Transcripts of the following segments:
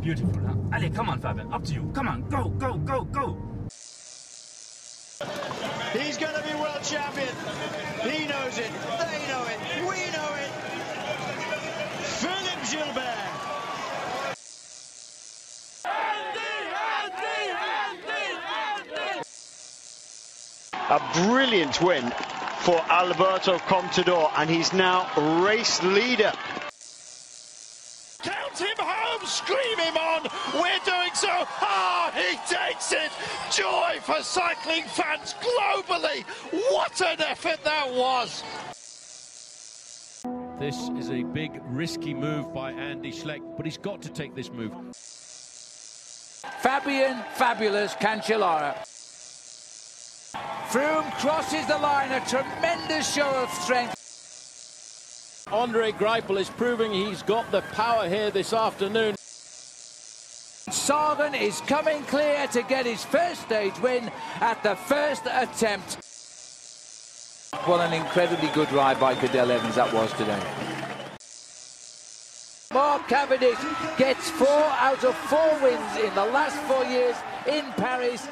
Beautiful, huh? Allez, come on, Fabian. Up to you. Come on, go, go, go, go. He's going to be world champion. He knows it. They know it. We know it. Philippe Gilbert. A brilliant win for Alberto Contador, and he's now race leader. Count him home, scream him on. We're doing so. He takes it. Joy for cycling fans globally. What an effort that was. This is a big, risky move by Andy Schleck, but he's got to take this move. Fabian Fabulous Cancellara. Froome crosses the line, a tremendous show of strength. Andre Greipel is proving he's got the power here this afternoon. Sagan is coming clear to get his first stage win at the first attempt. What an incredibly good ride by Cadel Evans that was today. Mark Cavendish gets 4 out of 4 wins in the last 4 years in Paris.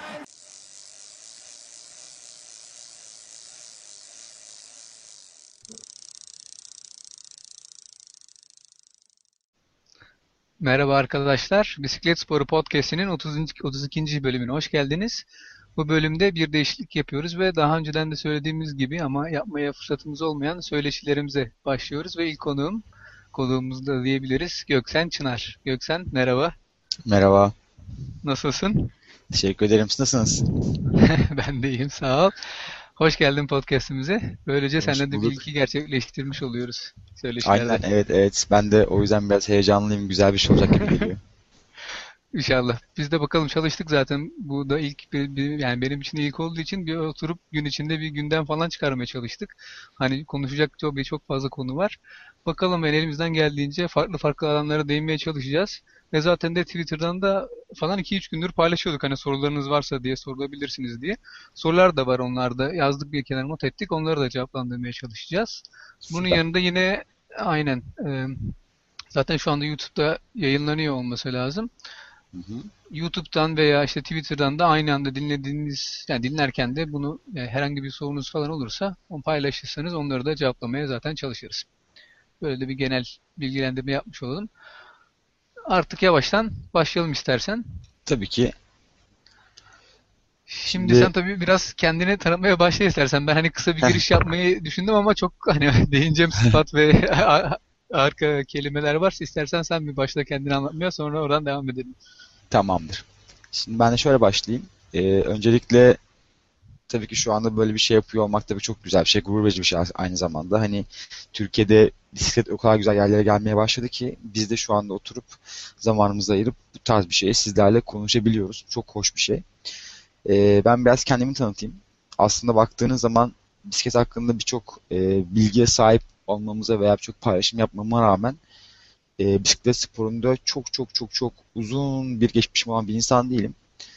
Merhaba arkadaşlar. Bisiklet Sporu Podcast'inin 32. bölümüne hoş geldiniz. Bu bölümde bir değişiklik yapıyoruz ve daha önceden de söylediğimiz gibi ama yapmaya fırsatımız olmayan söyleşilerimize başlıyoruz ve ilk konuğumuz da diyebiliriz Göksen Çınar. Göksen merhaba. Merhaba. Nasılsın? Teşekkür ederim. Siz nasılsınız? Ben de iyiyim, sağ ol. Hoş geldin podcast'imize. Böylece Hoş seninle de bir bulduk. ilki gerçekleştirmiş oluyoruz söyleşilerde. Aynen, evet. Ben de o yüzden biraz heyecanlıyım. Güzel bir şey olacak gibi geliyor. İnşallah. Biz de bakalım çalıştık zaten. Bu da ilk yani benim için ilk olduğu için bir oturup gün içinde bir gündem falan çıkarmaya çalıştık. Hani konuşacak çok fazla konu var. Bakalım elimizden geldiğince farklı alanlara değinmeye çalışacağız. Ve zaten de Twitter'dan da falan 2-3 gündür paylaşıyorduk. Hani sorularınız varsa diye sorulabilirsiniz diye. Sorular da var, onlar da yazdık, bir kenara not ettik. Onları da cevaplandırmaya çalışacağız. Bunun Süper. yanında yine aynen zaten şu anda YouTube'da yayınlanıyor olması lazım. Hı hı. YouTube'dan veya işte Twitter'dan da aynı anda dinlerken de bunu herhangi bir sorunuz falan olursa onu paylaşırsanız onları da cevaplamaya zaten çalışırız. Böyle de bir genel bilgilendirme yapmış olalım. Artık yavaştan başlayalım istersen. Tabii ki. Şimdi sen tabii biraz kendini tanıtmaya başla istersen. Ben hani kısa bir giriş yapmayı düşündüm ama çok hani değineceğim sıfat ve arka kelimeler varsa istersen sen bir başla kendini anlatmaya, sonra oradan devam edelim. Tamamdır. Şimdi ben de şöyle başlayayım. Öncelikle tabii ki şu anda böyle bir şey yapıyor olmak tabii çok güzel bir şey. Gurur verici bir şey aynı zamanda. Hani Türkiye'de bisiklet o kadar güzel yerlere gelmeye başladı ki biz de şu anda oturup zamanımızı ayırıp bu tarz bir şeyi sizlerle konuşabiliyoruz. Çok hoş bir şey. Ben biraz kendimi tanıtayım. Aslında baktığınız zaman bisiklet hakkında birçok bilgiye sahip olmamıza veya birçok paylaşım yapmama rağmen bisiklet sporunda çok uzun bir geçmişim olan bir insan değilim.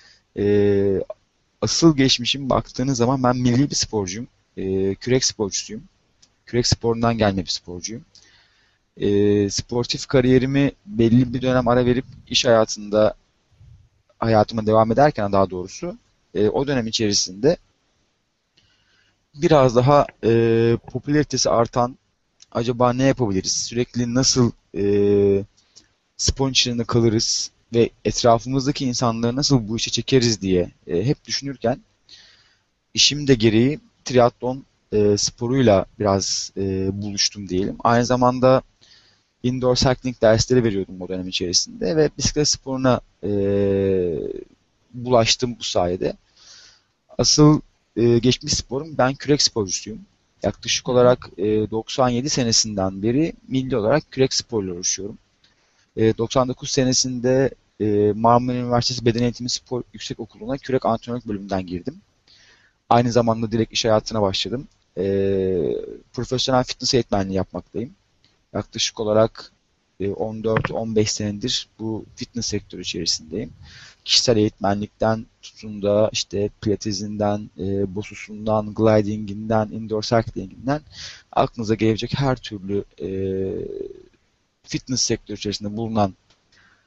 Asıl geçmişim baktığınız zaman ben milli bir sporcuyum. Kürek sporcusuyum. Kürek sporundan gelme bir sporcuyum. Sportif kariyerimi belli bir dönem ara verip iş hayatıma devam ederken daha doğrusu o dönem içerisinde biraz daha popülaritesi artan, acaba ne yapabiliriz, sürekli nasıl spor içinde kalırız ve etrafımızdaki insanları nasıl bu işe çekeriz diye hep düşünürken işim de gereği triatlon sporuyla biraz buluştum diyelim. Aynı zamanda indoor cycling dersleri veriyordum o dönem içerisinde ve bisiklet sporuna bulaştım bu sayede. Asıl geçmiş sporum, ben kürek sporcusuyum. Yaklaşık olarak 97 senesinden beri milli olarak kürek sporuyla uğraşıyorum. 99 senesinde Marmara Üniversitesi Beden Eğitimi Spor Yüksekokulu'na kürek antrenörlük bölümünden girdim. Aynı zamanda direkt iş hayatına başladım. Profesyonel fitness eğitmenliği yapmaktayım. Yaklaşık olarak 14-15 senedir bu fitness sektörü içerisindeyim. Kişisel eğitmenlikten tutun da işte pilatezinden, bosusundan, glidinginden, indoor cyclinginden aklınıza gelebilecek her türlü fitness sektörü içerisinde bulunan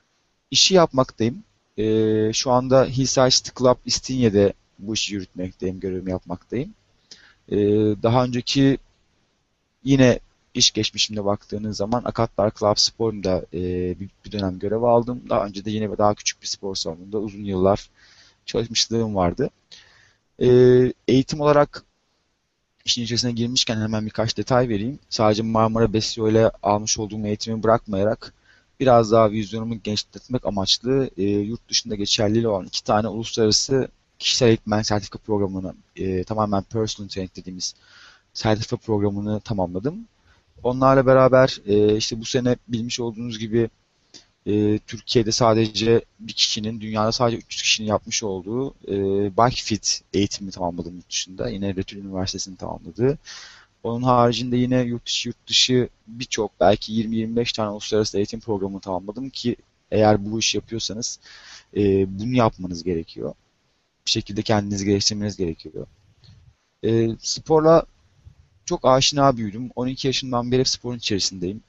işi yapmaktayım. Şu anda Hillside City Club İstinye'de bu işi yürütmekteyim, görevimi yapmaktayım. Daha önceki yine iş geçmişimde baktığınız zaman Akatlar Club Spor'unda bir dönem görev aldım. Daha önce de yine daha küçük bir spor salonunda uzun yıllar çalışmışlığım vardı. Eğitim olarak işin içerisine girmişken hemen birkaç detay vereyim. Sadece Marmara Besyo ile almış olduğum eğitimi bırakmayarak biraz daha vizyonumu genişletmek amaçlı yurt dışında geçerli olan 2 tane uluslararası kişisel eğitmen sertifika programını tamamen personal training dediğimiz sertifika programını tamamladım. Onlarla beraber işte bu sene bilmiş olduğunuz gibi Türkiye'de sadece bir kişinin, dünyada sadece 300 kişinin yapmış olduğu Bike Fit eğitimini tamamladım yurt dışında. Yine Retul Üniversitesi'ni tamamladı. Onun haricinde yine yurt dışı birçok, belki 20-25 tane uluslararası eğitim programını tamamladım ki eğer bu işi yapıyorsanız bunu yapmanız gerekiyor. Bir şekilde kendinizi geliştirmeniz gerekiyor. Sporla çok aşina büyüdüm. 12 yaşından beri hep sporun içerisindeyim.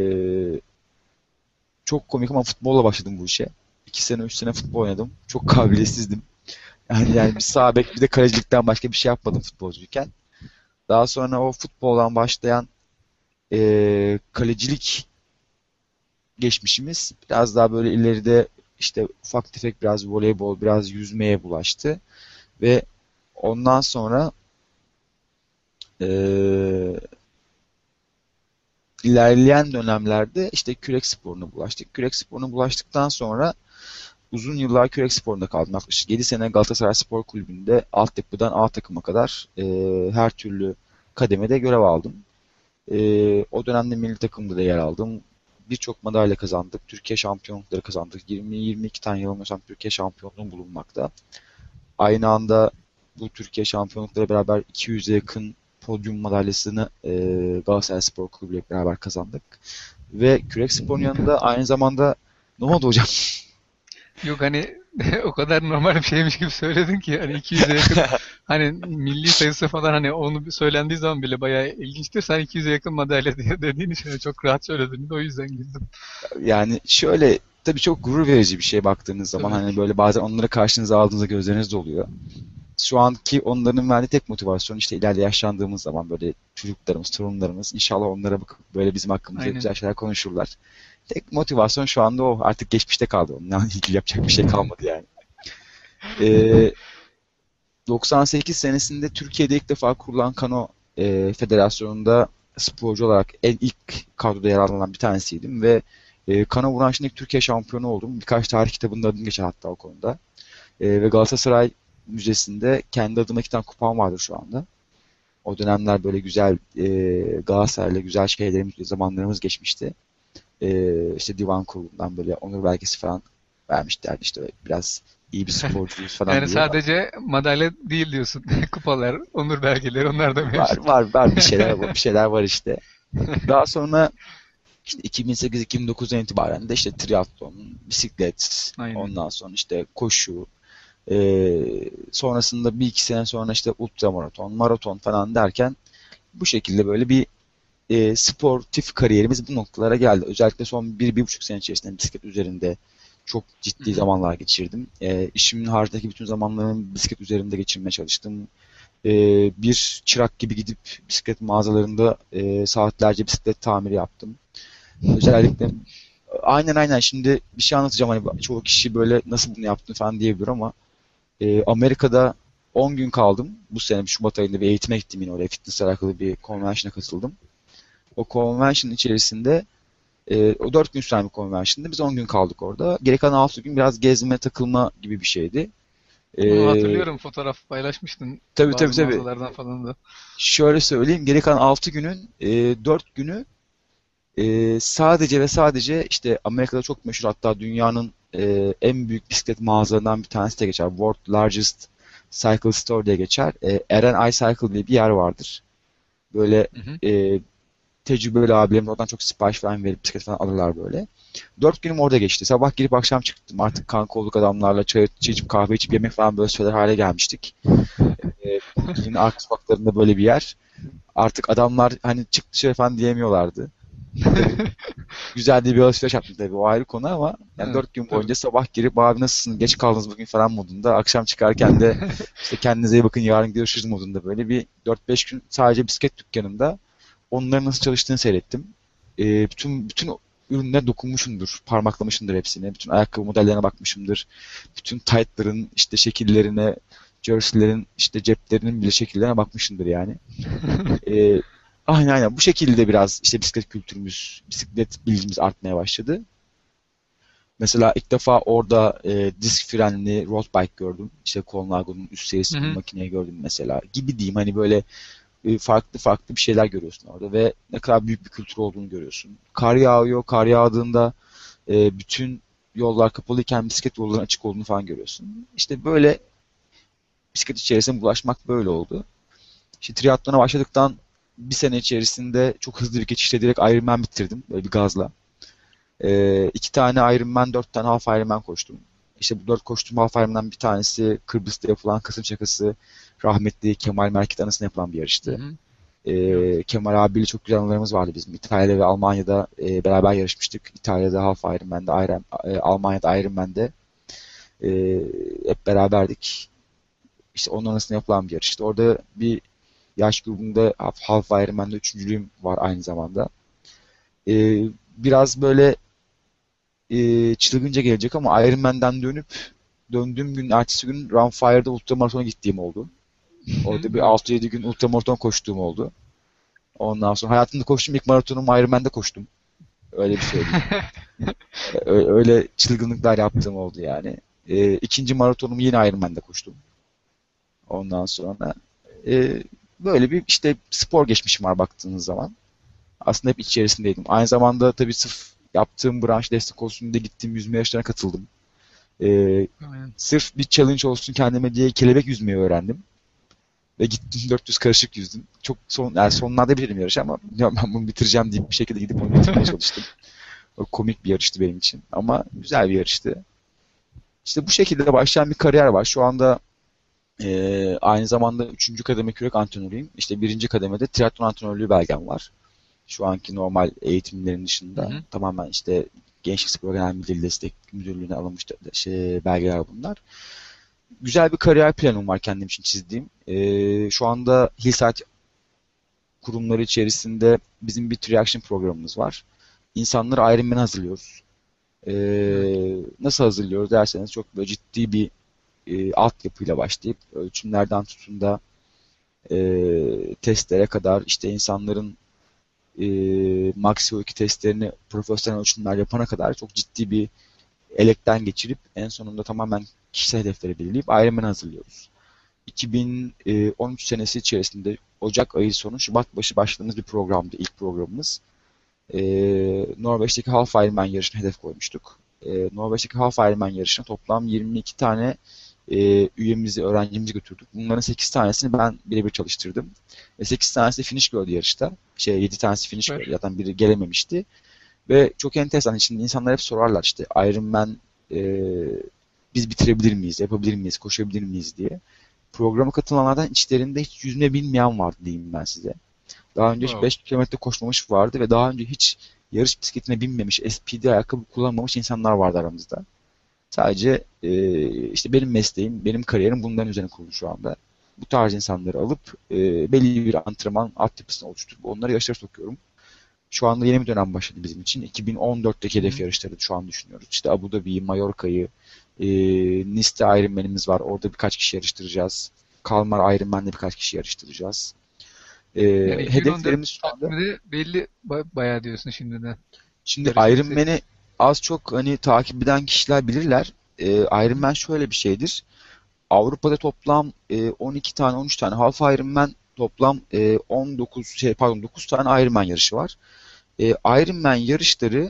Çok komik ama futbolla başladım bu işe. 2 sene, 3 sene futbol oynadım. Çok kabiliyetsizdim. Yani bir sağ bek bir de kalecilikten başka bir şey yapmadım futbolcuyken. Daha sonra o futboldan başlayan kalecilik geçmişimiz biraz daha böyle ileride işte ufak tefek biraz voleybol, biraz yüzmeye bulaştı. Ve ondan sonra ilerleyen dönemlerde işte kürek sporuna bulaştık. Kürek sporuna bulaştıktan sonra uzun yıllar kürek sporunda kaldım. Yaklaşık 7 sene Galatasaray Spor Kulübü'nde altyapıdan A takıma kadar her türlü kademede görev aldım. O dönemde milli takımda da yer aldım. Birçok madalya kazandık. Türkiye şampiyonlukları kazandık. 20-22 tane yanılmıyorsam Türkiye şampiyonluğu bulunmakta. Aynı anda bu Türkiye şampiyonlukları beraber 200'e yakın podyum madalyasını Galatasaray Spor Kulübü ile beraber kazandık. Ve kürek sporun yanında aynı zamanda ne oldu hocam? Yok hani o kadar normal bir şeymiş gibi söyledin ki hani 200'e yakın hani milli sayısı falan hani onu söylendiği zaman bile bayağı ilginçtir. Sen 200'e yakın madalya diye dediğin için çok rahat söyledin de o yüzden güldüm. Yani şöyle tabii çok gurur verici bir şey baktığınız zaman Tabii. hani böyle bazen onları karşınıza aldığınızda gözleriniz doluyor. Şu anki onların verdiği tek motivasyon işte ileride yaşlandığımız zaman böyle çocuklarımız, torunlarımız inşallah onlara bakıp böyle bizim hakkımızda Aynen. güzel şeyler konuşurlar. Tek motivasyon şu anda o. Artık geçmişte kaldı. Onunla ilgili yapacak bir şey kalmadı yani. 98 senesinde Türkiye'de ilk defa kurulan Kano Federasyonu'nda sporcu olarak ilk kadroda yer alan bir tanesiydim ve Kano branşında ilk Türkiye şampiyonu oldum. Birkaç tarih kitabında adım geçer hatta o konuda. Ve Galatasaray Müzesi'nde kendi adıma 2 tane kupam vardır şu anda. O dönemler böyle güzel Galatasaray'la güzel şeylerimiz, zamanlarımız geçmişti. İşte divan kurulundan böyle onur belgesi falan vermişlerdi işte biraz iyi bir sporcuyuz falan Yani diye. sadece madalya değil diyorsun. Kupalar, onur belgeleri onlar da Var mevcut. var bir şeyler var işte. Daha sonra işte 2008-2009'dan itibaren de işte triatlon, bisiklet, Aynen. ondan sonra işte koşu, sonrasında 1-2 sene sonra işte ultramaraton, maraton falan derken bu şekilde böyle bir sportif kariyerimiz bu noktalara geldi. Özellikle son 1-1,5 sene içerisinde bisiklet üzerinde çok ciddi zamanlar geçirdim. İşimin haricindeki bütün zamanlarımı bisiklet üzerinde geçirmeye çalıştım. Bir çırak gibi gidip bisiklet mağazalarında saatlerce bisiklet tamiri yaptım. Özellikle aynen şimdi bir şey anlatacağım hani çoğu kişi böyle nasıl bunu yaptın falan diyebilir ama Amerika'da 10 gün kaldım. Bu sene Şubat ayında bir eğitime gittim yine oraya fitness alakalı bir convention'a katıldım. O convention içerisinde o 4 gün süren bir convention'da biz 10 gün kaldık orada. Geri kalan 6 gün biraz gezme, takılma gibi bir şeydi. Bunu hatırlıyorum, fotoğraf paylaşmıştın Tabii bazı mağazalardan falan da. Şöyle söyleyeyim, geri kalan 6 günün 4 günü sadece ve sadece işte Amerika'da çok meşhur hatta dünyanın en büyük bisiklet mağazalarından bir tanesi de geçer. World Largest Cycle Store diye geçer. R&I Cycle diye bir yer vardır. Böyle tecrübeli abilerim oradan çok sipariş falan verip bisiklet falan alırlar böyle. 4 günüm orada geçti. Sabah girip akşam çıktım. Artık kanka olduk adamlarla çay içip kahve içip yemek falan böyle söyler hale gelmiştik. Yine arka sokaklarında böyle bir yer. Artık adamlar hani çık dışarı falan diyemiyorlardı. Güzel de bir alışveriş yaptım tabii, o ayrı konu ama yani Evet, 4 gün tabii. boyunca sabah girip abi nasılsın, geç kaldınız bugün falan modunda, akşam çıkarken de işte kendinize iyi bakın yarın görüşürüz modunda böyle bir 4-5 gün sadece bisiklet dükkanında onların nasıl çalıştığını seyrettim. Bütün ürünlere dokunmuşumdur, parmaklamışımdır hepsine, bütün ayakkabı modellerine bakmışımdır, bütün taytların işte şekillerine, jerseylerin işte ceplerinin bile şekillerine bakmışımdır yani. Ee, aynen bu şekilde biraz işte bisiklet kültürümüz, bisiklet bilgimiz artmaya başladı. Mesela ilk defa orada disk frenli road bike gördüm. İşte Colnago'nun üst serisi bir makineyi gördüm mesela. Gibi diyeyim, hani böyle farklı farklı bir şeyler görüyorsun orada ve ne kadar büyük bir kültür olduğunu görüyorsun. Kar yağıyor, kar yağdığında bütün yollar kapalıyken bisiklet yollarının açık olduğunu falan görüyorsun. İşte böyle bisiklet içerisine bulaşmak böyle oldu. İşte triatlona başladıktan bir sene içerisinde çok hızlı bir geçişle direkt Ironman bitirdim. Böyle bir gazla. 2 tane Ironman, 4 tane Half Ironman koştum. İşte bu 4 koştuğum Half Ironman bir tanesi Kıbrıs'ta yapılan Kasım Şakası, rahmetli Kemal Merkit anısına yapılan bir yarıştı. Kemal abiyle çok güzel anılarımız vardı bizim. İtalya'da ve Almanya'da beraber yarışmıştık. İtalya'da Half Ironman'de, Almanya'da Ironman'de hep beraberdik. İşte onun anısına yapılan bir yarıştı. Orada bir yaş grubunda Half Ironman'de üçüncülüğüm var aynı zamanda. Biraz böyle çılgınca gelecek ama Ironman'den döndüğüm gün ertesi gün Runfire'da ultramaratona gittiğim oldu. Orada bir 6-7 gün ultramaraton koştuğum oldu. Ondan sonra hayatımda koştuğum ilk maratonumu Ironman'de koştum. Öyle bir söyleyeyim. Öyle çılgınlıklar yaptığım oldu yani. İkinci maratonumu yine Ironman'de koştum. Ondan sonra böyle bir işte spor geçmişim var baktığınız zaman. Aslında hep içerisindeydim. Aynı zamanda tabii sırf yaptığım branş destek olsun diye gittiğim yüzme yarışlarına katıldım. Sırf bir challenge olsun kendime diye kelebek yüzmeyi öğrendim. Ve gittim 400 karışık yüzdüm. Çok yani sonlarda bitirdim yarışı ama ya ben bunu bitireceğim deyip bir şekilde gidip onu bitirmeye çalıştım. O komik bir yarıştı benim için. Ama güzel bir yarıştı. İşte bu şekilde başlayan bir kariyer var. Şu anda aynı zamanda 3. kademe kürek antrenörüyüm. İşte 1. kademede triatlon antrenörlüğü belgem var. Şu anki normal eğitimlerin dışında tamamen işte Gençlik Spor Genel Müdürlüğü Destek Müdürlüğü'ne alınmış belgeler bunlar. Güzel bir kariyer planım var kendim için çizdiğim. Şu anda Hillside kurumları içerisinde bizim bir Triaction programımız var. İnsanları Ironman'e hazırlıyoruz. Nasıl hazırlıyoruz derseniz çok böyle ciddi bir altyapıyla başlayıp ölçümlerden tutun da testlere kadar işte insanların Max CO2 testlerini profesyonel ölçümler yapana kadar çok ciddi bir elekten geçirip en sonunda tamamen kişisel hedefleri belirleyip Ironman'e hazırlıyoruz. 2013 senesi içerisinde Ocak ayı sonu Şubat başı başladığımız bir programdı ilk programımız. Norveç'teki Half Ironman yarışına hedef koymuştuk. Norveç'teki Half Ironman yarışına toplam 22 tane üyemizi, öğrencimizi götürdük. Bunların 8 tanesini ben birebir çalıştırdım. Ve 8 tanesi de finish gördü yarışta. 7 tanesi finish gördü. Zaten biri gelememişti. Ve çok enteresan. Şimdi insanlar hep sorarlar işte Ironman biz bitirebilir miyiz, yapabilir miyiz, koşabilir miyiz diye. Programa katılanlardan içlerinde hiç yüzme bilmeyen vardı diyeyim ben size. Daha önce hiç 5 kilometre koşmamış vardı ve daha önce hiç yarış bisikletine binmemiş, SPD ayakkabı kullanmamış insanlar vardı aramızda. Sadece işte benim mesleğim, benim kariyerim bunların üzerine kurulu şu anda. Bu tarz insanları alıp belli bir antrenman altyapısını oluşturup onları yarışlara sokuyorum. Şu anda yeni bir dönem başladı bizim için. 2014'teki hedef yarışları şu an düşünüyoruz. İşte Abu Dhabi'yi, Mallorca'yı, Nice'de Ironman'imiz var. Orada birkaç kişi yarıştıracağız. Kalmar Ironman'de birkaç kişi yarıştıracağız. Yani Hedeflerimiz şu anda... belli bayağı diyorsun şimdiden. Şimdi Ironman'i az çok hani takip eden kişiler bilirler. Ironman şöyle bir şeydir. Avrupa'da toplam 12 tane, 13 tane Half Ironman, toplam 9 tane Ironman yarışı var. Ironman yarışları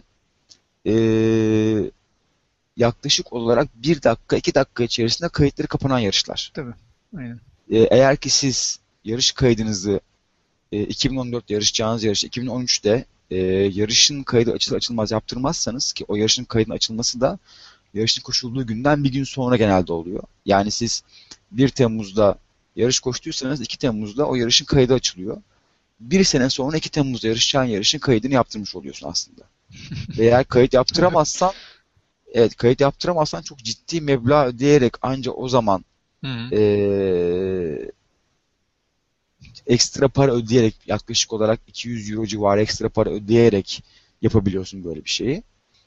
yaklaşık olarak 1 dakika, 2 dakika içerisinde kayıtları kapanan yarışlar. Tabii. Aynen. Eğer ki siz yarış kaydınızı 2014'te yarışacağınız yarış 2013'te yarışın kaydı açılır açılmaz yaptırmazsanız, ki o yarışın kaydının açılması da yarışın koşulduğu günden bir gün sonra genelde oluyor. Yani siz 1 Temmuz'da yarış koştuysanız 2 Temmuz'da o yarışın kaydı açılıyor. bir sene sonra 2 Temmuz'da yarışacağın yarışın kaydını yaptırmış oluyorsun aslında. Ve eğer kayıt yaptıramazsan evet, kayıt yaptıramazsan çok ciddi meblağ ödeyerek ancak o zaman Hı hı. Ekstra para ödeyerek, yaklaşık olarak 200 euro civarı ekstra para ödeyerek yapabiliyorsun böyle bir şeyi.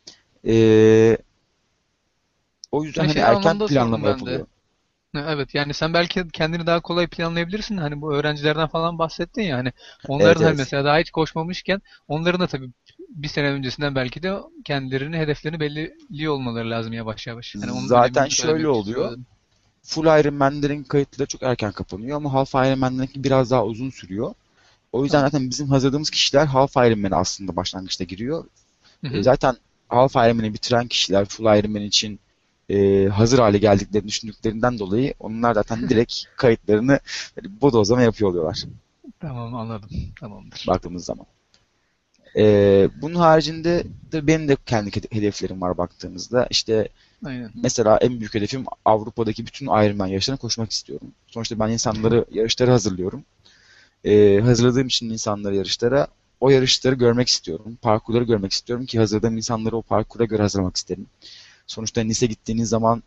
O yüzden Yani hani şey erken anlamda sordum planlama ben de. yapılıyor. Evet, yani sen belki kendini daha kolay planlayabilirsin. Hani bu öğrencilerden falan bahsettin ya, hani Evet, onların hani evet. mesela daha hiç koşmamışken onların da tabii bir sene öncesinden belki de kendilerini, hedeflerini belirliyor olmaları lazım yavaş yavaş. Hani onun Zaten önemini şöyle söylemek için oluyor. söyledim. Full Ironman'lerin kayıtları çok erken kapanıyor ama Half Ironman'lerinki biraz daha uzun sürüyor. O yüzden Tamam. zaten bizim hazırladığımız kişiler Half Ironman'e aslında başlangıçta giriyor. Hı hı. Zaten Half Ironman'i bitiren kişiler Full Ironman için hazır hale geldiklerini düşündüklerinden dolayı onlar zaten direkt kayıtlarını böyle bodozlama yapıyor oluyorlar Tamam, anladım. Tamamdır. baktığımız zaman. Bunun haricinde de benim de kendi hedeflerim var baktığımızda. İşte Aynen. mesela en büyük hedefim Avrupa'daki bütün Ironman yarışlarına koşmak istiyorum. Sonuçta ben insanları yarışlara hazırlıyorum. Hazırladığım için insanları yarışlara, o yarışları görmek istiyorum. Parkurları görmek istiyorum ki hazırladığım insanları o parkura göre hazırlamak isterim. Sonuçta Nice gittiğiniz zaman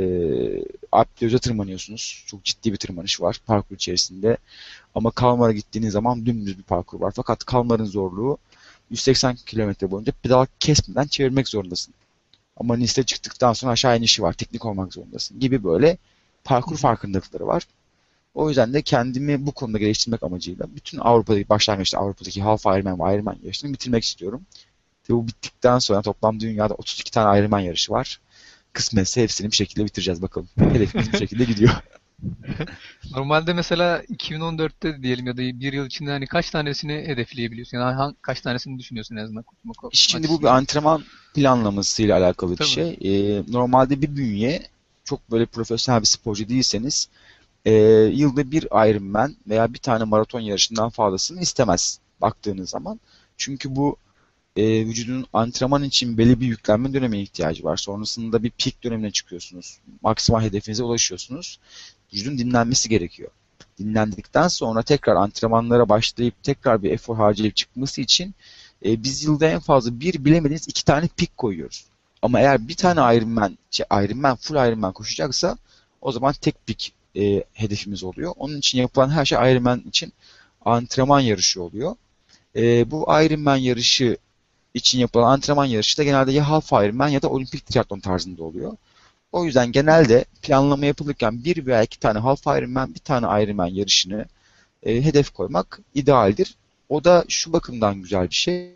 Alp Döz'e tırmanıyorsunuz. Çok ciddi bir tırmanış var parkur içerisinde. Ama Kalmar'a gittiğiniz zaman dümdüz bir parkur var. Fakat Kalmar'ın zorluğu 180 kilometre boyunca pedal kesmeden çevirmek zorundasın. Ama Nice'de çıktıktan sonra aşağı inişi var. Teknik olmak zorundasın gibi böyle Hı parkur hı. farkındalıkları var. O yüzden de kendimi bu konuda geliştirmek amacıyla bütün Avrupa'daki başlangıçta Avrupa'daki Half Ironman ve Ironman yarışını bitirmek istiyorum. Ve bu bittikten sonra toplam dünyada 32 tane Ironman yarışı var. Kısmetse hepsini bir şekilde bitireceğiz bakalım. Hedefimiz bu şekilde gidiyor. Normalde mesela 2014'te diyelim ya da bir yıl içinde hani kaç tanesini hedefleyebiliyorsun? Yani kaç tanesini düşünüyorsun en azından kurtulmak Şimdi bu bir açısından? antrenman planlamasıyla alakalı bir Tabii. şey. Normalde bir bünye çok böyle profesyonel bir sporcu değilseniz yılda bir Ironman veya bir tane maraton yarışından fazlasını istemez baktığınız zaman. Çünkü bu vücudun antrenman için belli bir yüklenme dönemine ihtiyacı var. Sonrasında bir peak dönemine çıkıyorsunuz. Maksimal hedefinize ulaşıyorsunuz. Vücudun dinlenmesi gerekiyor. Dinlendikten sonra tekrar antrenmanlara başlayıp tekrar bir efor harcayıp çıkması için biz yılda en fazla bir, bilemediniz 2 tane peak koyuyoruz. Ama eğer bir tane full Ironman koşacaksa o zaman tek peak hedefimiz oluyor. Onun için yapılan her şey Ironman için antrenman yarışı oluyor. Bu Ironman yarışı için yapılan antrenman yarışı da genelde ya Half Ironman ya da olimpik triatlon tarzında oluyor. O yüzden genelde planlama yapılırken bir veya iki tane Half Ironman, bir tane Ironman yarışını hedef koymak idealdir. O da şu bakımdan güzel bir şey.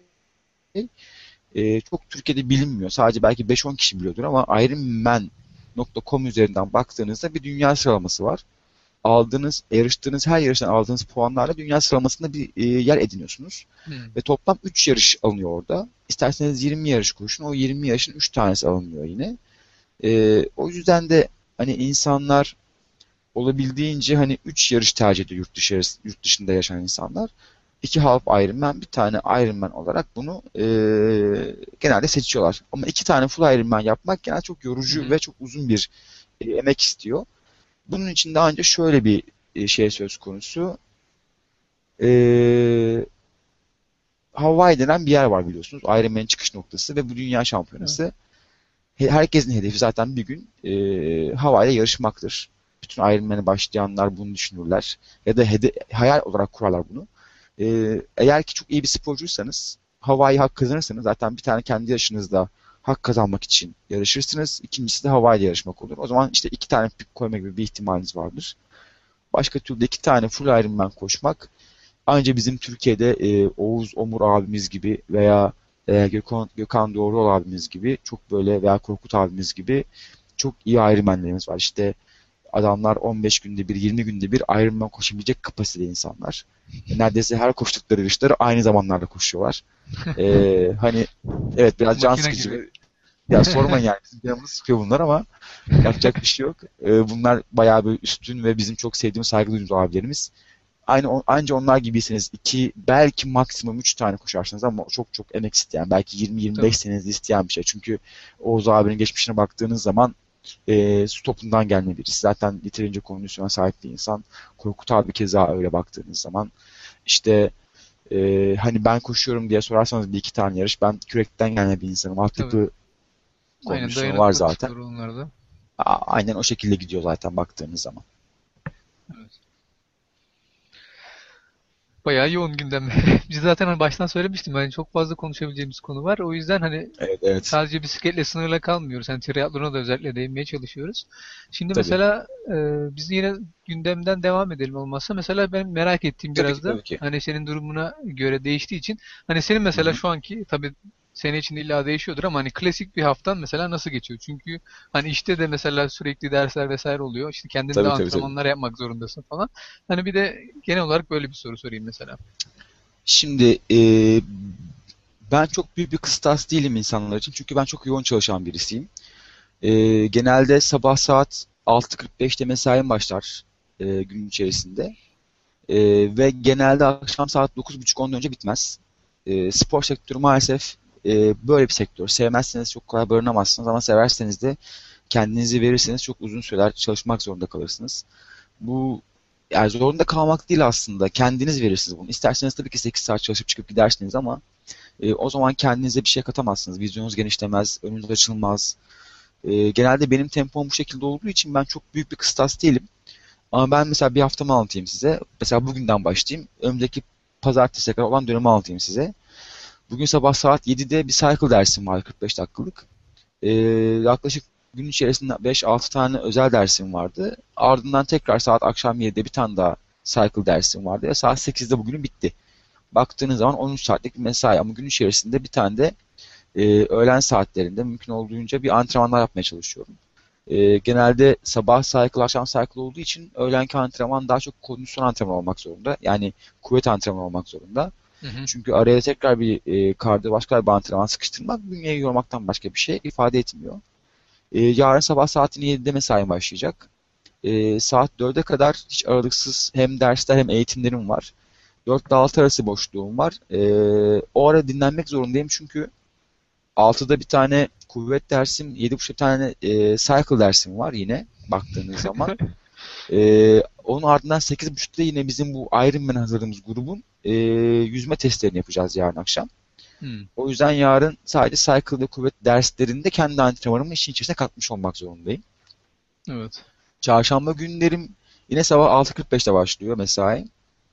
Çok Türkiye'de bilinmiyor. Sadece belki 5-10 kişi biliyordur ama Ironman.com üzerinden baktığınızda bir dünya sıralaması var. Yarıştığınız her yarıştan aldığınız puanlarla dünya sıralamasında bir yer ediniyorsunuz. Hmm. Ve toplam 3 yarış alınıyor orada. İsterseniz 20 yarış koşun. O 20 yarışın 3 tanesi alınıyor yine. O yüzden de hani insanlar olabildiğince hani 3 yarış tercih ediyor yurt dışında yaşayan insanlar. 2 Half Ironman, bir tane Ironman olarak bunu genelde seçiyorlar. Ama 2 tane Full Ironman yapmak genelde çok Hı yorucu hı. ve çok uzun bir emek istiyor. Bunun için daha önce şöyle bir şey söz konusu. E, Hawaii denen bir yer var biliyorsunuz. Ironman'in çıkış noktası ve bu dünya Evet. şampiyonası. Herkesin hedefi zaten bir gün Hawaii'de yarışmaktır. Bütün Ironman'e başlayanlar bunu düşünürler. Ya da hayal olarak kurarlar bunu. Eğer ki çok iyi bir sporcuysanız, Hawaii hak kazanırsanız zaten bir tane kendi yaşınızda hak kazanmak için yarışırsınız. İkincisi de Hawaii'de yarışmak olur. O zaman işte 2 tane pik koyma gibi bir ihtimaliniz vardır. Başka türlü 2 tane full Ironman koşmak anca bizim Türkiye'de Oğuz Omur abimiz gibi veya Gökhan Doğruoğlu abimiz gibi çok böyle veya Korkut abimiz gibi çok iyi Ironman'lerimiz var. İşte adamlar 15 günde bir, 20 günde bir Ironman koşabilecek kapasitede insanlar. Neredeyse her koştukları yarışları aynı zamanlarda koşuyorlar. Hani evet biraz can Makine sıkıcı. gibi. Ya sormayın yani bizim canımız sıkıyor bunlar ama yapacak bir şey yok. Bunlar bayağı bir üstün ve bizim çok sevdiğimiz, saygı duyduğumuz abilerimiz. Anca onlar gibiyseniz iki belki maksimum 3 tane koşarsınız ama çok çok emek isteyen belki 20-25 Tabii. senenizi isteyen bir şey. Çünkü Oğuz abinin geçmişine baktığınız zaman su topundan gelme birisi. Zaten yeterince kondisyona sahip bir insan. Korkut abi keza öyle baktığınız zaman. İşte Hani ben koşuyorum diye sorarsanız bir iki tane yarış. Ben kürekten gelme bir insanım. Altyapı Aynen, kondisyonu var dayanıklılık zaten. sorunları. Aynen o şekilde gidiyor zaten baktığınız zaman. Bayağı yoğun gündem. Biz zaten hani baştan söylemiştim, hani çok fazla konuşabileceğimiz konu var. O yüzden hani Evet, evet. sadece bisikletle sınırla kalmıyoruz. Hani triatlona da özellikle değinmeye çalışıyoruz. Şimdi Tabii. mesela biz yine gündemden devam edelim olmazsa. Mesela ben merak ettiğim Tabii ki, biraz da tabii ki. hani senin durumuna göre değiştiği için, hani senin Hı mesela hı. şu anki, tabii senin için illa değişiyordur ama hani klasik bir haftan mesela nasıl geçiyor? Çünkü hani işte de mesela sürekli dersler vesaire oluyor. İşte kendin de Tabii, tabii, tabii. antrenmanlar yapmak zorundasın falan. Hani bir de genel olarak böyle bir soru sorayım mesela. Şimdi ben çok büyük bir kıstas değilim insanlar için. Çünkü ben çok yoğun çalışan birisiyim. Genelde sabah saat 6.45'te mesaim başlar gün içerisinde. Ve genelde akşam saat 9.30-10'dan önce bitmez. Spor sektörü maalesef böyle bir sektör. Sevmezseniz çok kolay barınamazsınız ama severseniz de kendinizi verirseniz çok uzun süreler çalışmak zorunda kalırsınız. Bu yani zorunda kalmak değil aslında. Kendiniz verirsiniz bunu. İsterseniz tabii ki 8 saat çalışıp çıkıp gidersiniz ama o zaman kendinize bir şey katamazsınız. Vizyonunuz genişlemez, önünüz açılmaz. Genelde benim tempom bu şekilde olduğu için ben çok büyük bir kıstas değilim. Ama ben mesela bir haftamı anlatayım size. Mesela bugünden başlayayım. Önümüzdeki pazartesiye kadar olan dönemi anlatayım size. Bugün sabah saat 7'de bir cycle dersim var 45 dakikalık. Yaklaşık gün içerisinde 5-6 tane özel dersim vardı. Ardından tekrar saat akşam 7'de bir tane daha cycle dersim vardı. Ve saat 8'de bugünün bitti. Baktığınız zaman 13 saatlik bir mesai ama gün içerisinde bir tane de öğlen saatlerinde mümkün olduğunca bir antrenmanlar yapmaya çalışıyorum. Genelde sabah cycle, akşam cycle olduğu için öğlenki antrenman daha çok kondisyon antrenmanı olmak zorunda. Yani kuvvet antrenmanı olmak zorunda. Hı hı. Çünkü araya tekrar bir kardiyovasküler bir antrenman sıkıştırmak bünyeyi yormaktan başka bir şey ifade etmiyor. Yarın sabah saat 7'de mesai başlayacak. Saat 4'e kadar hiç aralıksız hem dersler hem eğitimlerim var. 4 ile 6 arası boşluğum var. O ara dinlenmek zorundayım çünkü 6'da bir tane kuvvet dersim, 7.30 tane cycle dersim var yine baktığınız zaman. Onun ardından 8.30'da yine bizim bu Ironman hazırladığımız grubun yüzme testlerini yapacağız yarın akşam. Hmm. O yüzden yarın sadece cycle ve kuvvet derslerinde kendi antrenmanımı işin içerisine katmış olmak zorundayım. Evet. Çarşamba günlerim yine sabah 6.45'te başlıyor mesai.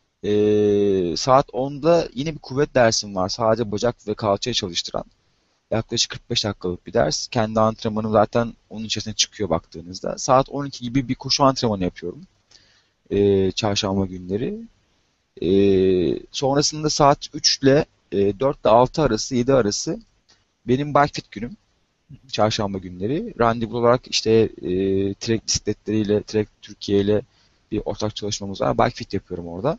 Saat 10'da yine bir kuvvet dersim var. Sadece bacak ve kalçayı çalıştıran. Yaklaşık 45 dakikalık bir ders. Kendi antrenmanım zaten onun içerisine çıkıyor baktığınızda. Saat 12 gibi bir koşu antrenmanı yapıyorum. Çarşamba günleri. Sonrasında saat 3 ile 4 ile 6 arası, 7 arası benim bike fit günüm. Çarşamba günleri. Randevu olarak işte Trek bisikletleriyle, Trek Türkiye ile bir ortak çalışmamız var. Bike fit yapıyorum orada.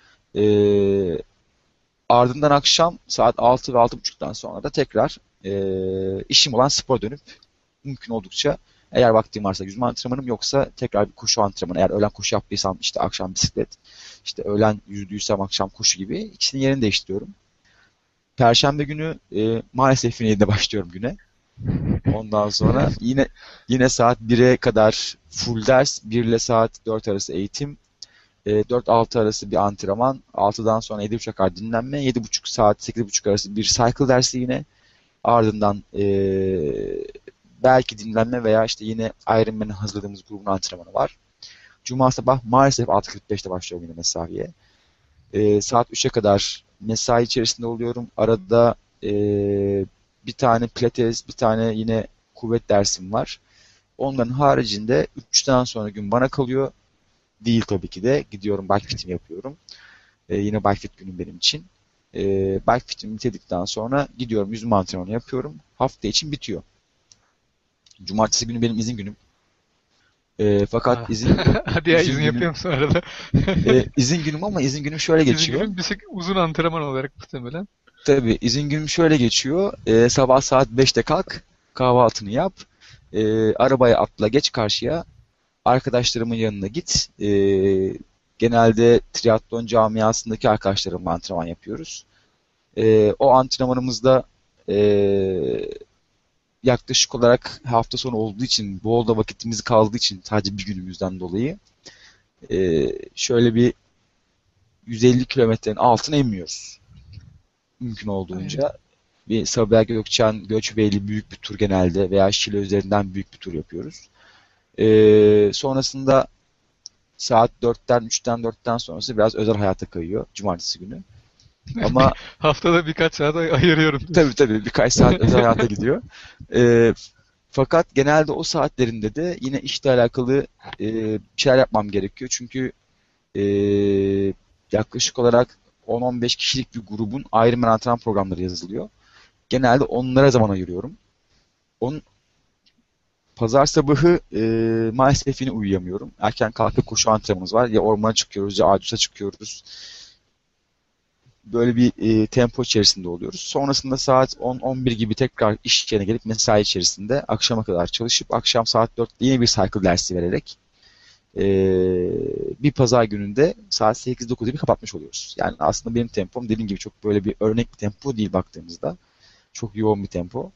Ardından akşam saat 6 ve 6.30'dan sonra da tekrar işim olan spor dönüp mümkün oldukça eğer vaktim varsa yüzme antrenmanım yoksa tekrar bir koşu antrenmanı. Eğer öğlen koşu yaptıysam işte akşam bisiklet, işte öğlen yüzdüysem akşam koşu gibi ikisinin yerini değiştiriyorum. Perşembe günü maalesef yine 7'de başlıyorum güne. Ondan sonra yine saat 1'e kadar full ders, 1 ile saat 4 arası eğitim, 4-6 arası bir antrenman, 6'dan sonra 7.30'a kadar dinlenme, 7.30 saat 8.30 arası bir cycle dersi yine. Ardından belki dinlenme veya işte yine Ironman'in hazırladığımız grubun antrenmanı var. Cuma sabah maalesef 6.45'te başlıyorum yine mesaiye. Saat 3'e kadar mesai içerisinde oluyorum. Arada bir tane pilates, bir tane yine kuvvet dersim var. Onların haricinde 3'ten sonra gün bana kalıyor. Değil tabii ki de. Gidiyorum bike fit'imi yapıyorum. Yine bike fit günüm benim için. Bike fit'imi bitirdikten sonra gidiyorum yüzme antrenmanı yapıyorum. Hafta için bitiyor. Cumartesi günü benim izin günüm. Fakat Hadi ya, izin günüm yapıyor musun arada? izin günüm ama izin günüm şöyle İzin geçiyor. günün uzun antrenman olarak muhtemelen. Tabii izin günüm şöyle geçiyor. Sabah saat 5'te kalk, kahvaltını yap, arabaya atla, geç karşıya, arkadaşlarımın yanına git. Genelde triatlon camiasındaki arkadaşlarımla antrenman yapıyoruz. O antrenmanımızda yaklaşık olarak hafta sonu olduğu için, bol da vakitimiz kaldığı için sadece bir günümüzden dolayı şöyle bir 150 kilometrenin altına inmiyoruz. mümkün olduğunca. Bir Sabiha Gökçen, Göçbeyli büyük bir tur genelde veya Şile üzerinden büyük bir tur yapıyoruz. Sonrasında saat 3'ten sonrası biraz özel hayata kayıyor cumartesi günü. Ama Haftada birkaç saat ayırıyorum. tabii birkaç saat özel hayata gidiyor. Fakat genelde o saatlerinde de yine işle alakalı bir şeyler yapmam gerekiyor. Çünkü yaklaşık olarak 10-15 kişilik bir grubun Ironman antrenman programları yazılıyor. Genelde onlara zaman ayırıyorum. Pazar sabahı maalesef yine uyuyamıyorum. Erken kalkıp koşu antrenmanımız var. Ya ormana çıkıyoruz ya Aydos'a çıkıyoruz. Böyle bir tempo içerisinde oluyoruz. Sonrasında saat 10-11 gibi tekrar iş yerine gelip mesai içerisinde akşama kadar çalışıp akşam saat 4'te yine bir cycle dersi vererek bir pazar gününde saat 8-9 gibi kapatmış oluyoruz. Yani aslında benim tempom dediğim gibi çok böyle bir örnek bir tempo değil baktığımızda. Çok yoğun bir tempo.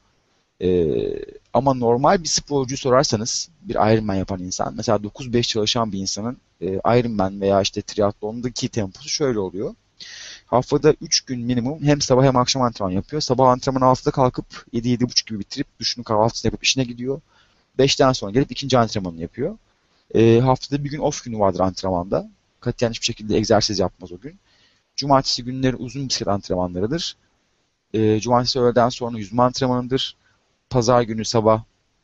Ama normal bir sporcu sorarsanız bir Ironman yapan insan, mesela 9-5 çalışan bir insanın Ironman veya işte triatlondaki temposu şöyle oluyor. Haftada 3 gün minimum hem sabah hem akşam antrenman yapıyor. Sabah antrenmanı 6'da kalkıp 7-7.30 gibi bitirip duşunu kahvaltısını yapıp işine gidiyor. 5'ten sonra gelip ikinci antrenmanını yapıyor. Haftada bir gün off günü vardır antrenmanda. Katiyen hiçbir şekilde egzersiz yapmaz o gün. Cumartesi günleri uzun bisiklet antrenmanlarıdır. Cumartesi öğleden sonra yüzme antrenmanıdır. Pazar günü sabah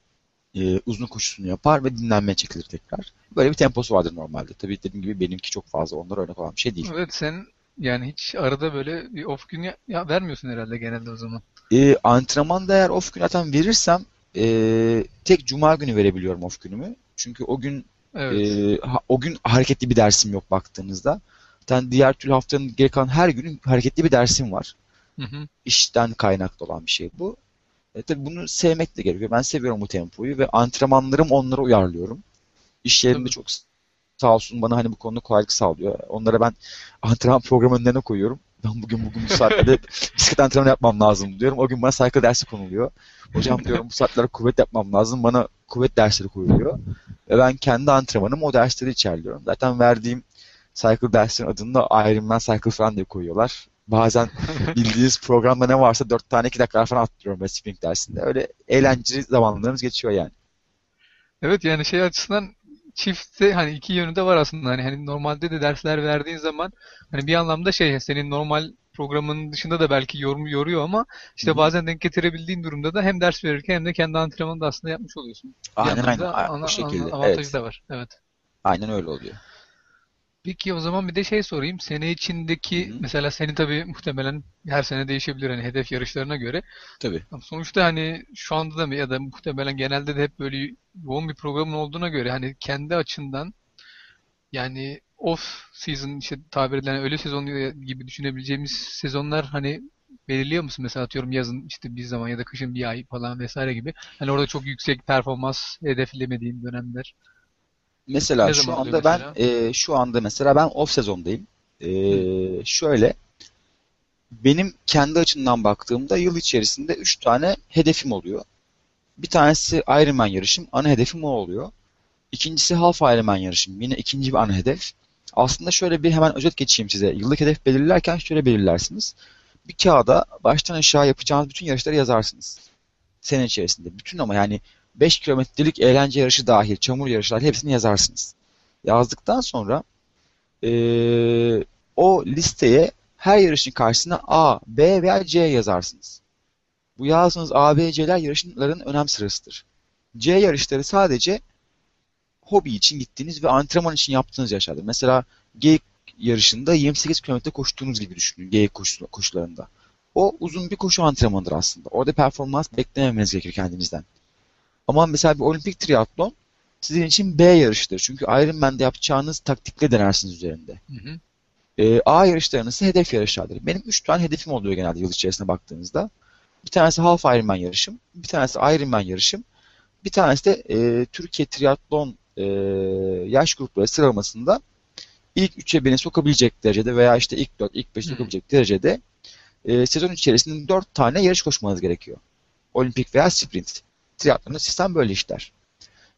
uzun koşusunu yapar ve dinlenmeye çekilir tekrar. Böyle bir temposu vardır normalde. Tabii dediğim gibi benimki çok fazla onlara örnek olan bir şey değil. Evet, sen yani hiç arada böyle bir off gün vermiyorsun herhalde genelde o zaman. Antrenmanda eğer off gün zaten verirsem tek cuma günü verebiliyorum off günümü. Çünkü o gün Evet. o gün hareketli bir dersim yok baktığınızda. Zaten diğer türlü haftanın geri kalan her günün hareketli bir dersim var. Hı hı. İşten kaynaklı olan bir şey bu. Tabii bunu sevmek de gerekiyor. Ben seviyorum bu tempoyu ve antrenmanlarım onlara uyarlıyorum. İş yerinde Tabii. çok sağ olsun bana hani bu konuda kolaylık sağlıyor. Onlara ben antrenman programı önlerine koyuyorum. Ben bugün bu saatlerde bisiklet antrenmanı yapmam lazım diyorum. O gün bana cycle dersi konuluyor. Hocam diyorum bu saatlerde kuvvet yapmam lazım. Bana kuvvet dersleri koyuluyor. Ve ben kendi antrenmanımı o dersleri içerliyorum. Zaten verdiğim cycle dersinin adını da Ironman Cycle falan diye koyuyorlar. Bazen bildiğiniz programda ne varsa 4 tane 2 dakika falan attırıyorum ben spinning dersinde. Öyle eğlenceli zamanlarımız geçiyor yani. Evet, yani şey açısından çiftte hani iki yönü de var aslında. Hani normalde de dersler verdiğin zaman hani bir anlamda şey senin normal programının dışında da belki yoruyor ama Hı işte hı. bazen denk getirebildiğin durumda da hem ders verirken hem de kendi antrenmanını da aslında yapmış oluyorsun. Bir Aynen anlamda o şekilde. avantajı Evet. da var. Evet. Aynen öyle oluyor. Peki o zaman bir de şey sorayım. Sene Hı içindeki hı. mesela senin tabii muhtemelen her sene değişebilir hani hedef yarışlarına göre. Tabii. Ama sonuçta hani şu anda da mı ya da muhtemelen genelde de hep böyle yoğun bir programın olduğuna göre hani kendi açından yani off season işte tabir edilen ölü sezon gibi düşünebileceğimiz sezonlar hani belirliyor musun? Mesela atıyorum yazın işte bir zaman ya da kışın bir ay falan vesaire gibi. Hani orada çok yüksek performans hedeflemediğin dönemler. Mesela Ne zaman oluyor mesela? şu anda mesela ben off sezondayım. Hı. Şöyle benim kendi açımdan baktığımda yıl içerisinde 3 tane hedefim oluyor. Bir tanesi Ironman yarışım. Ana hedefim o oluyor. İkincisi Half Ironman yarışım. Yine ikinci bir ana hedef. Aslında şöyle bir hemen özet geçeyim size. Yıllık hedef belirlerken şöyle belirlersiniz. Bir kağıda baştan aşağı yapacağınız bütün yarışları yazarsınız. Sene içerisinde. Bütün ama yani 5 kilometrelik eğlence yarışı dahil, çamur yarışı dahil hepsini yazarsınız. Yazdıktan sonra o listeye her yarışın karşısına A, B veya C yazarsınız. Bu yazdığınız A, B, C'ler yarışların önem sırasıdır. C yarışları sadece hobi için gittiğiniz ve antrenman için yaptığınız yarışlardır. Mesela geyik yarışında 28 kilometre koştuğunuz gibi düşünün geyik koşularında. O uzun bir koşu antrenmanıdır aslında. Orada performans beklememeniz gerekir kendinizden. Ama mesela bir olimpik triatlon sizin için B yarışıdır. Çünkü Ironman'de yapacağınız taktikle denersiniz üzerinde. Hı hı. A yarışlarının ise hedef yarışlardır. Benim 3 tane hedefim oluyor genelde yıl içerisinde baktığınızda. Bir tanesi Half Ironman yarışım, bir tanesi Ironman yarışım, bir tanesi de Türkiye Triatlon yaş grupları sıralamasında ilk 3'e beni sokabilecek derecede veya işte ilk 4, ilk 5 Hı. sokabilecek derecede sezon içerisinde 4 tane yarış koşmanız gerekiyor. Olimpik veya sprint. Triatlonda sistem böyle işler.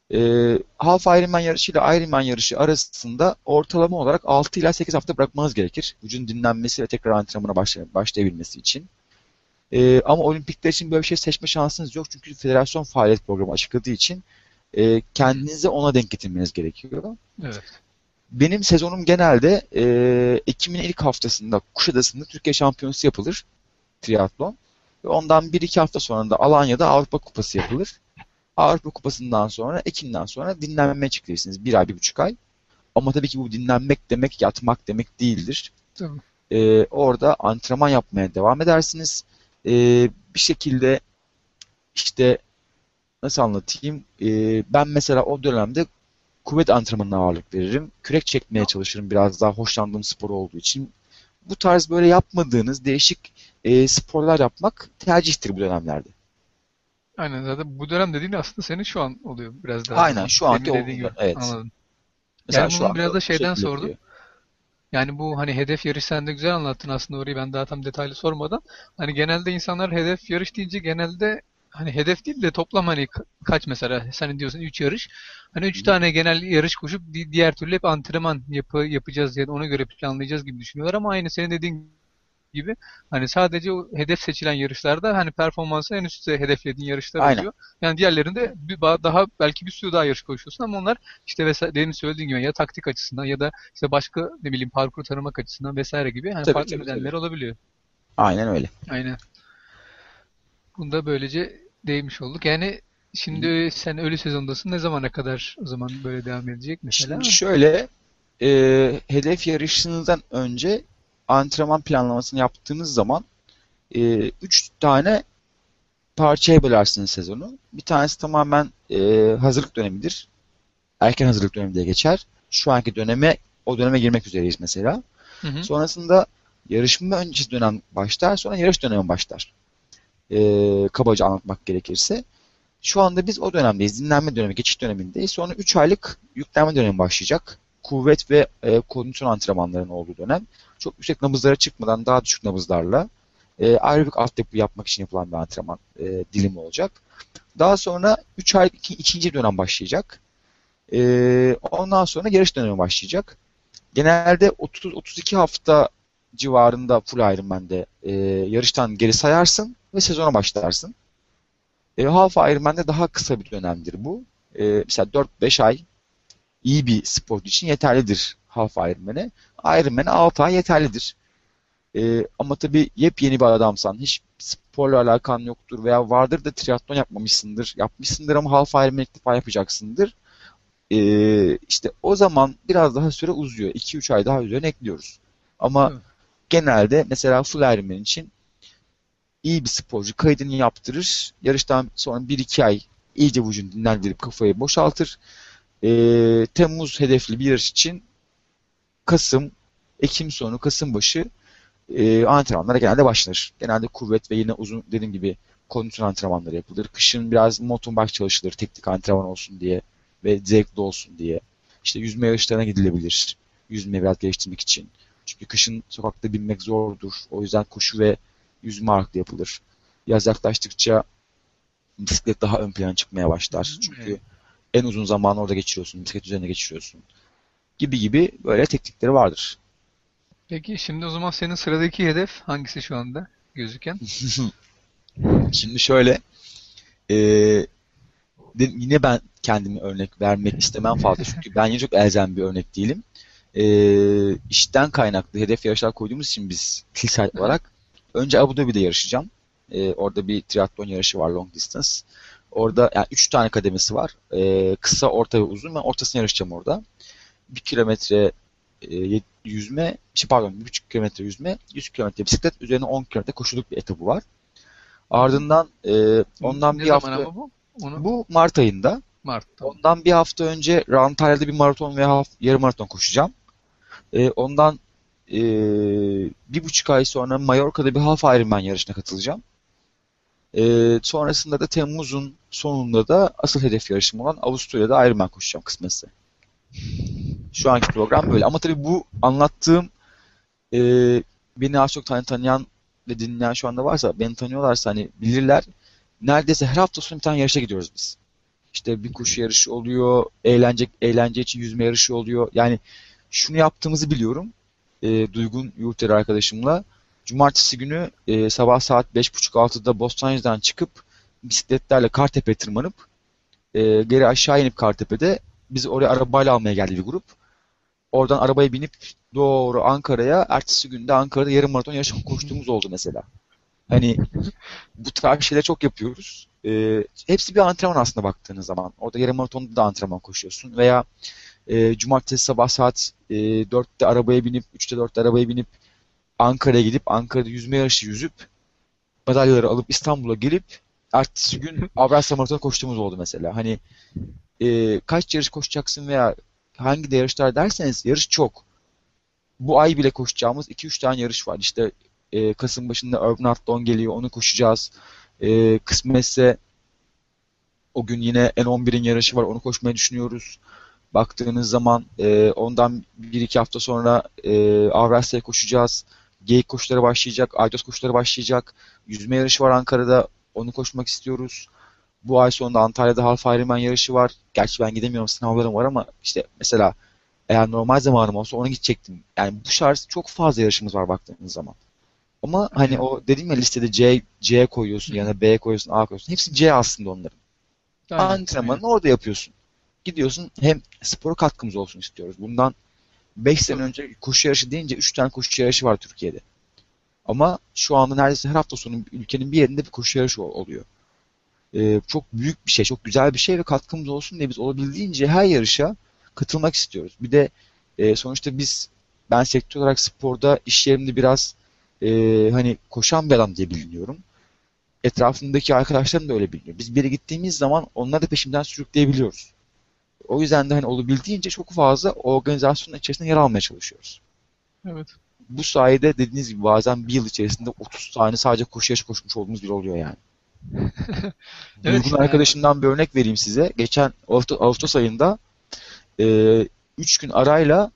Half Ironman yarışı ile Ironman yarışı arasında ortalama olarak 6 ila 8 hafta bırakmanız gerekir. Vücudun dinlenmesi ve tekrar antrenmana başlayabilmesi için. Ama olimpikler için böyle bir şey seçme şansınız yok. Çünkü federasyon faaliyet programı açıkladığı için kendinize ona denk getirmeniz gerekiyor. Evet. Benim sezonum genelde Ekim'in ilk haftasında Kuşadası'nda Türkiye Şampiyonası yapılır. Triatlon. Ve ondan 1-2 hafta sonra da Alanya'da Avrupa Kupası yapılır. Avrupa Kupası'ndan sonra, Ekim'den sonra dinlenmeye çıkıyorsunuz. 1 ay, 1,5 ay. Ama tabii ki bu dinlenmek demek, yatmak demek değildir. Tamam. Orada antrenman yapmaya devam edersiniz. Bir şekilde işte nasıl anlatayım? Ben mesela o dönemde kuvvet antrenmanına ağırlık veririm. Kürek çekmeye çalışırım biraz daha hoşlandığım spor olduğu için. Bu tarz böyle yapmadığınız değişik sporlar yapmak tercihtir bu dönemlerde. Aynen, zaten bu dönem dediğin aslında senin şu an oluyor biraz daha. Aynen şu anki Demin dediğin olduğunda. gibi. Evet. Anladım. Mesela Yani şu bunu anda biraz da bu şeyden şekilde sordum. gidiyor. Yani bu hani hedef yarış, sen de güzel anlattın aslında orayı, ben daha tam detaylı sormadan. Hani genelde insanlar hedef yarış deyince genelde hani hedef değil de toplam hani kaç, mesela sen diyorsun 3 yarış. Hani 3 tane genel yarış koşup diğer türlü hep antrenman yapacağız ya da ona göre planlayacağız gibi düşünüyorlar, ama aynı senin dediğin gibi hani sadece o hedef seçilen yarışlarda hani performansı en üstte hedeflediğin yarışlar Aynen. oluyor. Yani diğerlerinde daha belki bir sürü daha yarış koşuyorsun, ama onlar işte demin söylediğin gibi ya taktik açısından ya da işte başka ne bileyim parkur tanımak açısından vesaire gibi hani Tabii, farklı tabii, nedenler tabii. olabiliyor. Aynen öyle. Aynen. Bunu da böylece değmiş olduk. Yani şimdi sen ölü sezondasın. Ne zamana kadar o zaman böyle devam edecek mesela? Şimdi şöyle hedef yarışınızdan önce antrenman planlamasını yaptığınız zaman 3 tane parçaya bölersiniz sezonu. Bir tanesi tamamen hazırlık dönemidir. Erken hazırlık dönemi diye geçer. Şu anki o döneme girmek üzereyiz mesela. Hı hı. Sonrasında yarışma öncesi dönem başlar, sonra yarış dönemi başlar. Kabaca anlatmak gerekirse. Şu anda biz o dönemdeyiz. Dinlenme dönemi, geçiş dönemindeyiz. Sonra 3 aylık yüklenme dönemi başlayacak. Kuvvet ve kondisyon antrenmanlarının olduğu dönem. Çok yüksek nabızlara çıkmadan daha düşük nabızlarla aerobik altyapı yapmak için yapılan bir antrenman dilimi olacak. Daha sonra 3 aylık ikinci dönem başlayacak. Ondan sonra yarış dönemi başlayacak. Genelde 30-32 hafta civarında full Ironman'de yarıştan geri sayarsın ve sezona başlarsın. Half Ironman'de daha kısa bir dönemdir bu. Mesela 4-5 ay iyi bir sporcu için yeterlidir Half Ironman'e. Ironman'e 6 ay yeterlidir. Ama tabii yepyeni bir adamsan, hiç sporla alakan yoktur veya vardır da triatlon yapmamışsındır. Yapmışsındır ama Half Ironman ilk defa yapacaksındır. İşte o zaman biraz daha süre uzuyor. 2-3 ay daha üzerine ekliyoruz. Ama Evet. genelde mesela full Ironman için iyi bir sporcu kaydını yaptırır. Yarıştan sonra 1-2 ay iyice vücudunu dinlendirip kafayı boşaltır. Temmuz hedefli bir yarış için Ekim sonu, Kasım başı antrenmanlara genelde başlanır. Genelde kuvvet ve yine uzun dediğim gibi kondisyon antrenmanları yapılır. Kışın biraz mountain bike çalışılır teknik antrenman olsun diye ve zevkli olsun diye. İşte yüzme yarışlarına gidilebilir. Yüzmeyi biraz geliştirmek için. Çünkü kışın sokakta binmek zordur. O yüzden koşu ve yüzme ağırlıklı yapılır. Yaz yaklaştıkça bisiklet daha ön plana çıkmaya başlar. Çünkü en uzun zamanı orada geçiriyorsun. Bisiklet üzerine geçiriyorsun. Gibi böyle teknikleri vardır. Peki şimdi o zaman senin sıradaki hedef hangisi şu anda gözüken? Şimdi şöyle yine ben kendime örnek vermek istemem fazla çünkü ben yine çok elzem bir örnek değilim. İşten kaynaklı hedef yarışlar koyduğumuz için biz TİLSAT olarak önce Abu Dhabi'de yarışacağım. Orada bir triatlon yarışı var, long distance. Orada yani 3 tane kademesi var. Kısa, orta ve uzun. Ben ortasına yarışacağım orada. 1 kilometre yüzme, 1,5 kilometre yüzme, 100 kilometre bisiklet, üzerine 10 kilometre koşuluk bir etabı var. Ardından ondan Ne bir zaman hafta, ama bu? Onu bu Mart ayında, Mart'ta. ondan bir hafta önce Antalya'da bir maraton veya yarım maraton koşacağım. Ondan 1,5 ay sonra Mallorca'da bir half Ironman yarışına katılacağım. Sonrasında da Temmuz'un sonunda da asıl hedef yarışım olan Avusturya'da Ironman koşacağım kısmetse. Şu anki program böyle. Ama tabii bu anlattığım beni az çok tanıyan ve dinleyen şu anda varsa, beni tanıyorlarsa hani bilirler. Neredeyse her hafta sonu bir tane yarışa gidiyoruz biz. İşte bir koşu yarışı oluyor, eğlence için yüzme yarışı oluyor. Yani şunu yaptığımızı biliyorum. Duygun Yurteri arkadaşımla. Cumartesi günü sabah saat 5.30-6'da Bostancı'dan çıkıp bisikletlerle Kartepe'ye tırmanıp geri aşağı inip Kartepe'de bizi oraya arabayla almaya geldi bir grup. Oradan arabaya binip doğru Ankara'ya, ertesi günde Ankara'da yarım maraton yarışı koştuğumuz oldu mesela. Hani bu tarz şeyleri çok yapıyoruz. Hepsi bir antrenman aslında baktığınız zaman. Orada yarım maratonda da antrenman koşuyorsun. Veya cumartesi sabah saat 4'te arabaya binip, 3'te 4'te arabaya binip Ankara'ya gidip Ankara'da yüzme yarışı yüzüp madalyaları alıp İstanbul'a gelip ertesi gün Avrasya Maratonu koştuğumuz oldu mesela. Hani kaç yarış koşacaksın veya hangi de yarışlar derseniz yarış çok. Bu ay bile koşacağımız 2-3 tane yarış var. İşte Kasım başında Urban Athlon geliyor, onu koşacağız. Kısmetse o gün yine N11'in yarışı var, onu koşmayı düşünüyoruz. Baktığınız zaman ondan 1-2 hafta sonra Avrasya'ya koşacağız. Geyik koşuları başlayacak, Aydos koşuları başlayacak. Yüzme yarışı var Ankara'da, onu koşmak istiyoruz. Bu ay sonunda Antalya'da Half Ironman yarışı var. Gerçi ben gidemiyorum, sınavlarım var ama işte mesela eğer normal zamanım olsa ona gidecektim. Yani bu tarz çok fazla yarışımız var baktığınız zaman. Ama hani o dediğim ya listede C koyuyorsun, yana B koyuyorsun, A koyuyorsun. Hepsi C aslında onların. Antrenmanını orada yapıyorsun. Gidiyorsun, hem spor katkımız olsun istiyoruz. Bundan 5 sene önce koşu yarışı deyince 3 tane koşu yarışı var Türkiye'de. Ama şu anda neredeyse her hafta sonu ülkenin bir yerinde bir koşu yarışı oluyor. Çok büyük bir şey, çok güzel bir şey ve katkımız olsun diye biz olabildiğince her yarışa katılmak istiyoruz. Bir de sonuçta ben sektör olarak sporda iş yerimde biraz hani koşan bir adam diye biliniyorum. Etrafımdaki arkadaşlarım da öyle biliniyor. Biz bir yere gittiğimiz zaman onları da peşimden sürükleyebiliyoruz. O yüzden de hani olabildiğince çok fazla organizasyonun içerisinde yer almaya çalışıyoruz. Evet. Bu sayede dediğiniz gibi bazen bir yıl içerisinde 30 tane sadece koşu yarışı koşmuş olduğumuz bile oluyor yani. Evet, Duygun arkadaşımdan bir örnek vereyim size. Geçen Ağustos ayında 3 gün arayla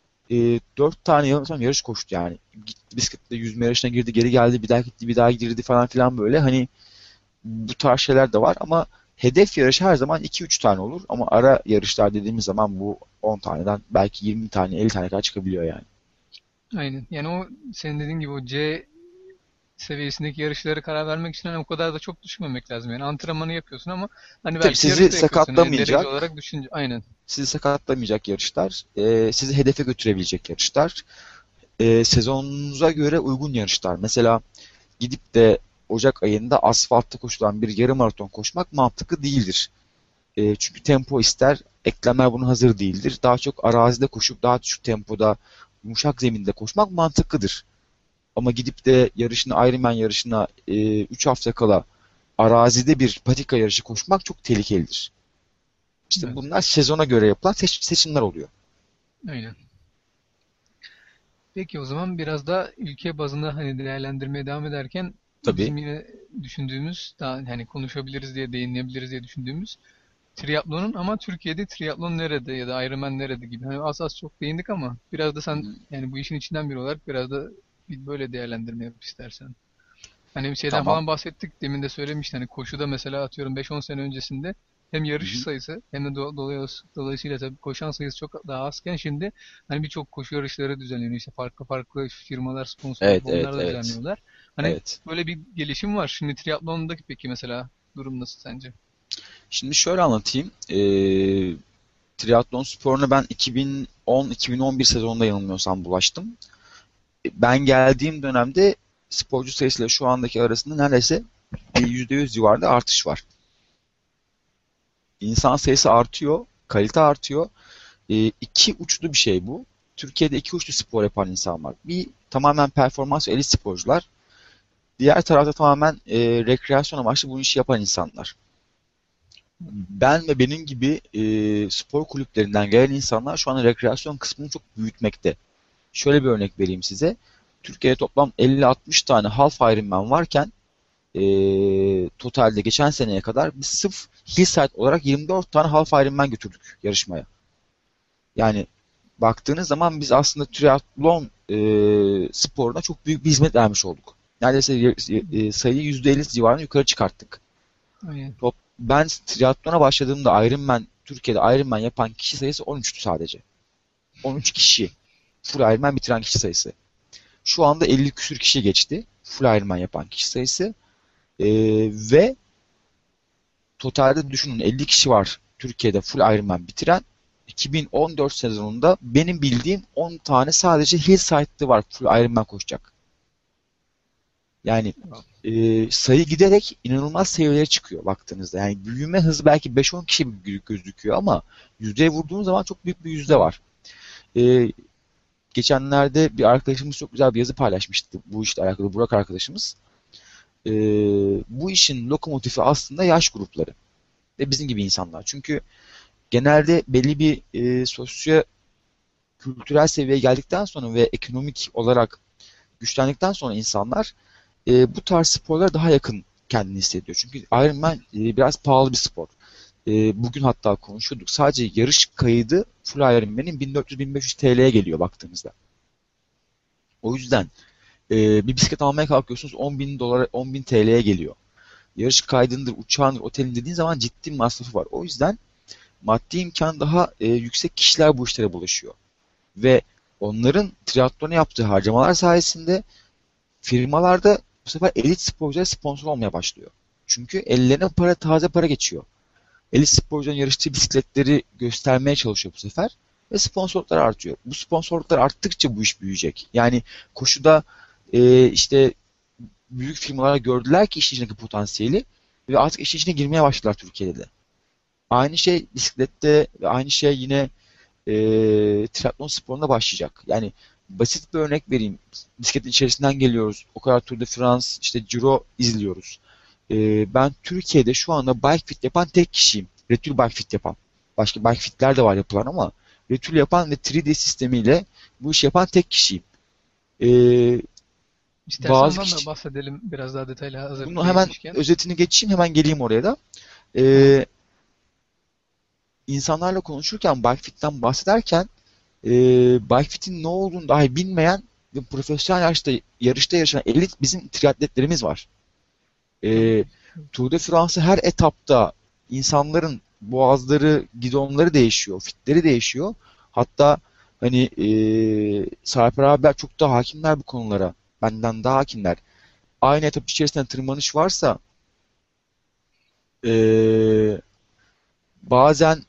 4 tane yanılmıyorsam yarış koştu yani. Gitti bisikletle yüzme yarışına girdi, geri geldi, bir daha gitti, bir daha girdi falan filan böyle. Hani bu tarz şeyler de var ama hedef yarışı her zaman 2-3 tane olur. Ama ara yarışlar dediğimiz zaman bu 10 taneden belki 20 tane, 50 tane kadar çıkabiliyor yani. Aynen. Yani o senin dediğin gibi o C seviyesindeki yarışları karar vermek için hani o kadar da çok düşünmemek lazım. Yani antrenmanı yapıyorsun ama hani Tabii belki sizi yarış da yapıyorsun. Hani derece sakatlamayacak, olarak düşünce aynen. sizi sakatlamayacak yarışlar, sizi hedefe götürebilecek yarışlar, sezonunuza göre uygun yarışlar. Mesela gidip de Ocak ayında asfaltta koşulan bir yarım maraton koşmak mantıklı değildir. Çünkü tempo ister, eklemler buna hazır değildir. Daha çok arazide koşup daha düşük tempoda, yumuşak zeminde koşmak mantıklıdır. Ama gidip de Ironman yarışına 3 hafta kala arazide bir patika yarışı koşmak çok tehlikelidir. İşte Evet. bunlar sezona göre yapılan seçimler oluyor. Aynen. Peki o zaman biraz da ülke bazında hani değerlendirmeye devam ederken Tabii. bizim yine düşündüğümüz daha hani konuşabiliriz diye değinebiliriz diye düşündüğümüz triatlonun ama Türkiye'de triatlon nerede ya da Ironman nerede gibi. Hani az çok değindik ama biraz da sen yani bu işin içinden biri olarak biraz da bir böyle değerlendirme yap istersen. Hani bir şeyden Tamam. falan bahsettik. Demin de söylemiştin. Hani koşuda mesela atıyorum 5-10 sene öncesinde hem Hı yarış hı. sayısı hem de dolayısıyla tabii koşan sayısı çok daha azken şimdi hani birçok koşu yarışları düzenleniyor. İşte farklı farklı firmalar sponsor olup Evet, onlar evet, da evet. düzenliyorlar. Hani Evet. böyle bir gelişim var. Şimdi triatlondaki peki mesela durum nasıl sence? Şimdi şöyle anlatayım. Triatlon sporuna ben 2010-2011 sezonunda yanılmıyorsam bulaştım. Ben geldiğim dönemde sporcu sayısıyla şu andaki arasında neredeyse bir %100 civarında artış var. İnsan sayısı artıyor, kalite artıyor. İki uçlu bir şey bu. Türkiye'de iki uçlu spor yapan insan var. Bir tamamen performans ve elit sporcular. Diğer tarafta tamamen rekreasyon amaçlı bu işi yapan insanlar. Ben ve benim gibi spor kulüplerinden gelen insanlar şu an rekreasyon kısmını çok büyütmekte. Şöyle bir örnek vereyim size. Türkiye'de toplam 50-60 tane Half Ironman varken totalde geçen seneye kadar biz sırf Hillside olarak 24 tane Half Ironman götürdük yarışmaya. Yani baktığınız zaman biz aslında triatlon sporuna çok büyük bir hizmet vermiş olduk. Neredeyse sayıyı %50 civarında yukarı çıkarttık. Aynen. ben triatlona başladığımda Türkiye'de Ironman yapan kişi sayısı 13'tü sadece. 13 kişi. Full Ironman bitiren kişi sayısı. Şu anda 50 küsür kişi geçti. Full Ironman yapan kişi sayısı. Ve totalde düşünün 50 kişi var Türkiye'de full Ironman bitiren. 2014 sezonunda benim bildiğim 10 tane sadece Hillside'de var full Ironman koşacak. Yani sayı giderek inanılmaz seviyelere çıkıyor baktığınızda. Yani büyüme hızı belki 5-10 kişi gözüküyor ama yüzdeye vurduğunuz zaman çok büyük bir yüzde var. Geçenlerde bir arkadaşımız çok güzel bir yazı paylaşmıştı bu işle alakalı, Burak arkadaşımız. Bu işin lokomotifi aslında yaş grupları ve bizim gibi insanlar. Çünkü genelde belli bir sosyo-kültürel seviyeye geldikten sonra ve ekonomik olarak güçlendikten sonra insanlar bu tarz sporlara daha yakın kendini hissediyor. Çünkü Ironman biraz pahalı bir spor. Bugün hatta konuşuyorduk. Sadece yarış kaydı full Ironman'in 1400-1500 TL'ye geliyor baktığımızda. O yüzden bir bisiklet almaya kalkıyorsunuz 10.000 dolara, 10.000 TL'ye geliyor. Yarış kaydındır, uçağındır, otelin dediğin zaman ciddi bir masrafı var. O yüzden maddi imkan daha yüksek kişiler bu işlere bulaşıyor. Ve onların triatlona yaptığı harcamalar sayesinde firmalarda bu sefer elit sporcular sponsor olmaya başlıyor. Çünkü ellerine taze para geçiyor. Elit sporcuların yarıştığı bisikletleri göstermeye çalışıyor bu sefer ve sponsorluklar artıyor. Bu sponsorluklar arttıkça bu iş büyüyecek. Yani koşuda işte büyük firmalar gördüler ki işin içindeki potansiyeli ve artık işin içine girmeye başladılar Türkiye'de de. Aynı şey bisiklette ve aynı şey yine triatlon sporunda başlayacak. Yani basit bir örnek vereyim. Bisikletin içerisinden geliyoruz. O kadar Tour de France, işte Giro izliyoruz. Ben Türkiye'de şu anda bike fit yapan tek kişiyim. Retül bike fit yapan. Başka bike fitler de var yapılan ama Retül yapan ve 3D sistemiyle bu işi yapan tek kişiyim. İstersen Bazı ondan da kişi... bahsedelim biraz daha detaylı hazır Bunu hemen değilmişken. özetini geçeyim, hemen geleyim oraya da. İnsanlarla konuşurken bike fit'ten bahsederken bike fit'in ne olduğunu dahi bilmeyen ve profesyonel yarışta yarışan elit bizim triatletlerimiz var. Tour de France'ı her etapta insanların boğazları, gidonları değişiyor, fitleri değişiyor. Hatta hani Sarper abiler çok daha hakimler bu konulara. Benden daha hakimler. Aynı etap içerisinde tırmanış varsa bazen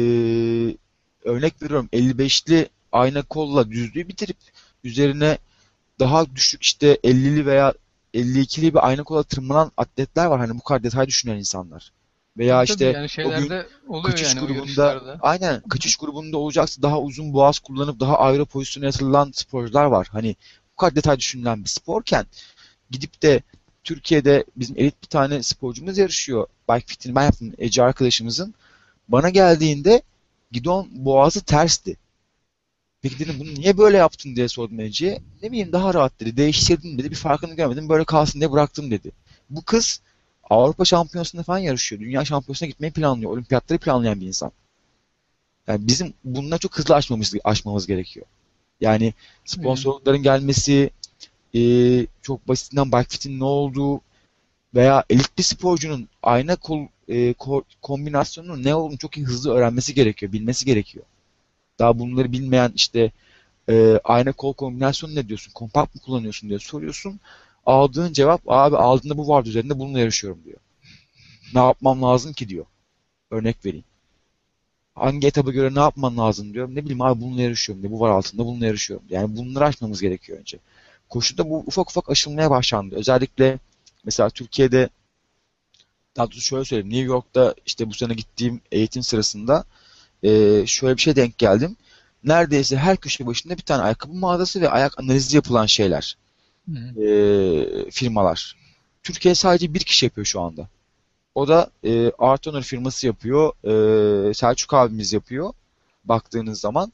örnek veriyorum 55'li ayna kolla düzlüğü bitirip üzerine daha düşük işte 50'li veya 52'li bir ayna kolla tırmanan atletler var. Hani bu kadar detay düşünen insanlar. Veya Tabii işte yani o gün şeylerde oluyor kaçış yani o grubunda yarışlarda. aynen kaçış grubunda olacaksa daha uzun boğaz kullanıp daha ayrı pozisyona yatırılan sporcular var. Hani bu kadar detay düşünülen bir sporken gidip de Türkiye'de bizim elit bir tane sporcumuz yarışıyor. Bike fitini ben yaptım Ece arkadaşımızın. Bana geldiğinde gidon boğazı tersti. Peki dedim bunu niye böyle yaptın diye sordum Ece'ye. Ne bileyim daha rahat dedi. Değiştirdim dedi. Bir farkını görmedim. Böyle kalsın diye bıraktım dedi. Bu kız Avrupa Şampiyonası'nda falan yarışıyor. Dünya Şampiyonası'na gitmeyi planlıyor. Olimpiyatları planlayan bir insan. Yani bizim bununla çok hızlı aşmamız gerekiyor. Yani sponsorlukların gelmesi, çok basitinden bike fit'in ne olduğu veya elit bir sporcunun ayna kombinasyonunun ne olduğunu çok iyi hızlı öğrenmesi gerekiyor, bilmesi gerekiyor. Daha bunları bilmeyen işte ayna kol kombinasyonu ne diyorsun, kompakt mı kullanıyorsun diye soruyorsun. Aldığın cevap abi aldığında bu vardı üzerinde bununla yarışıyorum diyor. Ne yapmam lazım ki diyor. Örnek vereyim. Hangi etaba göre ne yapman lazım diyorum. Ne bileyim abi bununla yarışıyorum diyor. Bu var altında bununla yarışıyorum. Yani bunları aşmamız gerekiyor önce. Koşuda bu ufak ufak aşılmaya başlandı. Özellikle mesela Türkiye'de daha doğrusu şöyle söyleyeyim. New York'ta işte bu sene gittiğim eğitim sırasında şöyle bir şey denk geldim. Neredeyse her köşe başında bir tane ayakkabı mağazası ve ayak analizi yapılan şeyler. Firmalar. Türkiye sadece bir kişi yapıyor şu anda. O da Artonor firması yapıyor. Selçuk abimiz yapıyor. Baktığınız zaman.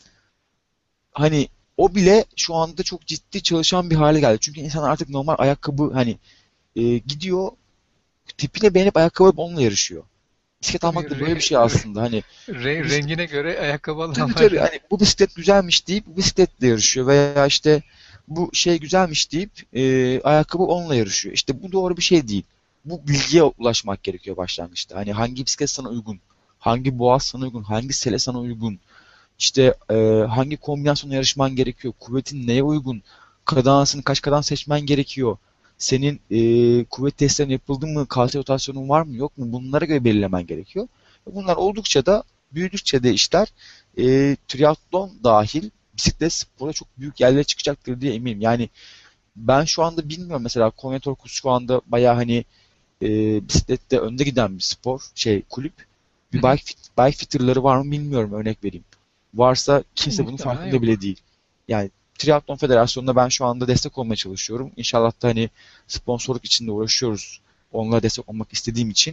Hani o bile şu anda çok ciddi çalışan bir hale geldi. Çünkü insanlar artık normal ayakkabı hani gidiyor tipine beğenip ayakkabı alıp onunla yarışıyor. Bisiklet almak da böyle bir şey aslında. Hani Rengine göre ayakkabı alan tabii var. tabii hani bu bisiklet güzelmiş deyip bu bisikletle yarışıyor veya işte bu şey güzelmiş deyip ayakkabı onunla yarışıyor. İşte bu doğru bir şey değil. bu bilgiye ulaşmak gerekiyor başlangıçta. Hani hangi bisiklet sana uygun, hangi boğaz sana uygun, hangi sele sana uygun, işte hangi kombinasyonla yarışman gerekiyor, kuvvetin neye uygun, kadansını kaç kadans seçmen gerekiyor, senin kuvvet testlerin yapıldı mı, kalça rotasyonun var mı yok mu, bunlara göre belirlemen gerekiyor. Bunlar oldukça da büyüdükçe de işler triatlon dahil bisiklet sporu çok büyük yerlere çıkacaktır diye eminim. Yani ben şu anda bilmiyorum, mesela Konya Torkus şu anda bayağı hani bisiklette önde giden bir spor, kulüp. Bir bike fitter'ları var mı bilmiyorum, örnek vereyim. Varsa kimse bunun Muhtemelen farkında yok. bile değil. Yani Triathlon Federasyonu'na ben şu anda destek olmaya çalışıyorum. İnşallah da hani sponsorluk için de uğraşıyoruz. Onlara destek olmak istediğim için.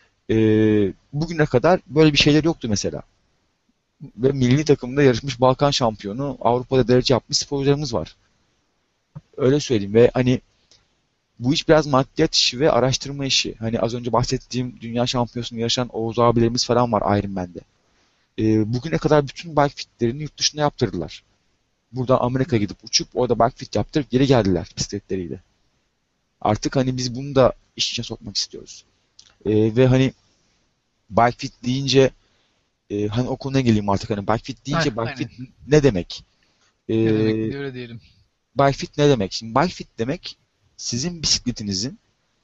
Bugüne kadar böyle bir şeyler yoktu mesela. Ve milli takımda yarışmış Balkan şampiyonu, Avrupa'da derece yapmış sporcularımız var. Öyle söyleyeyim. Ve hani bu iş biraz maddiyat işi ve araştırma işi. Hani az önce bahsettiğim dünya şampiyonasında yarışan Oğuz abilerimiz falan var Ironman'de. Bugüne kadar bütün bike fitlerini yurt dışında yaptırdılar. Buradan Amerika'ya gidip uçup orada bike fit yaptırıp geri geldiler bisikletleriyle. Artık hani biz bunu da iş içine sokmak istiyoruz. Ve hani bike fit deyince hani o konuya geleyim artık. Hani bike fit deyince bike fit ne demek? Ne demek öyle diyelim. Bike fit ne demek? Şimdi bike fit demek sizin bisikletinizin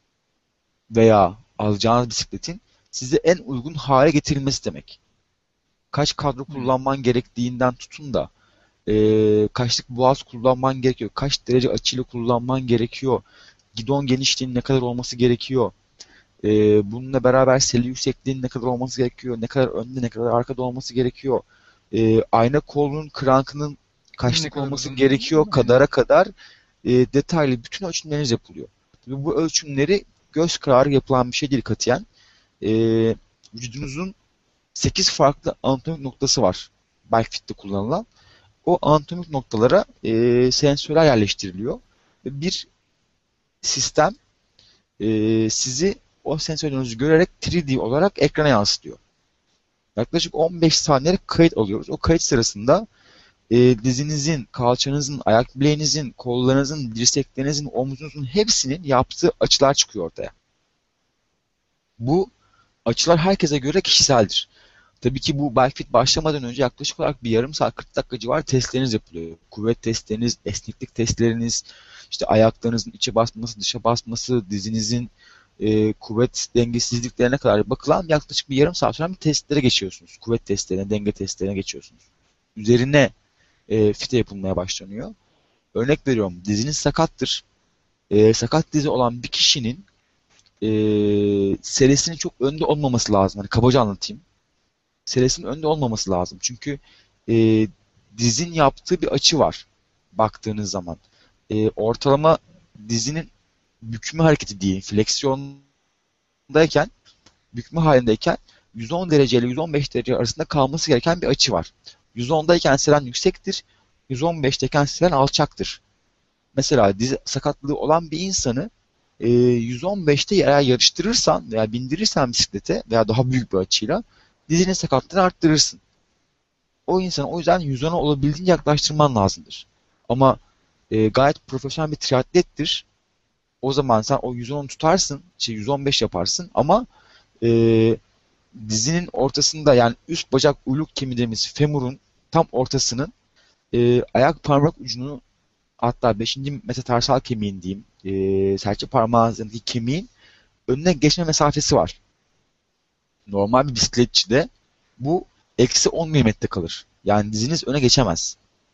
veya alacağınız bisikletin size en uygun hale getirilmesi demek. Kaç kadro kullanman gerektiğinden tutun da kaçlık boğaz kullanman gerekiyor, kaç derece açıyla kullanman gerekiyor, gidon genişliğinin ne kadar olması gerekiyor, bununla beraber seli yüksekliğinin ne kadar olması gerekiyor, ne kadar önde ne kadar arkada olması gerekiyor, ayna kolunun krankının kaçlık olması gerekiyor kadar detaylı bütün ölçümleriniz yapılıyor. Tabii bu ölçümleri göz kararı yapılan bir şey değil katiyen. Vücudunuzun 8 farklı anatomik noktası var bike fit'te kullanılan. O anatomik noktalara sensörler yerleştiriliyor. Ve bir sistem sizi o sensörlerinizi görerek 3D olarak ekrana yansıtıyor. Yaklaşık 15 saniyelik kayıt alıyoruz. O kayıt sırasında dizinizin, kalçanızın, ayak bileğinizin, kollarınızın, dirseklerinizin, omuzunuzun hepsinin yaptığı açılar çıkıyor ortaya. Bu açılar herkese göre kişiseldir. Tabii ki bu bike fit başlamadan önce yaklaşık olarak bir yarım saat 40 dakika civarı testleriniz yapılıyor. Kuvvet testleriniz, esneklik testleriniz, işte ayaklarınızın içe basması, dışa basması, dizinizin kuvvet dengesizliklerine kadar bakılan yaklaşık bir yarım saat sonra bir testlere geçiyorsunuz. Kuvvet testlerine, denge testlerine geçiyorsunuz. Üzerine fite yapılmaya başlanıyor. Örnek veriyorum, diziniz sakattır. Sakat dizi olan bir kişinin selesinin çok önde olmaması lazım. Hani kabaca anlatayım. Selesinin önde olmaması lazım. Çünkü dizin yaptığı bir açı var baktığınız zaman. Ortalama dizinin bükme hareketi diyeyim, fleksiyondayken, bükme halindeyken 110 derece ile 115 derece arasında kalması gereken bir açı var. 110'dayken selen yüksektir, 115'teyken selen alçaktır. Mesela diz sakatlığı olan bir insanı 115'te eğer yarıştırırsan veya bindirirsen bisiklete veya daha büyük bir açıyla dizinin sakatlığını arttırırsın. O insanı o yüzden 110'a olabildiğince yaklaştırman lazımdır. Ama gayet profesyonel bir triatlettir. O zaman sen o 110'u tutarsın, 115 yaparsın ama dizinin ortasında, yani üst bacak uyluk kemiği dediğimiz femurun tam ortasının ayak parmak ucunu, hatta 5. metatarsal kemiğin diyeyim, serçe parmağınızdaki kemiğin önüne geçme mesafesi var. Normal bir bisikletçide bu eksi 10 mm kalır. Yani diziniz öne geçemez.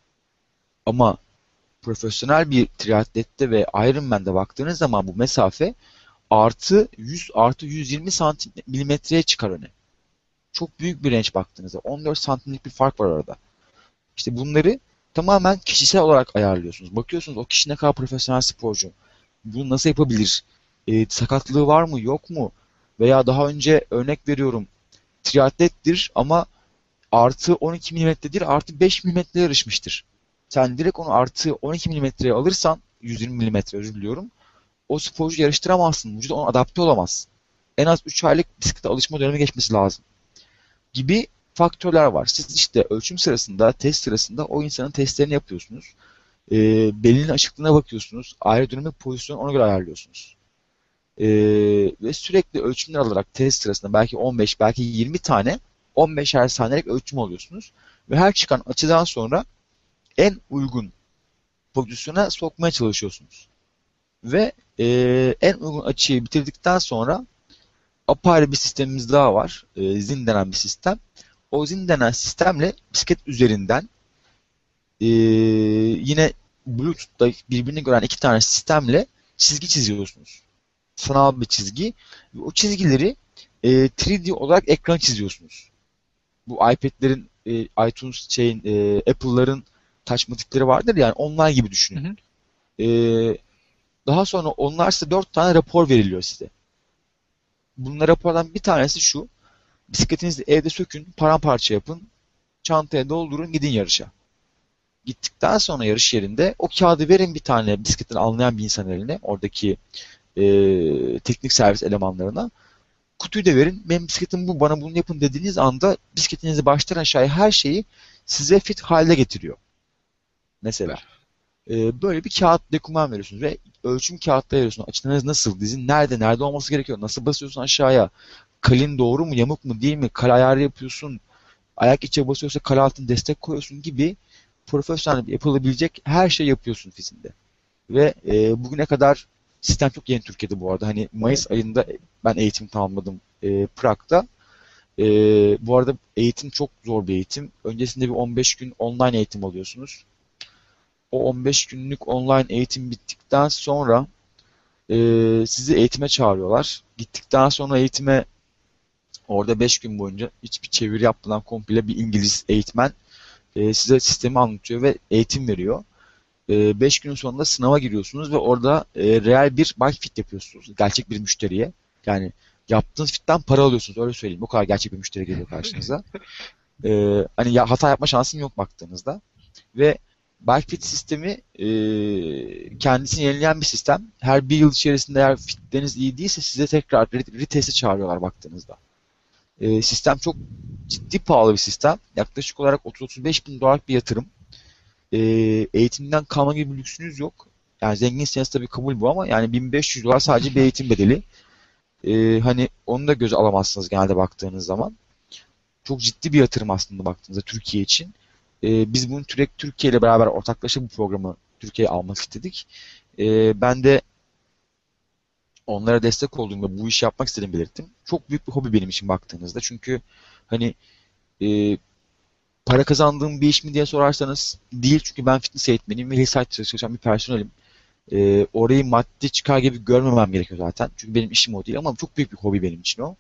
Ama profesyonel bir triatlette ve Ironman'de baktığınız zaman bu mesafe artı 100 artı 120 milimetreye çıkar öne. Çok büyük bir range baktığınızda. 14 santimlik bir fark var arada. İşte bunları tamamen kişisel olarak ayarlıyorsunuz. Bakıyorsunuz o kişi ne kadar profesyonel sporcu. Bunu nasıl yapabilir? Sakatlığı var mı yok mu? Veya daha önce örnek veriyorum, triatlettir ama artı 12 milimetredir, artı 5 milimetre yarışmıştır. Sen direkt onu artı 12 milimetreye alırsan, 120 milimetre özür diliyorum, o sporcu yarıştıramazsın. Vücudu ona adapte olamaz. En az 3 aylık bisiklete alışma dönemi geçmesi lazım. Gibi faktörler var. Siz işte ölçüm sırasında, test sırasında o insanın testlerini yapıyorsunuz. Belinin açıklığına bakıyorsunuz. Aerodinamik pozisyonu ona göre ayarlıyorsunuz. Ve sürekli ölçümler alarak test sırasında belki 15, belki 20 tane 15'er saniyelik ölçüm alıyorsunuz. Ve her çıkan açıdan sonra en uygun pozisyona sokmaya çalışıyorsunuz. Ve en uygun açıyı bitirdikten sonra apayrı bir sistemimiz daha var. Zin denen bir sistem. O Zin denen sistemle bisiklet üzerinden yine Bluetooth'ta birbirini gören iki tane sistemle çizgi çiziyorsunuz. Sanal bir çizgi. O çizgileri 3D olarak ekran çiziyorsunuz. Bu iPad'lerin, iTunes Apple'ların touchmatikleri vardır yani onlar gibi düşünün. Daha sonra onlar size 4 tane rapor veriliyor size. Bunun rapordan bir tanesi şu. Bisikletinizi evde sökün, paramparça yapın, çantaya doldurun, gidin yarışa. Gittikten sonra yarış yerinde o kağıdı verin bir tane bisikletten anlayan bir insan eline, oradaki teknik servis elemanlarına. Kutuyu da verin, benim bisikletim bu, bana bunu yapın dediğiniz anda bisikletinizi baştan aşağıya her şeyi size fit halde getiriyor. Mesela. Böyle bir kağıt doküman veriyorsunuz ve ölçüm kağıtları veriyorsunuz. Açınız nasıl, dizin nerede olması gerekiyor, nasıl basıyorsun aşağıya, kalin doğru mu, yamuk mu değil mi, kal ayarı yapıyorsun, ayak içe basıyorsa kal altına destek koyuyorsun gibi profesyonel yapılabilecek her şey yapıyorsun fizinde. Ve bugüne kadar sistem çok yeni Türkiye'de bu arada. Hani Mayıs ayında ben eğitim tamamladım Prag'da. Bu arada eğitim çok zor bir eğitim. Öncesinde bir 15 gün online eğitim alıyorsunuz. O 15 günlük online eğitim bittikten sonra sizi eğitime çağırıyorlar. Gittikten sonra eğitime orada 5 gün boyunca hiçbir çeviri yapmadan komple bir İngiliz eğitmen size sistemi anlatıyor ve eğitim veriyor. 5 günün sonunda sınava giriyorsunuz ve orada real bir bike fit yapıyorsunuz. Gerçek bir müşteriye. Yani yaptığınız fitten para alıyorsunuz. Öyle söyleyeyim. O kadar gerçek bir müşteri geliyor karşınıza. Hani hata yapma şansın yok baktığınızda. Ve bike fit sistemi kendisini yenileyen bir sistem. Her bir yıl içerisinde eğer fitleriniz iyi değilse size tekrar retest'e çağırıyorlar baktığınızda. Sistem çok ciddi pahalı bir sistem. Yaklaşık olarak 30-35 bin dolarlık bir yatırım. Eğitimden kalma gibi bir lüksünüz yok. Yani zenginseniz tabii kabul bu ama yani 1500 dolar sadece bir eğitim bedeli. Hani onu da göze alamazsınız genelde baktığınız zaman. Çok ciddi bir yatırım aslında baktığınızda Türkiye için. Biz bunu Türkiye ile beraber ortaklaşa bu programı Türkiye'ye almak istedik. Ben de onlara destek olduğum ve bu işi yapmak istediğimi belirttim. Çok büyük bir hobi benim için baktığınızda. Çünkü hani para kazandığım bir iş mi diye sorarsanız değil. Çünkü ben fitness eğitmeniyim ve Hillside'da çalışan bir personelim. Orayı maddi çıkar gibi görmemem gerekiyor zaten. Çünkü benim işim o değil ama çok büyük bir hobi benim için o.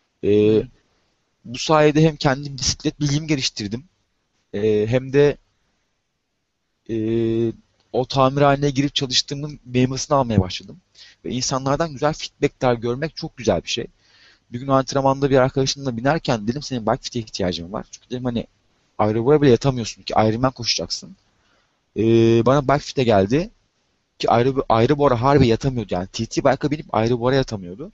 Bu sayede hem kendi bisiklet bilgimi geliştirdim. Hem de o tamirhaneye girip çalıştığımın meyvesini almaya başladım. Ve insanlardan güzel feedbackler görmek çok güzel bir şey. Bir gün antrenmanda bir arkadaşımla binerken dedim senin bike fit'e ihtiyacın var. Çünkü dedim hani aerobora bile yatamıyorsun ki Ironman koşacaksın. Bana bike fit'e geldi ki aerobora harbi yatamıyordu yani. TT bike'a binip aerobora yatamıyordu.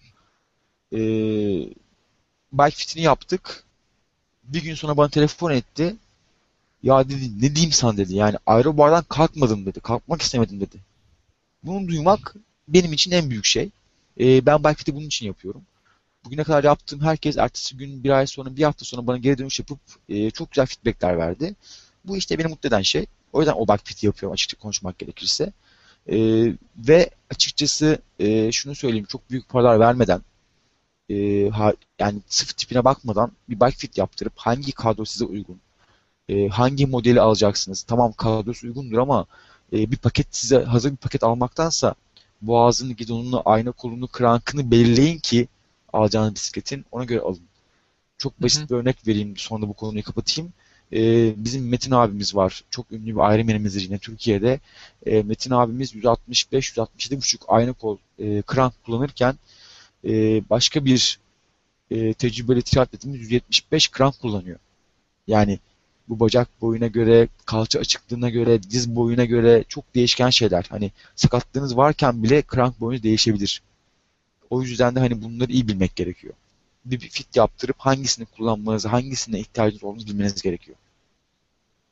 Bike fit'ini yaptık. Bir gün sonra bana telefon etti. Ya dedi ne diyeyim sana dedi. Yani aerobardan kalkmadım dedi. Kalkmak istemedim dedi. Bunu duymak benim için en büyük şey. Ben bike fit'i bunun için yapıyorum. Bugüne kadar yaptığım herkes ertesi gün, bir ay sonra, bir hafta sonra bana geri dönüş yapıp çok güzel feedbackler verdi. Bu işte beni mutlu eden şey. O yüzden o bike fit'i yapıyorum açıkça konuşmak gerekirse. Ve açıkçası şunu söyleyeyim çok büyük paralar vermeden yani sıfır tipine bakmadan bir bike fit yaptırıp hangi kadro size uygun, hangi modeli alacaksınız? Tamam kadrosu uygundur ama bir paket size hazır bir paket almaktansa boğazını, gidonunu, ayna kolunu, krankını belirleyin ki alacağınız bisikletin ona göre alın. Çok basit bir örnek vereyim sonra bu konuyu kapatayım. Bizim Metin abimiz var. Çok ünlü bir Ironman'imizdir yine Türkiye'de. Metin abimiz 165-167,5 ayna kol krank kullanırken başka bir tecrübeli triatletimiz 175 krank kullanıyor. Yani bu bacak boyuna göre, kalça açıklığına göre, diz boyuna göre çok değişken şeyler. Hani sakatlığınız varken bile krank boyunuz değişebilir. O yüzden de hani bunları iyi bilmek gerekiyor. Bir fit yaptırıp hangisini kullanmanızı, hangisine ihtiyacınız olduğunu bilmeniz gerekiyor.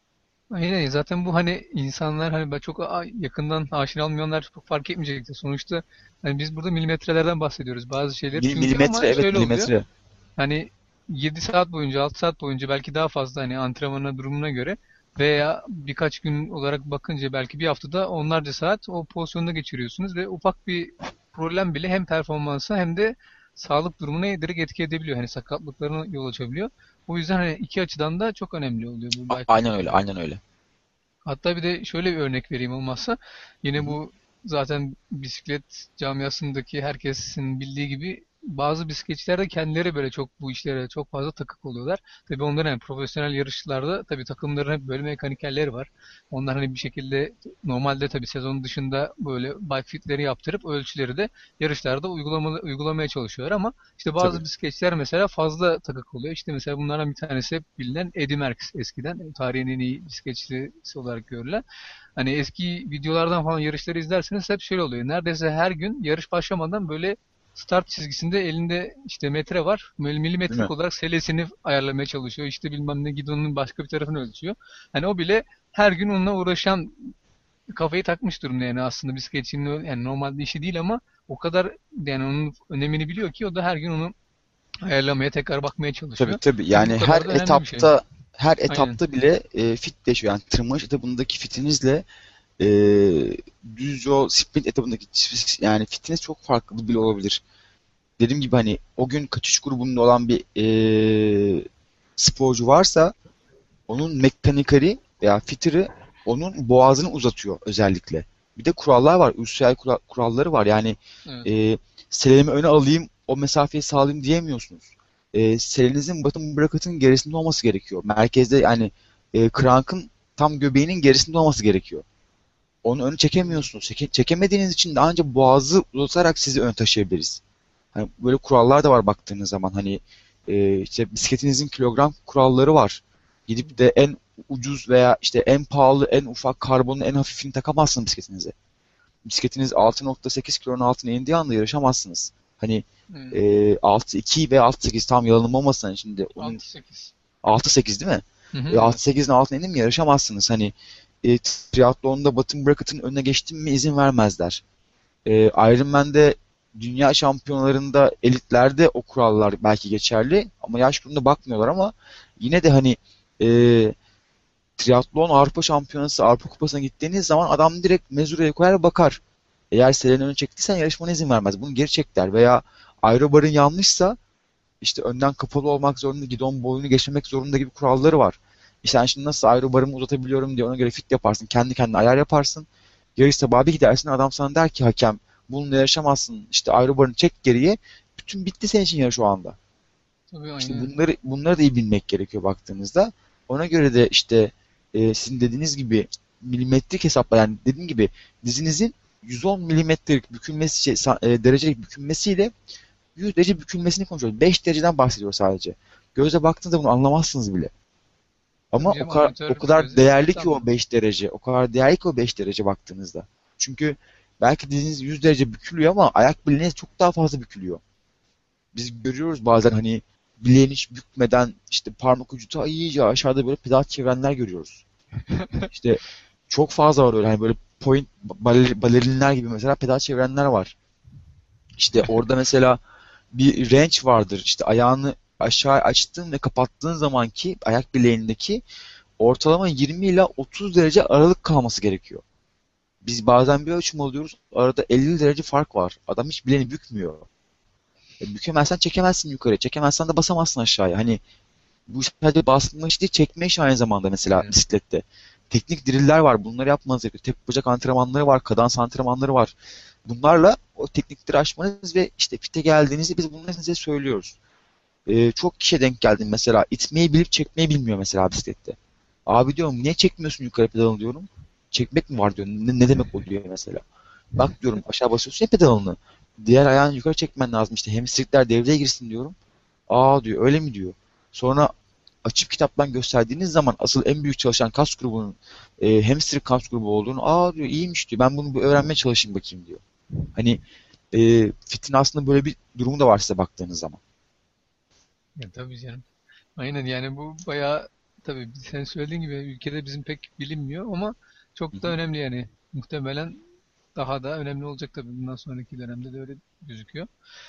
Aynen, zaten bu hani insanlar hani ben çok yakından aşina olmayanlar çok fark etmeyecektir. Sonuçta hani biz burada milimetrelerden bahsediyoruz bazı şeyler. Çünkü Milimetre, ama evet, şöyle oluyor. milimetre. Hani 7 saat boyunca 6 saat boyunca belki daha fazla hani antrenmanına durumuna göre veya birkaç gün olarak bakınca belki bir haftada onlarca saat o pozisyonda geçiriyorsunuz ve ufak bir problem bile hem performansa hem de sağlık durumuna direkt etki edebiliyor. Hani sakatlıklarına yol açabiliyor. O yüzden hani iki açıdan da çok önemli oluyor bu bike Aynen öyle, sporları. aynen öyle. Hatta bir de şöyle bir örnek vereyim olmazsa. Hı Yine hı. bu zaten bisiklet camiasındaki herkesin bildiği gibi bazı bisikletçiler de kendileri böyle çok bu işlere çok fazla takık oluyorlar. Tabii onların hani profesyonel yarışçılarda tabii takımların hep böyle mekanikerleri var. Onlar hani bir şekilde normalde tabii sezon dışında böyle bike fitleri yaptırıp ölçüleri de yarışlarda uygulamaya çalışıyorlar ama işte Tabii. bazı bisikletçiler mesela fazla takık oluyor. İşte mesela bunlardan bir tanesi hep bilinen Eddy Merckx eskiden tarihin en iyi bisikletçisi olarak görülen. Hani eski videolardan falan yarışları izlerseniz hep şöyle oluyor. Neredeyse her gün yarış başlamadan böyle start çizgisinde elinde işte metre var. Böyle Değil mi? milimetrik olarak selesini ayarlamaya çalışıyor. İşte bilmem ne gidonun başka bir tarafını ölçüyor. Hani o bile her gün onunla uğraşan kafayı takmış durumda yani aslında bisikletçinin yani normalde işi değil ama o kadar yani onun önemini biliyor ki o da her gün onu ayarlamaya tekrar bakmaya Tabii, çalışıyor. tabii. Ki bu Yani her kadar da önemli bir şey. etapta her Aynen. etapta bile fitleşiyor. Yani tırmanış etabındaki fitinizle e, düz yol sprint etabındaki yani fitiniz çok farklı bile olabilir. Dediğim gibi hani o gün kaçış grubunda olan bir sporcu varsa onun mekanikeri veya fittiri onun boğazını uzatıyor özellikle. Bir de kurallar var. UCI kuralları var. Yani Evet. e, selenimi öne alayım, o mesafeyi sağlayayım diyemiyorsunuz. Selenizin bottom bracket'ın gerisinde olması gerekiyor. Merkezde yani krankın tam göbeğinin gerisinde olması gerekiyor. Onu öne çekemiyorsunuz. Çekemediğiniz için de ancak boğazı uzatarak sizi öne taşıyabiliriz. Hani böyle kurallar da var baktığınız zaman. Hani işte bisikletinizin kilogram kuralları var. Gidip de en ucuz veya işte en pahalı, en ufak karbonun en hafifini takamazsınız bisikletinize. Bisikletiniz 6.8 kilonun altına indiği anda yarışamazsınız. Hani Evet. 6.2 ve 6.8 tam yalanım olmasın hani şimdi onun 6-8. 6.8 değil mi? Hı hı, evet. 6.8'in altına indim mi yarışamazsınız. Hani triatlonda bottom bracket'ın önüne geçtim mi izin vermezler. Ironman'de dünya şampiyonlarında elitlerde o kurallar belki geçerli ama yaş grubunda bakmıyorlar ama yine de hani e, triatlon Avrupa Şampiyonası, Avrupa Kupası'na gittiğiniz zaman adam direkt mezuraya koyar bakar. Eğer Selen'i öne çektiysen yarışmana izin vermez. Bunu geri çek der. Veya aerobarın yanlışsa işte önden kapalı olmak zorunda, gidon boyunu geçmemek zorunda gibi kuralları var. Sen şimdi nasıl aerobarımı uzatabiliyorum diye ona göre fit yaparsın. Kendi kendine ayar yaparsın. Yarış sabahı bir gidersin adam sana der ki hakem bununla yarışamazsın. İşte aerobarını çek geriye. Bütün bitti senin için yarış o anda. Tabii İşte aynen. bunları da iyi bilmek gerekiyor baktığınızda. Ona göre de işte sizin dediğiniz gibi milimetrik hesapla yani dediğim gibi dizinizin 110 milimetrelik bükülmesi derecelik bükülmesiyle 100 derece bükülmesini konuşuyoruz. 5 dereceden bahsediyor sadece. Gözle baktığınızda bunu anlamazsınız bile. Ama Tabii canım amatör o kadar gözle değerli net ki o anlar. 5 derece. O kadar değerli ki o 5 derece baktığınızda. Çünkü belki diziniz 100 derece bükülüyor ama ayak bileğiniz çok daha fazla bükülüyor. Biz görüyoruz bazen hani bileğini hiç bükmeden işte parmak ucu ta iyice aşağıda böyle pedal çevirenler görüyoruz. İşte çok fazla var öyle hani böyle point balerinler gibi mesela pedal çevirenler var. İşte orada mesela bir range vardır. İşte ayağını aşağı açtığın ve kapattığın zamanki ayak bileğindeki ortalama 20 ile 30 derece aralık kalması gerekiyor. Biz bazen bir ölçüm alıyoruz. Arada 50 derece fark var. Adam hiç bileğini bükmüyor. Bükemezsen çekemezsin yukarı. Çekemezsen de basamazsın aşağıya. Hani bu sadece basma işi değil, çekme işi aynı zamanda mesela Aynen. bisiklette. Teknik driller var. Bunları yapmanız gerekiyor. Tek bacak antrenmanları var. Kadans antrenmanları var. Bunlarla o teknikleri aşmanız ve işte fite geldiğinizde biz bunları size söylüyoruz. Çok kişiye denk geldim mesela. İtmeyi bilip çekmeyi bilmiyor mesela bisiklette. Abi diyorum niye çekmiyorsun yukarı pedalını diyorum. Çekmek mi var diyor. Ne demek o diyor mesela. Bak diyorum aşağı basıyorsun ya pedalını. Diğer ayağını yukarı çekmen lazım işte hamstringler devreye girsin diyorum. Aa diyor öyle mi diyor. Sonra açıp kitaptan gösterdiğiniz zaman asıl en büyük çalışan kas grubunun hamstring kas grubu olduğunu aa diyor iyiymiş diyor. Ben bunu bir öğrenmeye çalışayım bakayım diyor. Hani fitin aslında böyle bir durumu da var size baktığınız zaman. Ya tabii canım. Aynen yani bu bayağı tabii sen söylediğin gibi ülkede bizim pek bilinmiyor ama Hı çok da hı. önemli yani. Muhtemelen daha da önemli olacak tabii. Bundan sonraki dönemde de öyle gözüküyor.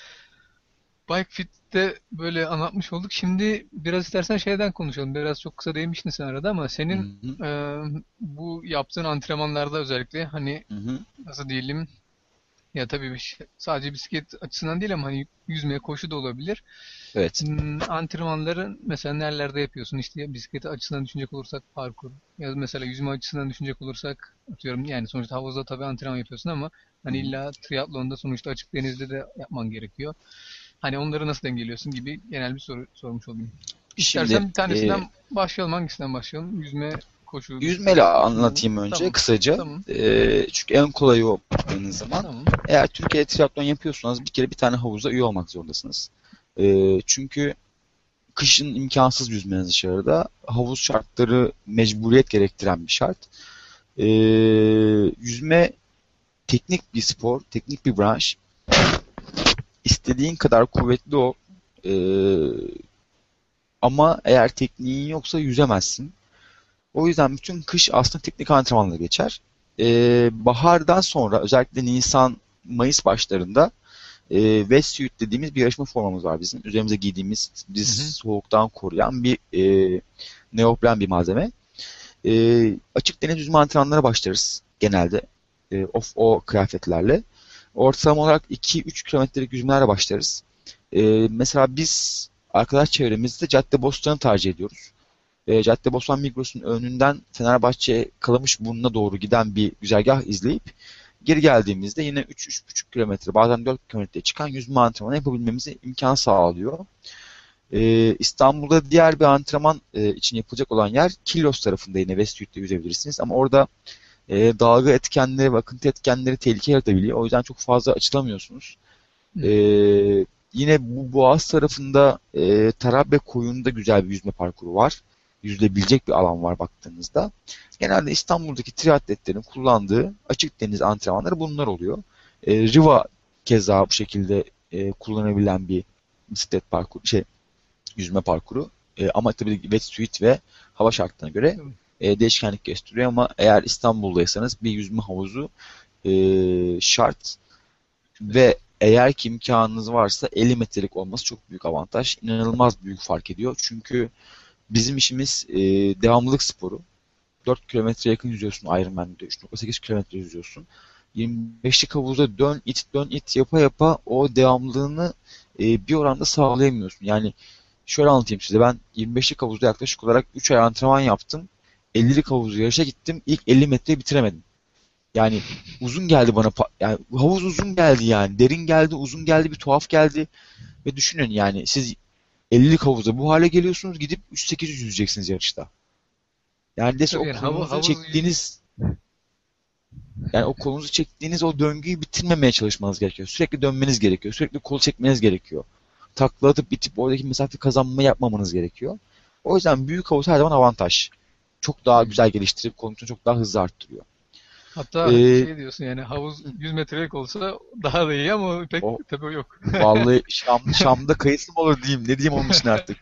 Bike Fit'te böyle anlatmış olduk. Şimdi biraz istersen şeyden konuşalım. Biraz çok kısa değinmiştin sen arada ama Hı senin hı. bu yaptığın antrenmanlarda özellikle hani Hı hı. nasıl diyelim ya tabii sadece bisiklet açısından değil ama hani yüzme, koşu da olabilir. Evet. Antrenmanları mesela nerelerde yapıyorsun? İşte bisiklet açısından düşünecek olursak parkur ya mesela yüzme açısından düşünecek olursak atıyorum yani sonuçta havuzda tabii antrenman yapıyorsun ama Hı hani hı. illa triatlonda sonuçta açık denizde de yapman gerekiyor. Hani onları nasıl dengeliyorsun gibi genel bir soru sormuş olayım. Şimdi İstersen bir tanesinden başlayalım. Hangisinden başlayalım? Yüzme, koşu, yüzmeyle bisiklet mu? anlatayım önce Tamam. kısaca. Tamam. Çünkü en kolayı o baktığınız zaman. Tamam. Eğer Türkiye'de triatlon yapıyorsanız bir kere bir tane havuza üye olmak zorundasınız. Çünkü kışın imkansız yüzmeniz dışarıda. Havuz şartları mecburiyet gerektiren bir şart. Ee, Yüzme teknik bir spor, teknik bir branş. İstediğin kadar kuvvetli ol. Ee, Ama eğer tekniğin yoksa yüzemezsin. O yüzden bütün kış aslında teknik antrenmanla geçer. Bahardan sonra özellikle Nisan, Mayıs başlarında wetsuit dediğimiz bir yarışma formamız var bizim. Üzerimize giydiğimiz Hı bizi hı. soğuktan koruyan bir neopren bir malzeme. Açık deniz yüzme antrenmanlara başlarız genelde o kıyafetlerle. Ortalama olarak 2-3 kilometrelik yüzmelerle başlarız. Mesela biz arkadaş çevremizde Caddebostan'ı tercih ediyoruz. Caddebostan Migros'un önünden Fenerbahçe Kalamışburnu'na doğru giden bir güzergah izleyip geri geldiğimizde yine 3-3,5 kilometre bazen 4 kilometreye çıkan yüzme antrenmanı yapabilmemize imkan sağlıyor. İstanbul'da diğer bir antrenman için yapılacak olan yer Kilyos tarafında yine Westsuit'te yüzebilirsiniz. Ama orada dalga etkenleri, akıntı etkenleri tehlike yaratabiliyor. O yüzden çok fazla açılamıyorsunuz. Hı E, Yine bu Boğaz tarafında Tarabya Koyun'da güzel bir yüzme parkuru var. Yüzülebilecek bir alan var baktığınızda. Genelde İstanbul'daki triatletlerin kullandığı açık deniz antrenmanları bunlar oluyor. Riva keza bu şekilde kullanabilen bir bisiklet parkuru, yüzme parkuru. Ama tabii wetsuit ve hava şartlarına göre Tamam. değişkenlik gösteriyor ama eğer İstanbul'daysanız bir yüzme havuzu şart ve eğer ki imkanınız varsa 50 metrelik olması çok büyük avantaj. İnanılmaz büyük fark ediyor. Çünkü bizim işimiz devamlılık sporu. 4 kilometre yakın yüzüyorsun Ironman'de. 3,8 kilometre yüzüyorsun. 25'lik havuzda dön it yapa yapa o devamlılığını bir oranda sağlayamıyorsun. Yani şöyle anlatayım size. Ben 25'lik havuzda yaklaşık olarak 3 ay antrenman yaptım. 50'lik havuzda yarışa gittim. İlk 50 metreyi bitiremedim. Yani uzun geldi bana. Yani havuz uzun geldi yani. Derin geldi, uzun geldi, bir tuhaf geldi. Ve düşünün yani siz 50'lik havuzda bu hale geliyorsunuz gidip 3,800 yüzeceksiniz yarışta. Yani de Tabii o yani kolunuzu çektiğiniz yani o kolunuzu çektiğiniz o döngüyü bitirmemeye çalışmanız gerekiyor. Sürekli dönmeniz gerekiyor. Sürekli kol çekmeniz gerekiyor. Takla atıp bitip oradaki mesafe kazanma yapmamanız gerekiyor. O yüzden büyük havuz her zaman avantaj. Çok daha güzel geliştirip konusunu çok daha hızlı arttırıyor. Hatta Ee, şey diyorsun yani havuz 100 metrelik olsa daha da iyi ama pek o tabii o yok. vallahi Şam'da kayısı mı olur diyeyim. Ne diyeyim onun için artık.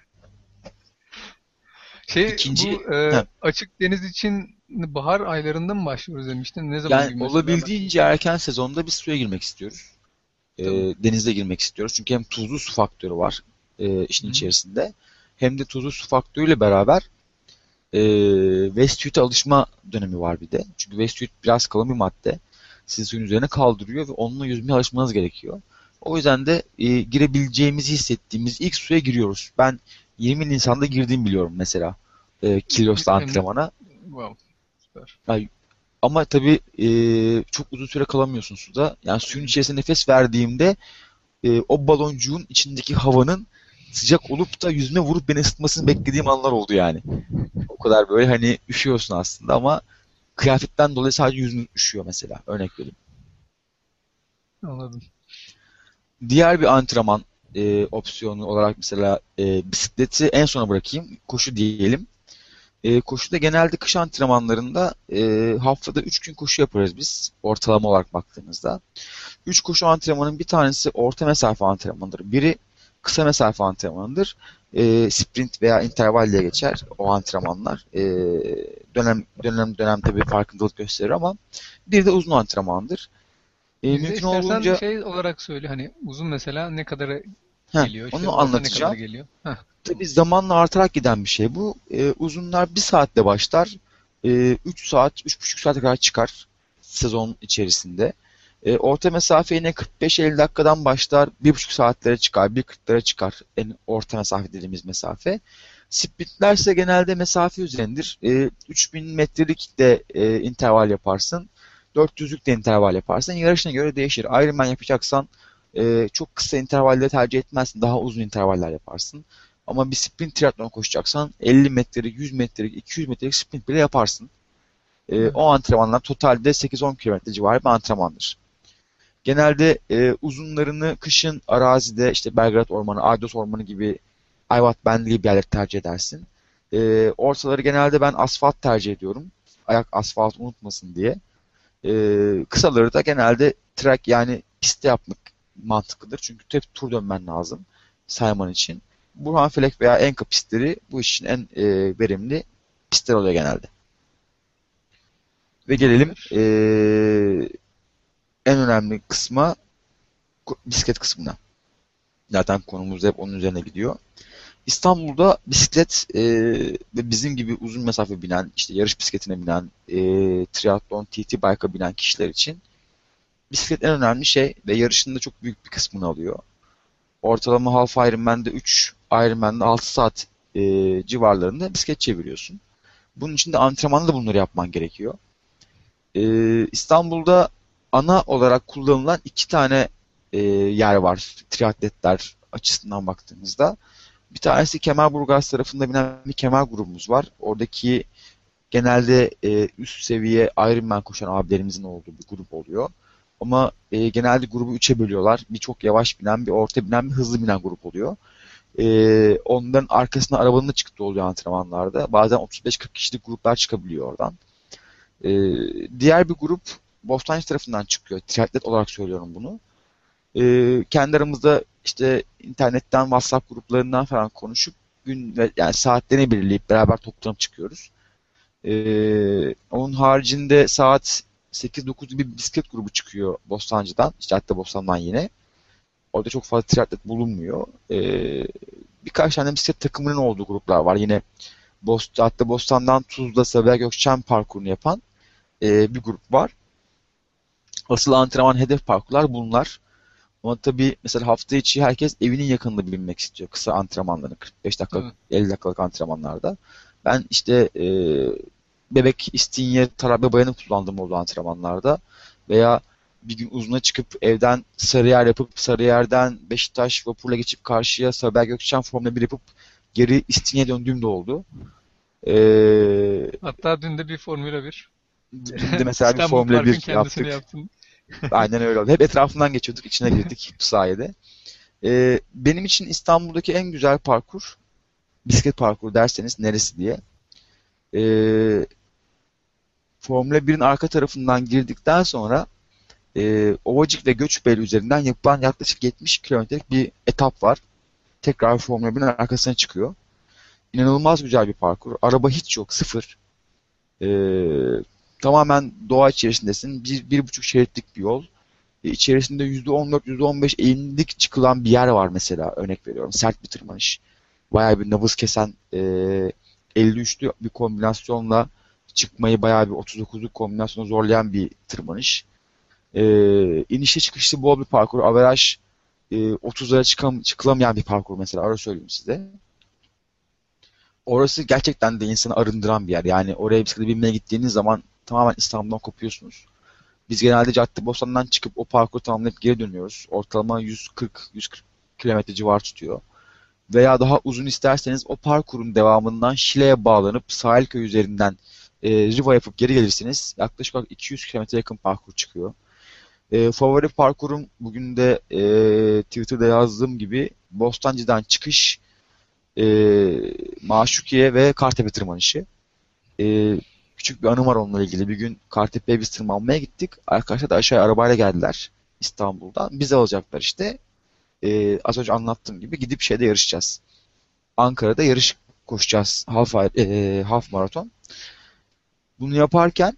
İkinci Bu açık deniz için bahar aylarında mı başlıyoruz demiştin? Ne zaman yani gibi mesela ben? olabildiğince erken sezonda biz suya girmek istiyoruz. Tamam. Denize girmek istiyoruz. Çünkü hem tuzlu su faktörü var işin Hı hı. içerisinde. Hem de tuzlu su faktörüyle beraber Westsuit'e alışma dönemi var bir de. Çünkü Westsuit biraz kalın bir madde. Sizi suyun üzerine kaldırıyor ve onunla yüzmeye alışmanız gerekiyor. O yüzden de girebileceğimizi hissettiğimiz ilk suya giriyoruz. Ben 20 Nisan'da girdiğimi biliyorum mesela. Kilyos'ta Hem de antrenmana. wow, süper. Yani ama tabii çok uzun süre kalamıyorsun suda. Yani suyun içerisinde nefes verdiğimde o baloncuğun içindeki havanın sıcak olup da yüzüme vurup beni ısıtmasını beklediğim anlar oldu yani. O kadar böyle hani üşüyorsun aslında ama kıyafetten dolayı sadece yüzün üşüyor mesela. Örnek vereyim. Anladım. Diğer bir antrenman opsiyonu olarak mesela bisikleti en sona bırakayım. Koşu diyelim. Koşuda genelde kış antrenmanlarında haftada 3 gün koşu yaparız biz ortalama olarak baktığımızda. 3 koşu antrenmanın bir tanesi orta mesafe antrenmanıdır. Biri kısa mesafe antrenmanıdır. Sprint veya interval diye geçer o antrenmanlar. Dönem tabii farkındalık gösterir ama bir de uzun antrenmandır. Bize Mümkün istersen olduğunca şey olarak söyle, hani uzun mesela ne kadara geliyor, işte onu orta ne kadara anlatacağım. geliyor. Heh. Tabii zamanla artarak giden bir şey bu. Uzunlar 1 saatte başlar. 3 saat, 3,5 saate kadar çıkar sezon içerisinde. Orta mesafe yine 45-50 dakikadan başlar. 1,5 saatlere çıkar, 1,40'lara çıkar en orta mesafe dediğimiz mesafe. Sprintler ise genelde mesafe üzerindir. 3000 metrelik de interval yaparsın. 400'lük de interval yaparsın. Yarışına göre değişir. Ironman yapacaksan çok kısa intervalleri tercih etmezsin. Daha uzun intervaller yaparsın. Ama bir sprint triatlon koşacaksan 50 metrelik, 100 metrelik, 200 metrelik sprint bile yaparsın. O antrenmanlar totalde 8-10 kilometre civarı bir antrenmandır. Genelde uzunlarını kışın arazide işte Belgrad Ormanı, Aydos Ormanı gibi Ayvat Bendiği bir yerler tercih edersin. Ortaları genelde ben asfalt tercih ediyorum. Ayak asfalt unutmasın diye. Kısaları da genelde track yani pistte yapmak mantıklıdır. Çünkü hep tur dönmen lazım sayman için. Burhanfelek veya Enka pistleri bu iş için en verimli pistler oluyor genelde. Ve gelelim en önemli kısma, bisiklet kısmına. Zaten konumuz hep onun üzerine gidiyor. İstanbul'da bisiklet ve bizim gibi uzun mesafe binen, işte yarış bisikletine binen, triatlon, TT bike'a binen kişiler için bisiklet en önemli şey ve yarışın da çok büyük bir kısmını alıyor. Ortalama Half Ironman'de 3, Ironman'de 6 saat civarlarında bisiklet çeviriyorsun. Bunun için de antrenmanda bunları yapman gerekiyor. İstanbul'da ana olarak kullanılan 2 tane yer var triatletler açısından baktığımızda. Bir tanesi Kemerburgaz tarafında binen bir kemer grubumuz var. Oradaki genelde üst seviye Ironman koşan abilerimizin olduğu bir grup oluyor. Ama genelde grubu 3'e bölüyorlar. Bir çok yavaş binen, bir orta binen, bir hızlı binen grup oluyor. Onların arkasına arabanın da çıktığı oluyor antrenmanlarda. Bazen 35-40 kişilik gruplar çıkabiliyor oradan. Diğer bir grup Bostancı tarafından çıkıyor. Triatlet olarak söylüyorum bunu. Kendi aramızda işte internetten, WhatsApp gruplarından falan konuşup gün ve yani saatlerini belirleyip beraber toplanıp çıkıyoruz. Onun haricinde saat 8-9'da bir bisiklet grubu çıkıyor Bostancı'dan. İşte hatta Bostan'dan yine. Orada çok fazla triatlet bulunmuyor. Birkaç tane bisiklet takımının olduğu gruplar var. Yine hatta Bostan'dan Tuzla, Sabiha Gökçen parkurunu yapan bir grup var. Asıl antrenman hedef parkurlar bunlar. Ama tabii mesela hafta içi herkes evinin yakınında binmek istiyor kısa antrenmanlarını. 45 dakika, evet. 50 dakikalık antrenmanlarda. Ben işte Bebek, İstinye, Tarabya Bayan'ı kullandım oldu antrenmanlarda. Veya bir gün uzuna çıkıp evden Sarıyer yapıp Sarıyer'den Beşiktaş vapurla geçip karşıya Sabiha Gökçen Formula 1 yapıp geri İstinye'ye döndüğüm de oldu. Hatta dün de bir Formula 1. Dün de mesela bir Formula 1 yaptık. Yaptın. Aynen öyle oldu. Hep etrafından geçiyorduk, içine girdik bu sayede. Benim için İstanbul'daki en güzel parkur, bisiklet parkuru derseniz neresi diye. Formula 1'in arka tarafından girdikten sonra Ovacık ve Göçbeyli üzerinden yapılan yaklaşık 70 kilometrelik bir etap var. Tekrar Formula 1'in arkasına çıkıyor. İnanılmaz güzel bir parkur. Araba hiç yok, sıfır. Tamamen doğa içerisindesin. 1,5 şeritlik bir yol. İçerisinde %14, %15 eğimlilik çıkılan bir yer var mesela. Örnek veriyorum. Sert bir tırmanış. Bayağı bir nabız kesen 53'lü bir kombinasyonla çıkmayı bayağı bir 39'luk kombinasyona zorlayan bir tırmanış. İnişli çıkışlı bol bir parkur. Averaj 30'lara çıkılamayan bir parkur mesela. Öyle söyleyeyim size. Orası gerçekten de insanı arındıran bir yer. Yani oraya bisiklete binmeye gittiğiniz zaman tamamen İstanbul'dan kopuyorsunuz. Biz genelde Caddebostan'dan çıkıp o parkuru tamamlayıp geri dönüyoruz. Ortalama 140 kilometre civarı tutuyor. Veya daha uzun isterseniz o parkurun devamından Şile'ye bağlanıp Sahilköy üzerinden Riva yapıp geri gelirsiniz. Yaklaşık olarak 200 kilometre yakın parkur çıkıyor. Favori parkurum bugün de Twitter'da yazdığım gibi Bostancı'dan çıkış, Maşukiye ve Kartepe tırmanışı. Küçük bir anım var onunla ilgili. Bir gün Kartepe'ye biz tırmanmaya gittik. Arkadaşlar da aşağıya arabayla geldiler İstanbul'dan. Bizi alacaklar işte. az önce anlattığım gibi gidip şeyde yarışacağız. Ankara'da yarış koşacağız. Half maraton. Bunu yaparken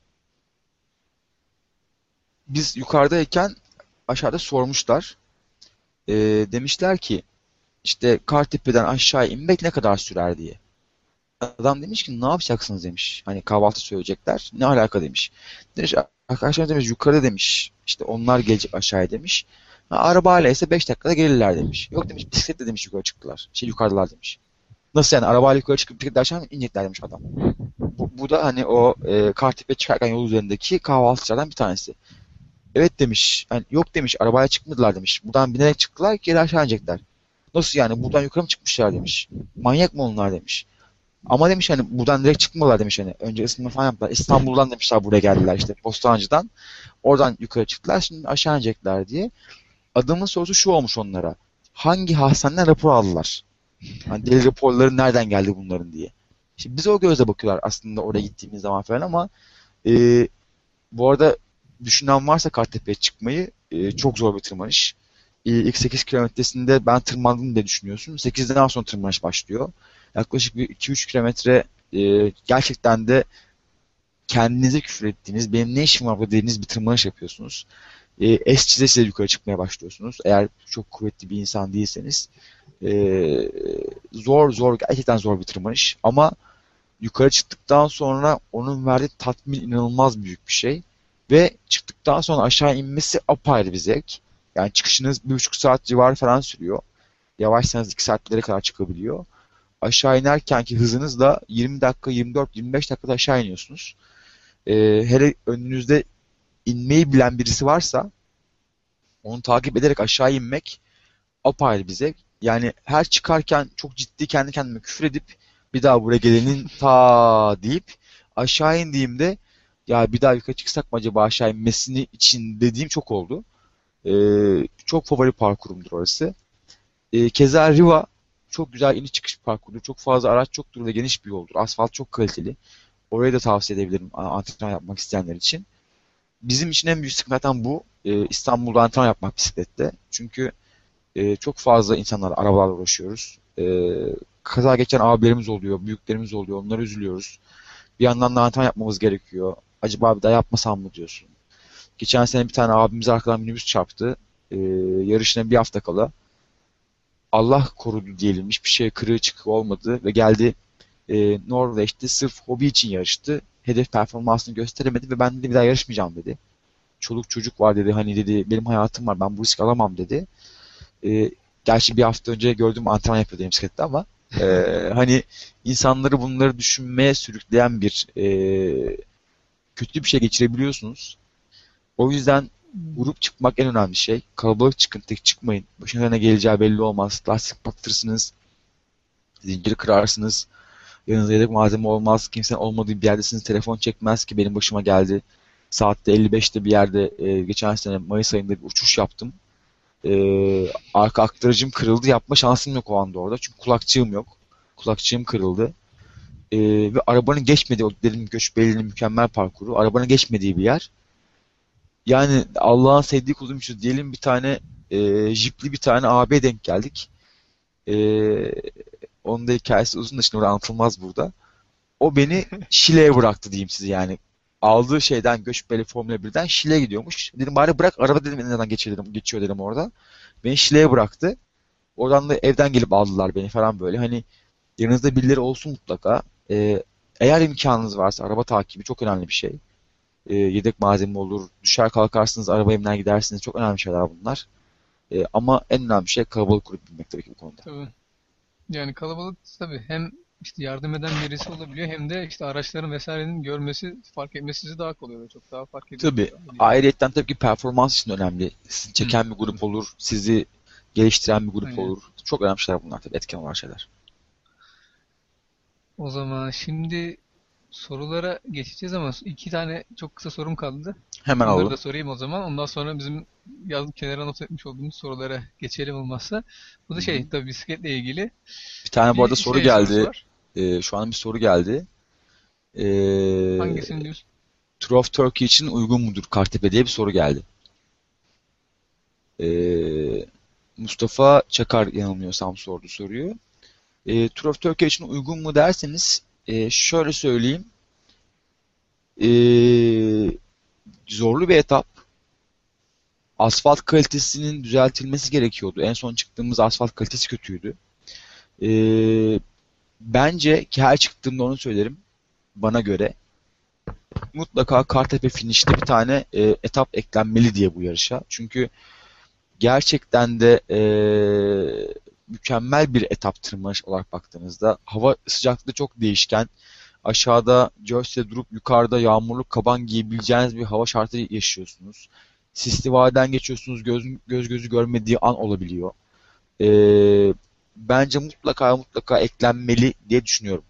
biz yukarıdayken aşağıda sormuşlar. Demişler ki işte Kartepe'den aşağı inmek ne kadar sürer diye. Adam demiş ki ne yapacaksınız demiş. Hani kahvaltı söyleyecekler. Ne alaka demiş. Demiş arkadaşlar demiş yukarıda demiş. İşte onlar gelecek aşağıya demiş. Ha, arabayla ise 5 dakikada gelirler demiş. Yok demiş bisikletle demiş yukarı çıktılar. Yukarıdalar demiş. Nasıl yani arabayla yukarı çıkıp bisikletle aşağı mı inecekler demiş adam. Bu da hani o Kartepe çıkarken yol üzerindeki kahvaltıcılardan bir tanesi. Evet demiş. Yani yok demiş arabaya çıkmadılar demiş. Buradan binerek çıktılar geri aşağı inecekler. Nasıl yani buradan yukarı mı çıkmışlar demiş. Manyak mı onlar demiş. Ama demiş hani buradan direkt çıkmadılar demiş hani. Önce ısınma falan yaptılar. İstanbul'dan demişler buraya geldiler işte Bostancı'dan. Oradan yukarı çıktılar şimdi aşağı inecekler diye. Adamın sorusu şu olmuş onlara. Hangi hastaneden rapor aldılar? Hani deli raporları nereden geldi bunların diye. Şimdi bize o gözle bakıyorlar aslında oraya gittiğimiz zaman falan ama bu arada düşünen varsa Kartepe'ye çıkmayı çok zor bir tırmanış. İlk 8 kilometresinde ben tırmandım diye düşünüyorsun. 8'den sonra tırmanış başlıyor. Yaklaşık bir 2-3 kilometre gerçekten de kendinize küfür ettiğiniz, benim ne işim var burada dediğiniz bir tırmanış yapıyorsunuz. Es çize çize yukarı çıkmaya başlıyorsunuz. Eğer çok kuvvetli bir insan değilseniz. Zor, gerçekten zor bir tırmanış. Ama yukarı çıktıktan sonra onun verdiği tatmin inanılmaz büyük bir şey. Ve çıktıktan sonra aşağı inmesi apayrı bir zevk. Yani çıkışınız 1,5 saat civarı falan sürüyor. Yavaşsanız 2 saatlere kadar çıkabiliyor. Aşağı inerkenki hızınız da 20 dakika, 24-25 dakikada aşağı iniyorsunuz. Hele önünüzde inmeyi bilen birisi varsa onu takip ederek aşağı inmek apayrı bir zevk. Yani her çıkarken çok ciddi kendi kendime küfür edip bir daha buraya gelenin ta deyip aşağı indiğimde ya bir daha yukarı çıksak mı acaba aşağı inmesini için dediğim çok oldu. Çok favori parkurumdur orası. Keza Riva çok güzel iniş çıkış parkurudur. Çok fazla araç çoktur ve geniş bir yoldur. Asfalt çok kaliteli. Orayı da tavsiye edebilirim antrenman yapmak isteyenler için. Bizim için en büyük sıkıntı zaten bu. İstanbul'da antrenman yapmak bisiklette. Çünkü çok fazla insanlar arabalarla uğraşıyoruz. Kaza geçen abilerimiz oluyor, büyüklerimiz oluyor. Onlara üzülüyoruz. Bir yandan da antrenman yapmamız gerekiyor. Acaba bir daha yapmasam mı diyorsun. Geçen sene bir tane abimiz arkadan minibüs çarptı. Yarışına bir hafta kala. Allah korudu diyelim. Hiçbir şey kırığı çıkığı olmadı ve geldi Norveç'te sırf hobi için yarıştı. Hedef performansını gösteremedi ve ben de bir daha yarışmayacağım dedi. Çoluk çocuk var dedi. Hani dedi benim hayatım var ben bu risk alamam dedi. Gerçi bir hafta önce gördüğüm antrenman yapıyordu bisiklette ama hani insanları bunları düşünmeye sürükleyen bir kötü bir şey geçirebiliyorsunuz. O yüzden grup çıkmak en önemli şey. Kalabalık çıkın, tek çıkmayın. Başına ne geleceği belli olmaz. Lastik patlatırsınız. Zinciri kırarsınız. Yanınızda yedek malzeme olmaz. Kimsenin olmadığı bir yerdesiniz. Telefon çekmez ki benim başıma geldi. Saatte 55'te bir yerde geçen sene Mayıs ayında bir uçuş yaptım. Arka aktarıcım kırıldı. Yapma şansım yok o anda orada. Çünkü kulakçığım yok. Kulakçığım kırıldı. Ve arabanın geçmediği, o dedim Göçbeyli'nin mükemmel parkuru. Arabanın geçmediği bir yer. Yani Allah'ın sevdiği kuluymuş diyelim bir tane jipli bir tane abiye denk geldik. Onun da hikayesi uzun da şimdi anlatılmaz burada. O beni Şile'ye bıraktı diyeyim size yani. Aldığı şeyden Göçbeyli Formula 1'den Şile'ye gidiyormuş. Dedim bari bırak araba dedim neden geçiyor dedim orada. Beni Şile'ye bıraktı. Oradan da evden gelip aldılar beni falan böyle. Hani yanınızda birileri olsun mutlaka. Eğer imkanınız varsa araba takibi çok önemli bir şey. Yedek malzeme olur. Düşer kalkarsınız araba evine gidersiniz. Çok önemli şeyler bunlar. Ama en önemli şey kalabalık grup bilmek tabii ki bu konuda. Tabii. Yani kalabalık tabii hem işte yardım eden birisi olabiliyor hem de işte araçların vesairenin görmesi, fark etmesi sizi daha kolay oluyor. Çok daha fark ediyor. Tabii. Ayrıyetten tabii ki performans için önemli. Sizi çeken bir grup olur. Sizi geliştiren bir grup Aynen. olur. Çok önemli şeyler bunlar tabii. Etken olan şeyler. O zaman şimdi sorulara geçeceğiz ama iki tane çok kısa sorum kaldı. Hemen Onları alalım. da sorayım o zaman. Ondan sonra bizim yazıp kenara not etmiş olduğumuz sorulara geçelim olmazsa. Bu da tabii bisikletle ilgili. Bir tane bu arada Bir soru sorusu geldi. var. Şu an bir soru geldi. Hangisini diyorsun? Tour of Turkey için uygun mudur Kartepe diye bir soru geldi. Mustafa Çakar yanılmıyorsam sordu soruyu. Tour of Turkey için uygun mu derseniz şöyle söyleyeyim. Zorlu bir etap. Asfalt kalitesinin düzeltilmesi gerekiyordu. En son çıktığımız asfalt kalitesi kötüydü. Bence ki her çıktığımda onu söylerim. Bana göre mutlaka Kartepe finişte bir tane etap eklenmeli diye bu yarışa. Çünkü gerçekten de mükemmel bir etap tırmanış olarak baktığınızda hava sıcaklığı çok değişken. Aşağıda Jersey'de durup yukarıda yağmurlu kaban giyebileceğiniz bir hava şartı yaşıyorsunuz. Sisli vadiden geçiyorsunuz, göz gözü görmediği an olabiliyor. Bence mutlaka eklenmeli diye düşünüyorum.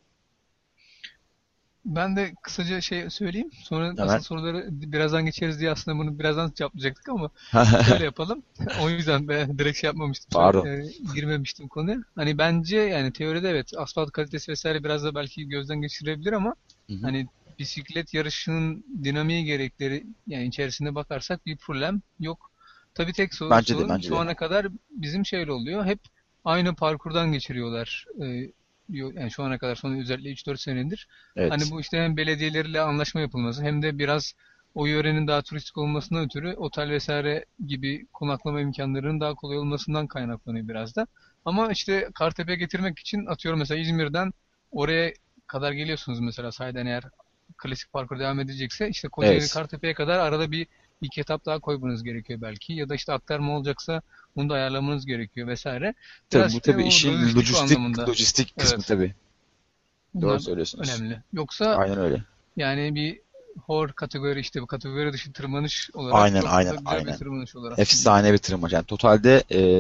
Ben de kısaca şey söyleyeyim. Sonra Hemen. asıl soruları birazdan geçeriz diye aslında bunu birazdan cevaplayacaktık ama şöyle yapalım. O yüzden ben direkt şey yapmamıştım. Pardon. Girmemiştim konuya. Hani bence yani teoride evet asfalt kalitesi vesaire biraz da belki gözden geçirebilir ama Hı hı. hani bisiklet yarışının dinamiği gerekleri yani içerisinde bakarsak bir problem yok. Tabii tek Bence de, sorun bence şu de. ana kadar bizim şöyle oluyor. Hep aynı parkurdan geçiriyorlar. Yani şu ana kadar son özellikle 3-4 senedir. Hani Evet. bu işte hem belediyelerle anlaşma yapılması hem de biraz o yörenin daha turistik olmasından ötürü otel vesaire gibi konaklama imkanlarının daha kolay olmasından kaynaklanıyor biraz da. Ama işte Kartepe getirmek için atıyorum mesela İzmir'den oraya kadar geliyorsunuz mesela sahiden eğer klasik parkur devam edecekse işte Kocaeli Evet. Kartepe'ye kadar arada bir iki etap daha koymanız gerekiyor belki ya da işte aktarma olacaksa bunu da ayarlamanız gerekiyor vesaire. Tabii Biraz bu işte tabii o işin lojistik anlamında. lojistik kısmı Evet. tabii. Doğru Bunlar söylüyorsunuz. önemli. Yoksa Aynen öyle. yani bir hor kategori işte bu kategori dışı tırmanış olarak Aynen, çok aynen, da güzel bir aynen. tırmanış olur aslında. Efsane bir tırmanış. Yani totalde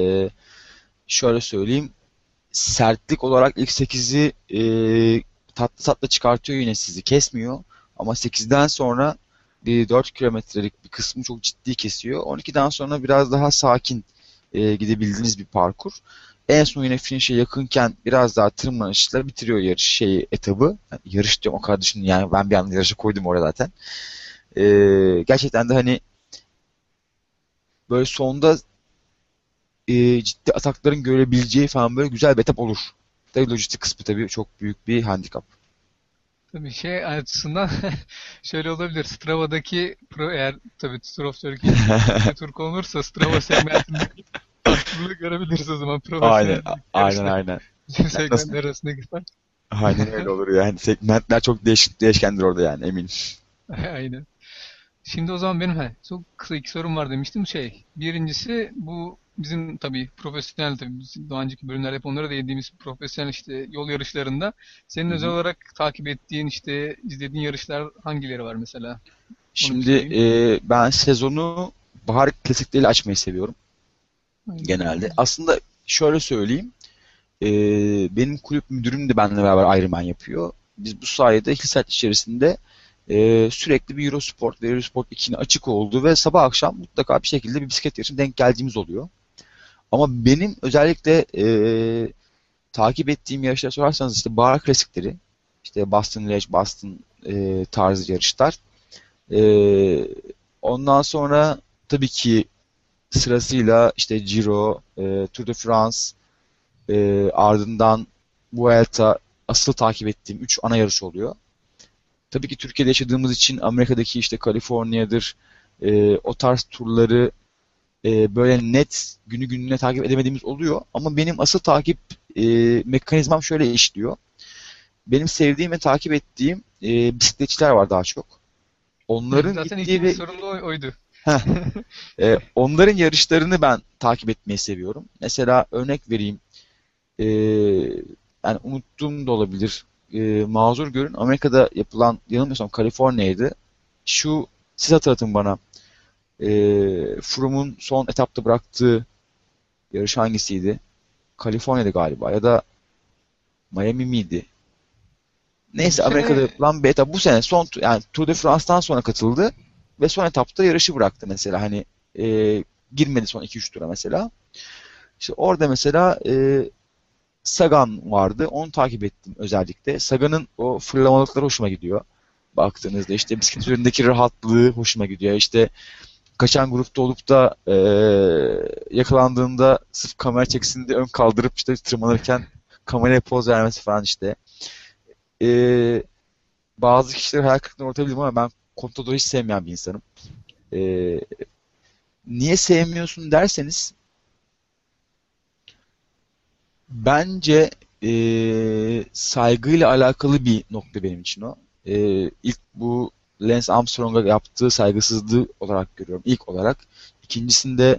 şöyle söyleyeyim. Sertlik olarak ilk 8'i tatlı tatlı çıkartıyor, yine sizi kesmiyor. Ama 8'den sonra bir 4 kilometrelik bir kısmı çok ciddi kesiyor. 12'den sonra biraz daha sakin gidebildiğiniz bir parkur. En son yine finish'e yakınken biraz daha tırmanışla bitiriyor etabı. Yani yarış diyorum, o kadar düşünün yani, ben bir anda yarışa koydum orada zaten. Gerçekten de hani böyle sonda ciddi atakların görebileceği falan böyle güzel bir etap olur. Tabii lojistik kısmı tabii çok büyük bir handikap. Tabii şey açısından şöyle olabilir. Strava'daki eğer tabii Tour of Turkey tur konulursa Strava segmentindeki farklılığı görebiliriz o zaman Aynen, profesyonel aynen, yarışla aynen. bizim Nasıl? segmentler arasındaki fark. Aynen öyle olur yani. Segmentler çok değişkendir orada yani, eminim. Aynen. Şimdi o zaman benim çok kısa iki sorum var demiştim. Birincisi bu bizim tabii profesyonel tabii biz daha önceki bölümlerde hep onlara da değindiğimiz profesyonel işte yol yarışlarında senin Hı özel hı. olarak takip ettiğin işte izlediğin yarışlar hangileri var mesela? Onu bir Şimdi sorayım. ben sezonu bahar klasikleriyle açmayı seviyorum Aynen. genelde. Aslında şöyle söyleyeyim. e, Benim kulüp müdürüm de benimle beraber Ironman yapıyor. Biz bu sayede Hillside içerisinde sürekli bir Eurosport ve Eurosport 2'nin açık olduğu ve sabah akşam mutlaka bir şekilde bir bisiklet yarışına denk geldiğimiz oluyor. Ama benim özellikle takip ettiğim yarışları sorarsanız işte bahar klasikleri, işte Boston Liège, Boston tarzı yarışlar. E, Ondan sonra tabii ki sırasıyla işte Giro, Tour de France, ardından Vuelta, asıl takip ettiğim 3 ana yarış oluyor. Tabii ki Türkiye'de yaşadığımız için Amerika'daki işte Kaliforniya'dır, o tarz turları böyle net günü gününe takip edemediğimiz oluyor. Ama benim asıl takip mekanizmam şöyle işliyor. Benim sevdiğim ve takip ettiğim bisikletçiler var daha çok. Onların Zaten gittiği ikinci ve sorum da oydu. heh, onların yarışlarını ben takip etmeyi seviyorum. Mesela örnek vereyim. E, Yani unuttuğum da olabilir. Mazur görün. Amerika'da yapılan, yanılmıyorsam Kaliforniya'ydı. Siz hatırlatın bana. Froome'un son etapta bıraktığı yarış hangisiydi? Kaliforniya'da galiba, ya da Miami miydi? Bu Neyse, Amerika'da sene yapılan bir etap bu sene yani Tour de France'tan sonra katıldı ve son etapta yarışı bıraktı mesela, hani girmedi son 2-3 tura mesela. İşte orada mesela Sagan vardı. Onu takip ettim özellikle. Sagan'ın o fırlamalıkları hoşuma gidiyor. Baktığınızda işte bisiklet üzerindeki rahatlığı hoşuma gidiyor. İşte kaçan grupta olup da yakalandığında sırf kamera çeksin diye ön kaldırıp işte tırmanırken kameraya poz vermesi falan işte. E, Bazı kişileri hayal kırıklığına uğratabilirim ama ben Contador'u hiç sevmeyen bir insanım. E, Niye sevmiyorsun derseniz bence saygıyla alakalı bir nokta benim için o. İlk bu Lance Armstrong'a yaptığı saygısızlığı olarak görüyorum ilk olarak. İkincisinde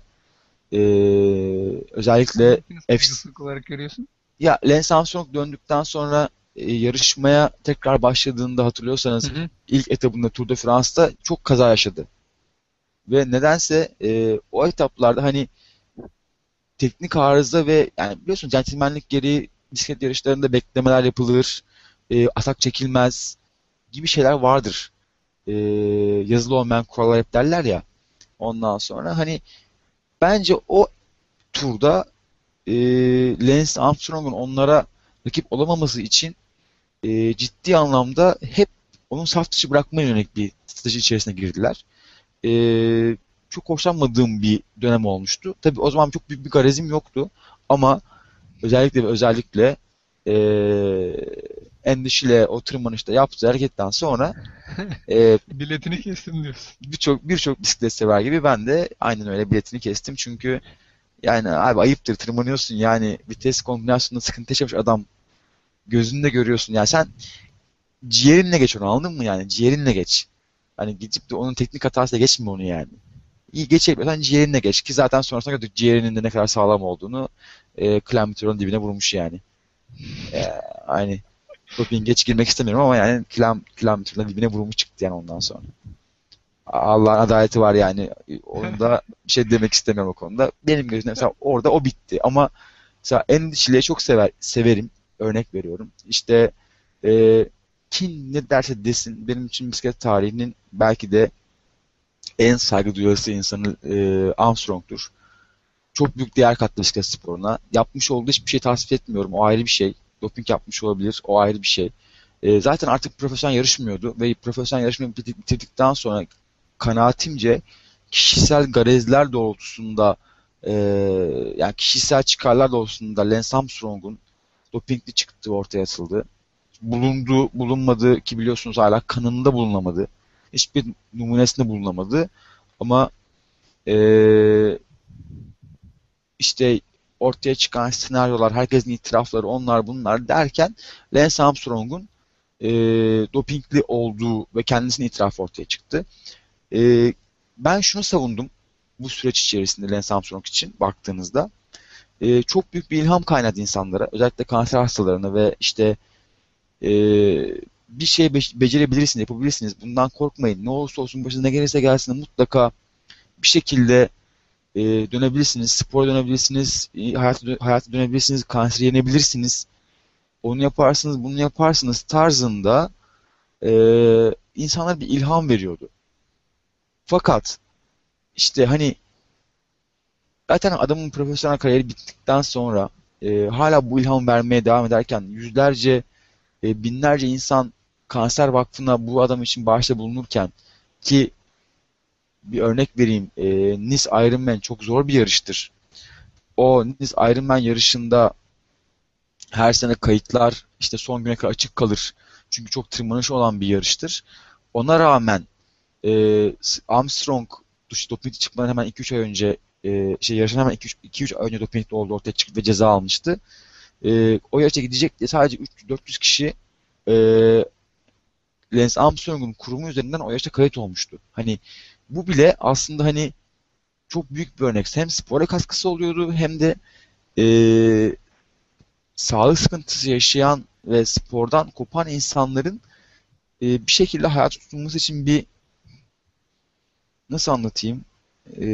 özellikle Saygısızlık olarak görüyorsun. ya Lance Armstrong döndükten sonra yarışmaya tekrar başladığında hatırlıyorsanız Hı hı. ilk etabında Tour de France'da çok kaza yaşadı. Ve nedense o etaplarda hani teknik arıza ve yani biliyorsun centilmenlik gereği bisiklet yarışlarında beklemeler yapılır, atak çekilmez gibi şeyler vardır. E, Yazılı olmayan kurallar hep derler ya. Ondan sonra hani bence o turda Lance Armstrong'un onlara rakip olamaması için ciddi anlamda hep onun saf dışı bırakmaya yönelik bir strateji içerisine girdiler. Çok hoşlanmadığım bir dönem olmuştu. Tabii o zaman çok büyük bir garezim yoktu ama özellikle ve özellikle endişiyle o tırmanışta yaptığı hareketten sonra Biletini kestim diyorsun. birçok bisiklet sever gibi ben de aynen öyle biletini kestim. Çünkü yani abi ayıptır tırmanıyorsun yani vites kombinasyonunda sıkıntı yaşamış adam gözünde görüyorsun. Yani sen ciğerinle geç onu anladın mı yani? Ciğerinle geç. Hani gidip de onun teknik hatasıyla geçme onu yani. İyi geçebiliyorsan ciğerinle geç ki zaten sonrasında gördük ciğerinin de ne kadar sağlam olduğunu kilometrenin dibine vurmuş yani. E, Aynı doping geç girmek istemiyorum ama yani kilometrenin dibine vurmuş çıktı yani ondan sonra. Allah'ın adaleti var yani. Onu da bir şey demek istemiyorum o konuda. Benim gözümde mesela orada o bitti ama mesela Endişile'yi çok severim. Örnek veriyorum. İşte e, kim ne derse desin benim için bisiklet tarihinin belki de en saygı duyarısı insanı Armstrong'tur. Çok büyük değer kattı bisiklet sporuna. Yapmış olduğu hiçbir şey tasvip etmiyorum. O ayrı bir şey. Doping yapmış olabilir. O ayrı bir şey. Zaten artık profesyonel yarışmıyordu ve profesyonel yarışmayı bitirdikten sonra kanaatimce kişisel garezler doğrultusunda e, yani kişisel çıkarlar doğrultusunda Lance Armstrong'un dopingli çıktığı ortaya atıldı. Bulundu, bulunmadı ki biliyorsunuz hala kanında bulunamadı. Hiçbir numunesinde bulunamadı. Ama e, işte ortaya çıkan senaryolar, herkesin itirafları, onlar bunlar derken Lance Armstrong'un dopingli olduğu ve kendisinin itirafı ortaya çıktı. Ben şunu savundum bu süreç içerisinde Lance Armstrong için baktığınızda. Çok büyük bir ilham kaynadı insanlara. Özellikle kanser hastalarına ve işte e, bir şey becerebilirsiniz, yapabilirsiniz. Bundan korkmayın. Ne olursa olsun başınıza ne gelirse gelsin mutlaka bir şekilde dönebilirsiniz. Spora dönebilirsiniz. Hayata dönebilirsiniz. Kanseri yenebilirsiniz. Onu yaparsınız, bunu yaparsınız tarzında insanlara bir ilham veriyordu. Fakat işte hani zaten adamın profesyonel kariyeri bittikten sonra hala bu ilham vermeye devam ederken yüzlerce, binlerce insan Kanser Vakfı'na bu adam için bağışta bulunurken ki bir örnek vereyim. Nice Ironman çok zor bir yarıştır. O Nice Ironman yarışında her sene kayıtlar işte son güne kadar açık kalır. Çünkü çok tırmanış olan bir yarıştır. Ona rağmen Armstrong doping çıkmadan hemen 2-3 ay önce yarışan hemen 2-3 ay önce dopingli olduğu ortaya çıktı ve ceza almıştı. O yarışa gidecek diye sadece 400 kişi e, Lance Armstrong'un kurumu üzerinden o yarışta kayıt olmuştu. Hani bu bile aslında hani çok büyük bir örnek. Hem spora katkısı oluyordu hem de e, sağlık sıkıntısı yaşayan ve spordan kopan insanların bir şekilde hayata tutunması için bir nasıl anlatayım? E,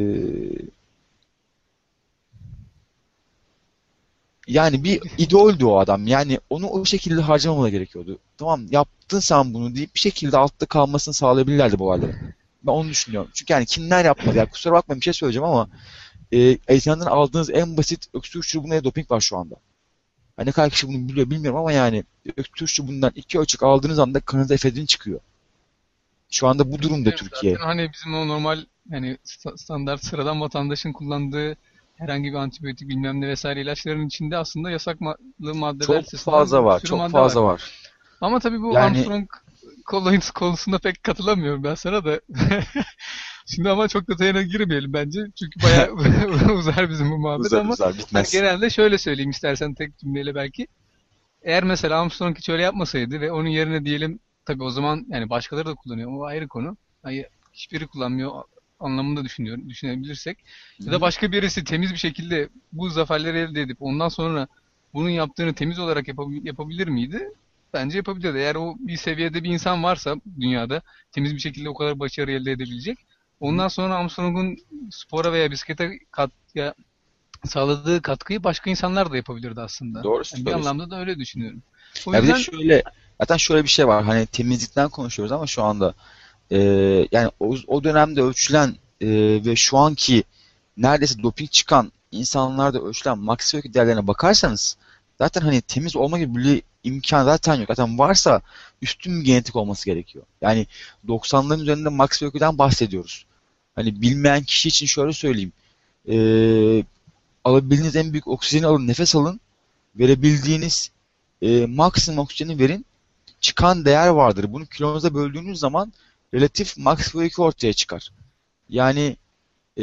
Yani bir idoldü o adam. Yani onu o şekilde harcamamaya gerekiyordu. Tamam yaptın sen bunu deyip bir şekilde altta kalmasını sağlayabilirlerdi bu olayları. Ben onu düşünüyorum. Çünkü yani kimler yapmadı? Yani kusura bakmayın bir şey söyleyeceğim ama eczaneden aldığınız en basit öksürük çubuğuna doping var şu anda. Hani ne kadar kişi bunu biliyor bilmiyorum ama yani öksürük çubuğundan 2 ölçek aldığınız anda kanınızda efedrin çıkıyor. Şu anda bu durumda Türkiye. Zaten hani bizim o normal yani standart sıradan vatandaşın kullandığı herhangi bir antibiyotik bilmem ne vesaire ilaçların içinde aslında yasaklı maddeler Çok listesinde fazla bir var, sürü çok madde fazla var. var. Ama tabii bu Yani Armstrong konusunda pek katılamıyorum ben sana da. Şimdi ama çok detayına girmeyelim bence. Çünkü bayağı uzar bizim bu muhabbet uzar ama uzar hani bitmez. genelde şöyle söyleyeyim istersen tek cümleyle belki. Eğer mesela Armstrong hiç öyle yapmasaydı ve onun yerine diyelim tabii o zaman yani başkaları da kullanıyor. O ayrı konu. Hayır, hiçbiri kullanmıyor anlamında düşünebilirsek. Hı Ya da hı. başka birisi temiz bir şekilde bu zaferleri elde edip ondan sonra bunun yaptığını temiz olarak yapabilir miydi? Bence yapabilirdi. Eğer o bir seviyede bir insan varsa dünyada temiz bir şekilde o kadar başarı elde edebilecek. Hı hı. Ondan sonra Armstrong'un spora veya bisiklete sağladığı katkıyı başka insanlar da yapabilirdi aslında. Doğru Yani bir söylüyorsun. anlamda da öyle düşünüyorum. O Ya bir de yüzden şöyle, zaten şöyle bir şey var. Hani temizlikten konuşuyoruz ama şu anda yani o dönemde ölçülen ve şu anki neredeyse doping çıkan insanlarda ölçülen max değerlerine bakarsanız zaten hani temiz olma gibi bir imkan zaten yok. Zaten varsa üstün bir genetik olması gerekiyor. Yani 90'ların üzerinde max bahsediyoruz. Hani bilmeyen kişi için şöyle söyleyeyim. Ee, Alabildiğiniz en büyük oksijeni alın, nefes alın. Verebildiğiniz maksimum oksijeni verin. Çıkan değer vardır. Bunu kilonuza böldüğünüz zaman relatif max VO2 ortaya çıkar. Yani e,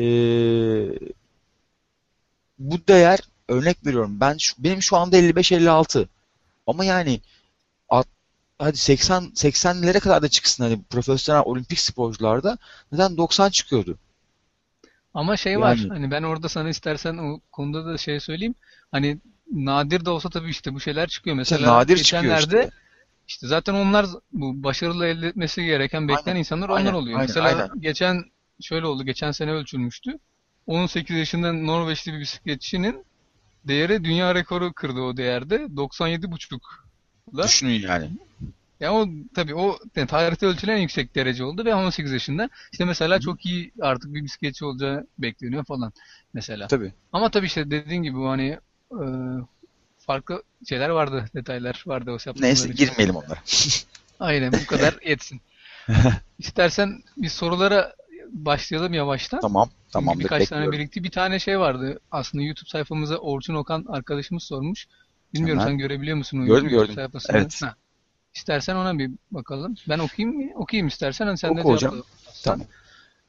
bu değer, örnek veriyorum, benim şu anda 55-56 ama yani at- hadi 80'lere kadar da çıksın, hani profesyonel olimpik sporcularda neden 90 çıkıyordu. ama şey var. Yani Hani ben orada sana istersen o konuda da şey söyleyeyim. Hani nadir de olsa tabii işte bu şeyler çıkıyor. işte Mesela nadir çıkıyor geçenlerde işte. işte zaten onlar bu başarılı elde etmesi gereken Aynen, beklenen insanlar onlar aynen, oluyor. aynen, Mesela aynen. geçen şöyle oldu. Geçen sene ölçülmüştü. 18 yaşında Norveçli bir bisikletçinin değeri dünya rekoru kırdı o değerde. 97,5'la. Düşünün yani. Ya o tabii o yani tarihte ölçülen en yüksek derece oldu ve 18 yaşında. İşte mesela Hı hı. çok iyi artık bir bisikletçi olacağı bekleniyor falan mesela. Tabii. Ama tabii işte dediğin gibi bu hani e, farklı şeyler vardı, detaylar vardı o Neyse, saptamalar girmeyelim içerisinde. onlara. Aynen bu kadar yetsin. İstersen bir sorulara başlayalım yavaştan. Tamam, Çünkü tamamdır. birkaç tane Bekliyorum. birikti. Bir tane şey vardı. Aslında YouTube sayfamıza Orçun Okan arkadaşımız sormuş. Bilmiyorum Hemen. sen görebiliyor musun o Gördüm, YouTube gördüm. sayfasını? Evet. İstersen ona bir bakalım. Ben okuyayım mı? Okuyayım istersen. Hani sen de Oku hocam. cevapla. Sen. Tamam.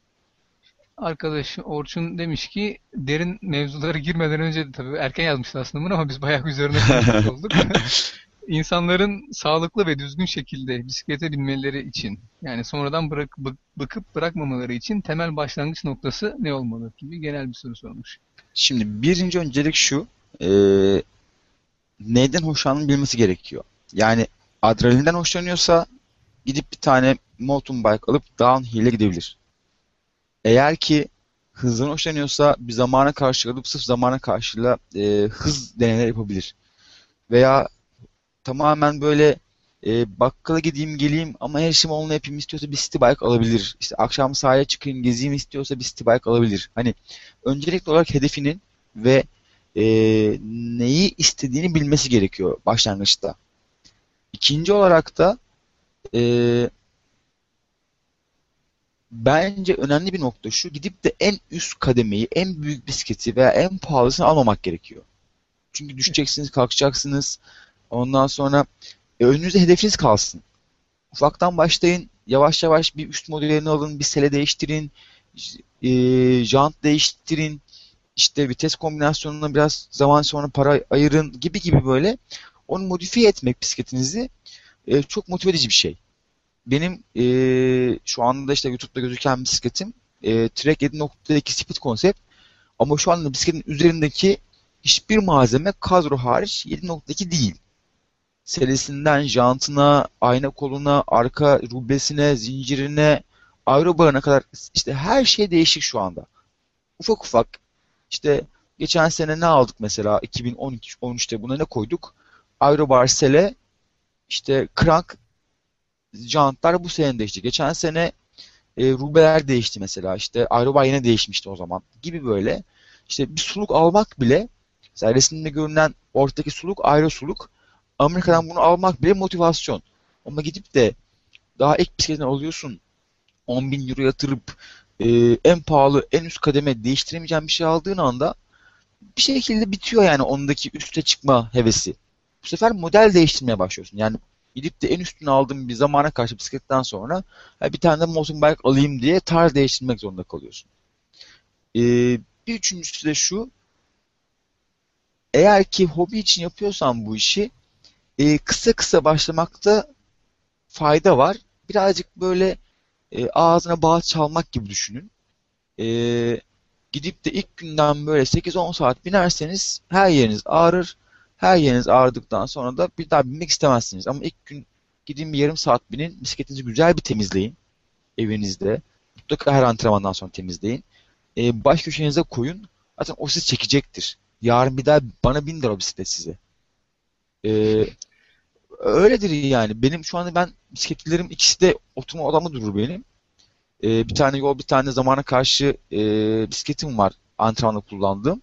Arkadaş Orçun demiş ki derin mevzulara girmeden önce de tabii erken yazmıştı aslında bunu ama biz bayağı üzerine konuşmuş olduk. İnsanların sağlıklı ve düzgün şekilde bisiklete binmeleri için yani sonradan bıkıp bırakmamaları için temel başlangıç noktası ne olmalı gibi genel bir soru sormuş. Şimdi birinci öncelik şu. e, Neyden hoşlandığını bilmesi gerekiyor. Yani adrenalinden hoşlanıyorsa gidip bir tane mountain bike alıp downhill'e gidebilir. Eğer ki hızdan hoşlanıyorsa bir zamana karşı alıp sırf zamana karşıyla hız denemeleri yapabilir. Veya tamamen böyle bakkala gideyim geleyim ama her işimi onunla yapayım istiyorsa bir city bike alabilir. İşte akşam sahaya çıkayım gezeyim istiyorsa bir city bike alabilir. Hani öncelikli olarak hedefinin ve e, neyi istediğini bilmesi gerekiyor başlangıçta. İkinci olarak da e, bence önemli bir nokta şu: gidip de en üst kademeyi, en büyük bisikleti veya en pahalısını almamak gerekiyor. Çünkü düşeceksiniz, kalkacaksınız. Ondan sonra önünüzde hedefiniz kalsın. Ufaktan başlayın. Yavaş yavaş bir üst modelini alın. Bir sele değiştirin. Jant değiştirin. İşte vites kombinasyonuna biraz zaman sonra para ayırın gibi gibi böyle. Onu modifiye etmek bisikletinizi çok motive edici bir şey. Benim şu anda işte YouTube'da gözüken bisikletim Trek 7.2 Speed Concept ama şu anda bisikletin üzerindeki hiçbir malzeme kadro hariç 7.2 değil. Selesinden jantına, ayna koluna, arka rublesine, zincirine, aerobarına kadar işte her şey değişik şu anda. Ufak ufak işte geçen sene ne aldık mesela 2013'te buna ne koyduk? Aerobar, sele, işte crank, jantlar bu sene değişti. Geçen sene rubleler değişti mesela. İşte aerobar yine değişmişti o zaman gibi böyle. İşte bir suluk almak bile, mesela resimde görünen ortadaki suluk aero suluk. Amerika'dan bunu almak bile motivasyon. Ama gidip de daha ilk bisikletini alıyorsun, 10 bin euro yatırıp en pahalı, en üst kademe değiştiremeyeceğin bir şey aldığın anda bir şekilde bitiyor yani ondaki üste çıkma hevesi. Bu sefer model değiştirmeye başlıyorsun. Yani gidip de en üstüne aldığın bir zamana karşı bisikletten sonra bir tane de mountain bike alayım diye tarz değiştirmek zorunda kalıyorsun. Bir üçüncüsü de şu. Eğer ki hobi için yapıyorsan bu işi kısa kısa başlamakta fayda var. Birazcık böyle ağzına bağ çalmak gibi düşünün. E, Gidip de ilk günden böyle 8-10 saat binerseniz her yeriniz ağrır. Her yeriniz ağrıdıktan sonra da bir daha binmek istemezsiniz. Ama ilk gün gidin bir yarım saat binin, bisikletinizi güzel bir temizleyin evinizde. Mutlaka her antrenmandan sonra temizleyin. Baş köşenize koyun. Zaten o sizi çekecektir. Yarın bir daha bana bin der o bisiklet size. E, Öyledir yani. Benim şu anda bisikletlerim ikisi de oturma odamda durur benim. Bir tane yol, bir tane zamana karşı bisikletim var antrenmanda kullandığım.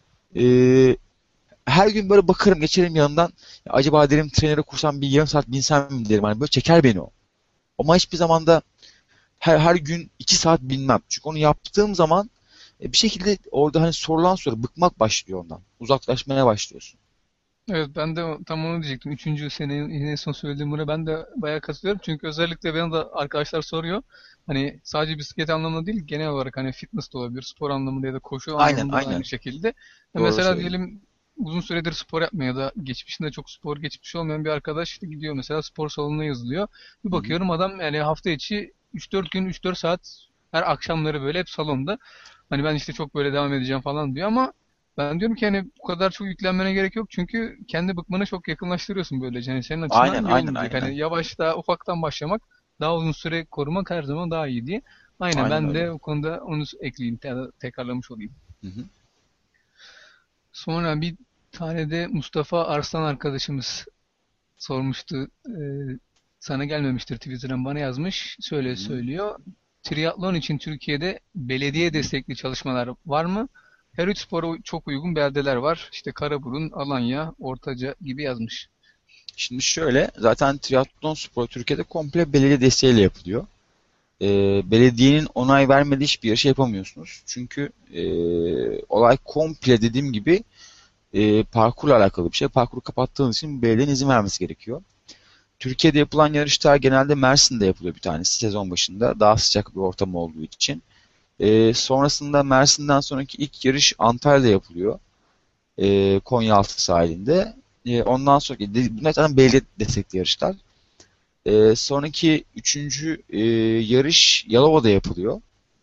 E, Her gün böyle bakarım, geçerim yanından. Ya acaba derim trenere kursam bir yarım saat binsem mi derim. Hani böyle çeker beni o. Ama hiçbir zaman da her gün 2 saat binmem. Çünkü onu yaptığım zaman bir şekilde orada hani sorulan soru bıkmak başlıyor ondan. Uzaklaşmaya başlıyorsun. Evet, ben de tam onu diyecektim. Üçüncü senenin en son söylediğim buna ben de bayağı katılıyorum. Çünkü özellikle bana da arkadaşlar soruyor. Hani sadece bisiklet anlamında değil, genel olarak hani fitness de olabilir, spor anlamında ya da koşu Aynen, anlamında da aynı aynen. şekilde. Doğru Mesela söylüyorsun. diyelim uzun süredir spor yapmıyor ya da geçmişinde çok spor geçmişi olmayan bir arkadaş işte gidiyor mesela spor salonuna yazılıyor. Bir Hı hı. bakıyorum adam yani hafta içi 3-4 gün 3-4 saat her akşamları böyle hep salonda. Hani ben işte çok böyle devam edeceğim falan diyor ama ben diyorum ki hani bu kadar çok yüklenmene gerek yok çünkü kendi bıkmana çok yakınlaştırıyorsun böylece. Hani senin açısından Aynen, iyi aynen, olmayacak. aynen. Hani yavaş daha ufaktan başlamak, daha uzun süre korumak her zaman daha iyi diye. Aynen Aynen ben öyle. de o konuda onu ekleyeyim, tekrarlamış olayım. Hı hı. Sonra bir tane de Mustafa Arslan arkadaşımız sormuştu. Sana gelmemiştir Twitter'dan bana yazmış. Hı Şöyle hı. söylüyor. Triatlon için Türkiye'de belediye destekli çalışmalar var mı? Her üç spora çok uygun beldeler var. İşte Karaburun, Alanya, Ortaca gibi yazmış. Şimdi şöyle, zaten triatlon sporu Türkiye'de komple belediye desteğiyle yapılıyor. Belediyenin onay vermediği hiçbir yarışı yapamıyorsunuz. Çünkü olay komple dediğim gibi parkurla alakalı bir şey. Parkuru kapattığınız için belediyenin izin vermesi gerekiyor. Türkiye'de yapılan yarışlar genelde Mersin'de yapılıyor bir tanesi sezon başında. Daha sıcak bir ortam olduğu için. Sonrasında Mersin'den sonraki ilk yarış Antalya'da yapılıyor. Konyaaltı sahilinde. Ondan sonraki, bunlar zaten belediye destekli yarışlar. Sonraki üçüncü yarış Yalova'da yapılıyor.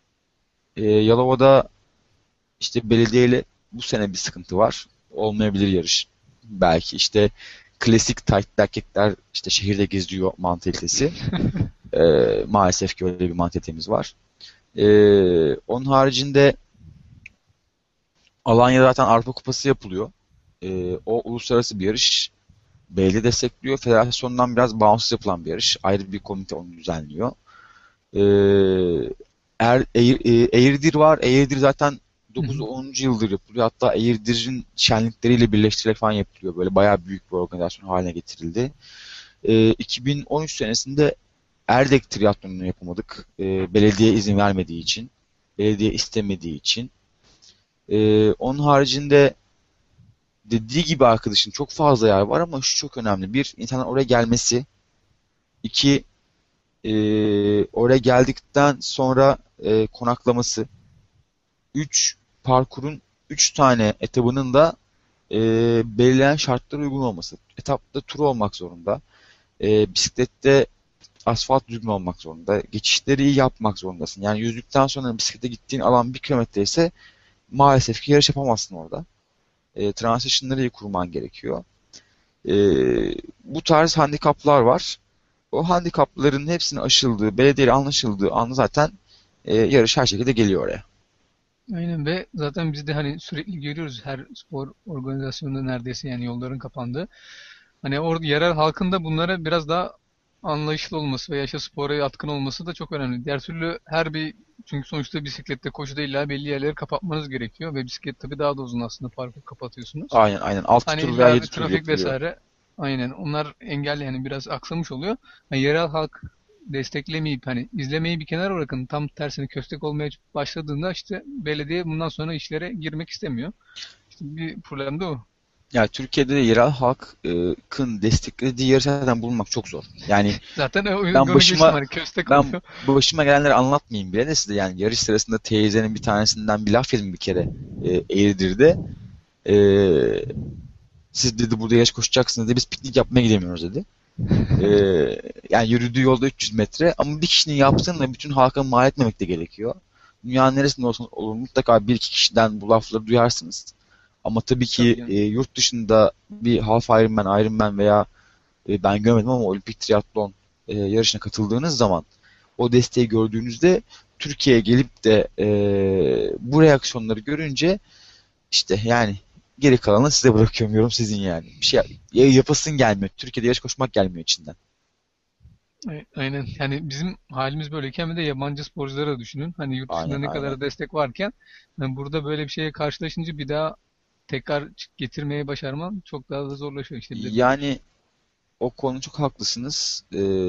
Yalova'da işte belediyeyle bu sene bir sıkıntı var. Olmayabilir yarış. Belki işte klasik taytlı erkekler işte şehirde geziyor mantalitesi. Maalesef ki öyle bir mantalitemiz var. Onun haricinde Alanya'da zaten Avrupa Kupası yapılıyor. O uluslararası bir yarış. Belediye destekliyor. Federasyondan biraz bağımsız yapılan bir yarış. Ayrı bir komite onu düzenliyor. Eğirdir var. Eğirdir zaten Hı hı. 9-10. yıldır yapılıyor. Hatta Eğirdir'in şenlikleriyle birleştirerek falan yapılıyor. Böyle bayağı büyük bir organizasyon haline getirildi. 2013 senesinde Erdek triatlonunu yapamadık. Belediye izin vermediği için. Belediye istemediği için. Onun haricinde dediği gibi arkadaşın çok fazla yer var ama şu çok önemli. Bir, insanların oraya gelmesi. İki, oraya geldikten sonra konaklaması. Üç, parkurun 3 tane etabının da belirlenen şartlara uygun olması. Etapta tur olmak zorunda. Bisiklette asfalt düzgün olmak zorunda. Geçişleri iyi yapmak zorundasın. Yani yüzdükten sonra bisiklete gittiğin alan 1 kilometre ise maalesef ki yarış yapamazsın orada. Transition'ları iyi kurman gerekiyor. E, Bu tarz handikaplar var. O handikapların hepsinin aşıldığı, belediyeyle anlaşıldığı anda zaten yarış her şekilde geliyor oraya. Aynen ve zaten biz de hani sürekli görüyoruz her spor organizasyonunda neredeyse yani yolların kapandığı. Hani orada yerel halkın da bunlara biraz daha anlayışlı olması veya işte spora yatkın olması da çok önemli. Diğer türlü çünkü sonuçta bisiklette koşuda illa belli yerleri kapatmanız gerekiyor ve bisiklet tabii daha da uzun aslında parkur kapatıyorsunuz. Aynen, aynen. 6 Hani tur veya illa bir 7 tur trafik yapılıyor. vesaire aynen onlar engelli yani biraz aksamış oluyor. Yani yerel halk desteklemeyip hani izlemeyi bir kenara bırakın, tam tersine köstek olmaya başladığında işte belediye bundan sonra işlere girmek istemiyor. İşte bir problem de o. Ya Türkiye'de de yerel halkın desteklediği yarış zaten bulmak çok zor. Yani Zaten o ben onu geçtim, başıma hani köstek ben oluyor. başıma gelenleri anlatmayayım bile de size. Yani yarış sırasında teyzenin bir tanesinden bir laf yedim bir kere Eğridir'de. E, Siz dedi burada yarış koşacaksınız dedi, biz piknik yapmaya gidemiyoruz dedi. E, Yani yürüdüğü yolda 300 metre ama bir kişinin yaptığını da bütün halka mal etmemek de gerekiyor. Dünyanın neresinde olsun olur mutlaka bir iki kişiden bu lafları duyarsınız. Ama tabii ki Tabii yani. yurt dışında bir Half Ironman veya ben görmedim ama olimpik triatlon yarışına katıldığınız zaman o desteği gördüğünüzde Türkiye'ye gelip de bu reaksiyonları görünce işte yani geri kalanı size bırakıyorum, yorum sizin yani. Bir şey yapasın gelmiyor. Türkiye'de yarış koşmak gelmiyor içinden. Aynen. Yani bizim halimiz böyleyken bir de yabancı sporcuları da düşünün. Hani yurt dışında Aynen ne aynen. kadar destek varken yani burada böyle bir şeye karşılaşınca bir daha tekrar getirmeye başarmam çok daha da zorlaşıyor işte, bir de böyle bir şey. Yani o konu çok haklısınız.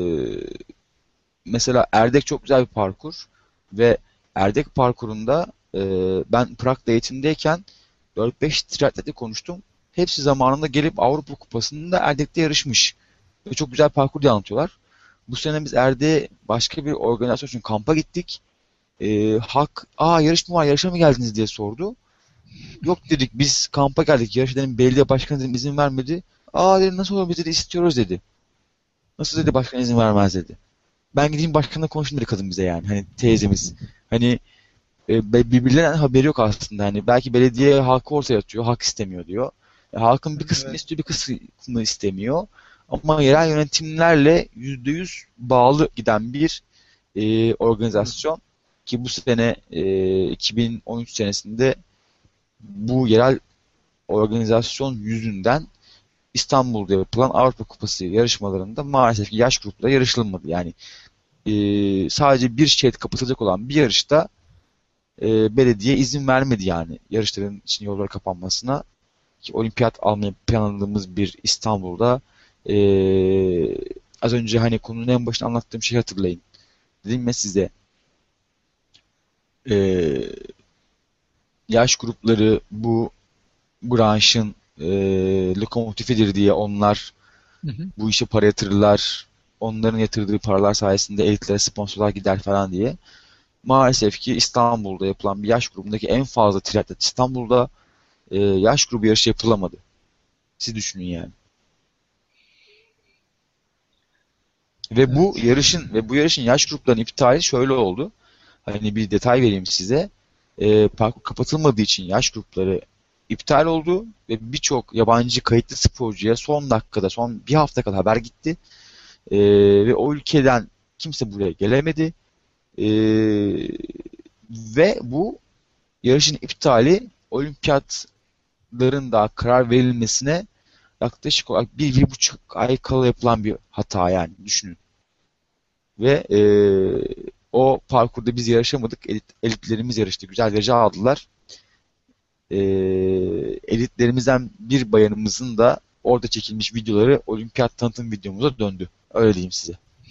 Mesela Erdek çok güzel bir parkur ve Erdek parkurunda ben Prag'da eğitimdeyken 4-5 triatleti konuştum. Hepsi zamanında gelip Avrupa Kupası'nda Erdek'te yarışmış. Ve çok güzel parkur diye anlatıyorlar. Bu sene biz Erdek'e başka bir organizasyon için kampa gittik. Yarış mı var, yarışa mı geldiniz diye sordu. Yok dedik, biz kampa geldik. Yarış edelim, belediye başkanı dedim, izin vermedi. Dedi, nasıl olur, biz dedi istiyoruz dedi. Nasıl dedi, başkan izin vermez dedi. Ben gideyim başkanla konuşayım dedi kadın bize yani. Hani teyzemiz. Hani birbirlerinin haberi yok aslında. Hani belki belediye halkı ortaya atıyor. Halk istemiyor diyor. Halkın bir kısmı Evet. istiyor, bir kısmı istemiyor. Ama yerel yönetimlerle %100 bağlı giden bir organizasyon ki bu sene 2013 senesinde bu yerel organizasyon yüzünden İstanbul'da yapılan Avrupa Kupası yarışmalarında maalesef ki yaş grupları yarışılmadı. Yani sadece bir şerit kapatılacak olan bir yarışta belediye izin vermedi yani yarışların için yolları kapanmasına. Ki olimpiyat almayı planladığımız bir İstanbul'da az önce hani konunun en başında anlattığım şeyi hatırlayın. Dedim ya size e, yaş grupları bu branşın lokomotifidir diye onlar Hı hı. bu işe para yatırırlar. Onların yatırdığı paralar sayesinde elitlere sponsorlar gider falan diye. Maalesef ki İstanbul'da yapılan bir yaş grubundaki en fazla triatlet İstanbul'da yaş grubu yarışı yapılamadı. Siz düşünün yani. Evet. Bu yarışın yaş gruplarının iptali şöyle oldu. Hani bir detay vereyim size. Parkur kapatılmadığı için yaş grupları iptal oldu ve birçok yabancı kayıtlı sporcuya son dakikada, son bir hafta kala haber gitti. Ve o ülkeden kimse buraya gelemedi. Ee, Ve bu yarışın iptali olimpiyatların da karar verilmesine yaklaşık olarak bir buçuk ay kala yapılan bir hata yani düşünün. Ve o parkurda biz yarışamadık. Elitlerimiz yarıştı. Güzel derece aldılar. Ee, Elitlerimizden bir bayanımızın da orada çekilmiş videoları olimpiyat tanıtım videomuza döndü. Öyle diyeyim size.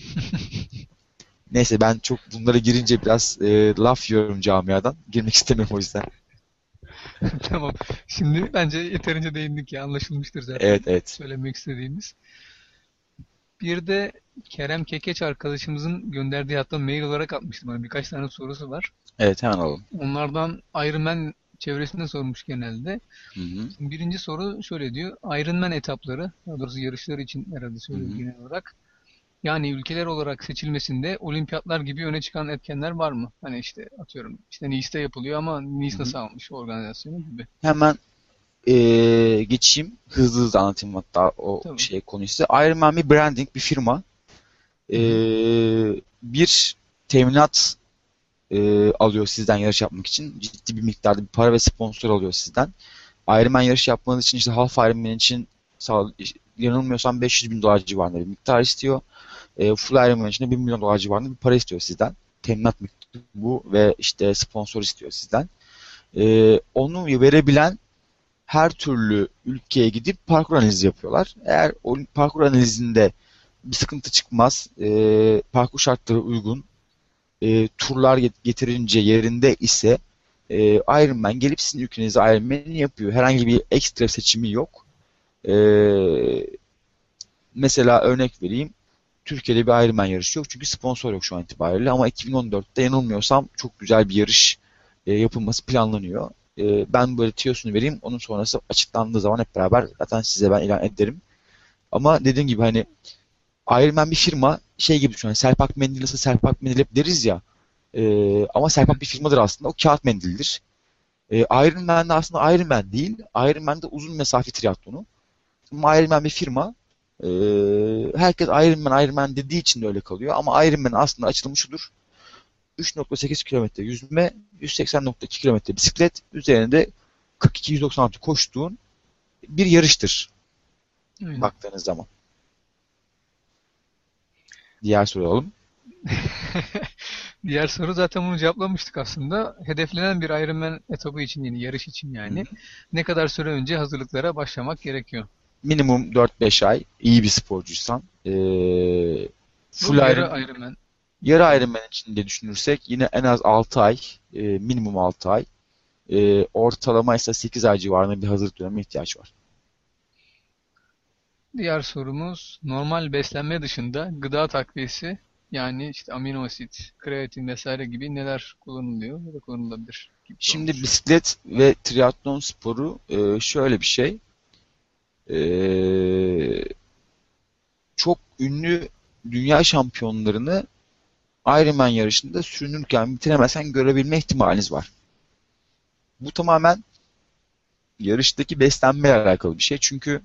Neyse ben çok bunlara girince biraz laf yiyorum camiadan. Girmek istemiyorum o yüzden. Tamam. Şimdi bence yeterince değindik ya, anlaşılmıştır zaten Evet evet. söylemek istediğimiz. Bir de Kerem Kekeç arkadaşımızın gönderdiği, hatta mail olarak atmıştım. Hani birkaç tane sorusu var. Evet hemen alalım. Onlardan Ironman çevresinde sormuş genelde. Hı hı. Şimdi birinci soru şöyle diyor. Ironman etapları, daha doğrusu yarışları için herhalde Hı söylüyor hı. genel olarak. Yani ülkeler olarak seçilmesinde olimpiyatlar gibi öne çıkan etkenler var mı? Hani işte atıyorum işte Nice'te yapılıyor ama Hı Nice hı. nasıl almış organizasyonu gibi. Hemen geçeyim. Hızlı hızlı anlatayım hatta o Tabii. şey konuyu size. Ironman bir branding, bir firma. Hı hı. Bir teminat alıyor sizden yarış yapmak için. Ciddi bir miktarda bir para ve sponsor alıyor sizden. Ironman yarış yapmanız için işte Half Ironman için yanılmıyorsam 500 bin dolar civarında bir miktar istiyor. Full Ironman için de 1 milyon dolar civarında bir para istiyor sizden. Teminat miktarı bu ve işte sponsor istiyor sizden. Onu verebilen her türlü ülkeye gidip parkur analizi yapıyorlar. Eğer o parkur analizinde bir sıkıntı çıkmaz. Parkur şartları uygun. Turlar getirince yerinde ise Ironman gelip sizin ülkenize Ironman'i yapıyor. Herhangi bir ekstra seçimi yok. Mesela örnek vereyim. Türkiye'de bir Ironman yarışı yok çünkü sponsor yok şu an itibariyle ama 2014'te yanılmıyorsam çok güzel bir yarış yapılması planlanıyor. Ben böyle tiyosunu vereyim. Onun sonrası açıklandığı zaman hep beraber zaten size ben ilan ederim. Ama dediğim gibi hani Ironman bir firma şey gibi düşün. Hani Selpak mendil nasıl Selpak mendil hep deriz ya. Ama Selpak bir firmadır aslında. O kağıt mendildir. Ironman de aslında Ironman değil. Ironman de uzun mesafe triatlonu. Ama Ironman bir firma. Herkes Ironman dediği için de öyle kalıyor. Ama Ironman aslında açılımı şudur. 3.8 kilometre yüzme, 180.2 kilometre bisiklet, üzerinde 42-196 koştuğun bir yarıştır. Aynen. Baktığınız zaman. Diğer soru alalım. Diğer soru zaten bunu cevaplamıştık aslında. Hedeflenen bir Ironman etabı için yani yarış için yani ne kadar süre önce hazırlıklara başlamak gerekiyor? Minimum 4-5 ay iyi bir sporcuysan. Bu yarı Ironman. Yarı Ironman için de düşünürsek yine en az 6 ay, minimum 6 ay. Ortalama ise 8 ay civarında bir hazırlık dönemine ihtiyaç var. Diğer sorumuz normal beslenme dışında gıda takviyesi yani işte amino asit, kreatin vesaire gibi neler kullanılıyor ya da kullanılabilir gibi Şimdi sormuş. bisiklet ve triatlon sporu şöyle bir şey. Çok ünlü dünya şampiyonlarını Ironman yarışında sürünürken bitiremezsen görebilme ihtimaliniz var. Bu tamamen yarıştaki beslenmeyle alakalı bir şey. Çünkü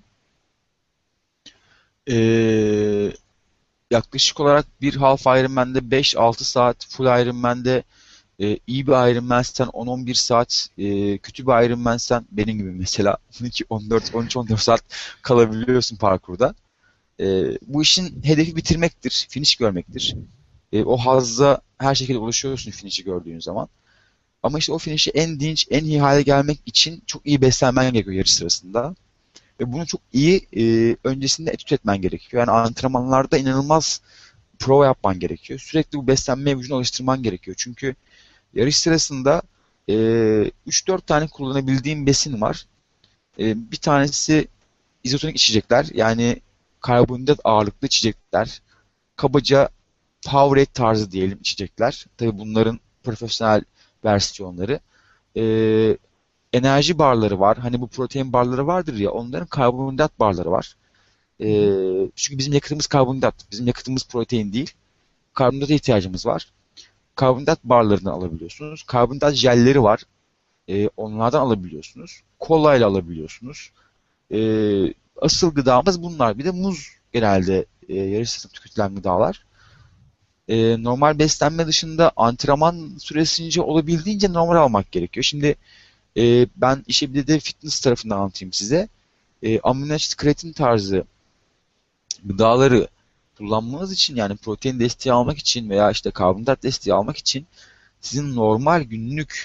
yaklaşık olarak bir half Ironman'de 5-6 saat, full Ironman'de iyi bir Ironman'sen 10-11 saat, kötü bir Ironman'sen benim gibi mesela 13-14 saat kalabiliyorsun parkurda. Bu işin hedefi bitirmektir, finish görmektir. O hazza her şekilde ulaşıyorsun finish'i gördüğün zaman. Ama işte o finish'i en dinç, en iyi hale gelmek için çok iyi beslenmen gerekiyor yarış sırasında. Ve bunu çok iyi öncesinde etüt etmen gerekiyor. Yani antrenmanlarda inanılmaz prova yapman gerekiyor. Sürekli bu beslenmeye vücudunu alıştırman gerekiyor. Çünkü yarış sırasında 3-4 tane kullanabildiğim besin var. Bir tanesi izotonik içecekler. Yani karbonhidrat ağırlıklı içecekler. Kabaca Powerade tarzı diyelim içecekler. Tabii bunların profesyonel versiyonları. Enerji barları var. Hani bu protein barları vardır ya, onların karbonhidrat barları var. Çünkü bizim yakıtımız karbonhidrat. Bizim yakıtımız protein değil. Karbonhidrata ihtiyacımız var. Karbonhidrat barlarından alabiliyorsunuz. Karbonhidrat jelleri var. Onlardan alabiliyorsunuz. Kola ile alabiliyorsunuz. Asıl gıdamız bunlar. Bir de muz genelde yarış sırasında tüketilen gıdalar. Normal beslenme dışında antrenman süresince olabildiğince normal almak gerekiyor. Şimdi ben işe bir de fitness tarafından anlatayım size. Amino asit kreatin tarzı gıdaları kullanmanız için, yani protein desteği almak için veya işte karbonhidrat desteği almak için sizin normal günlük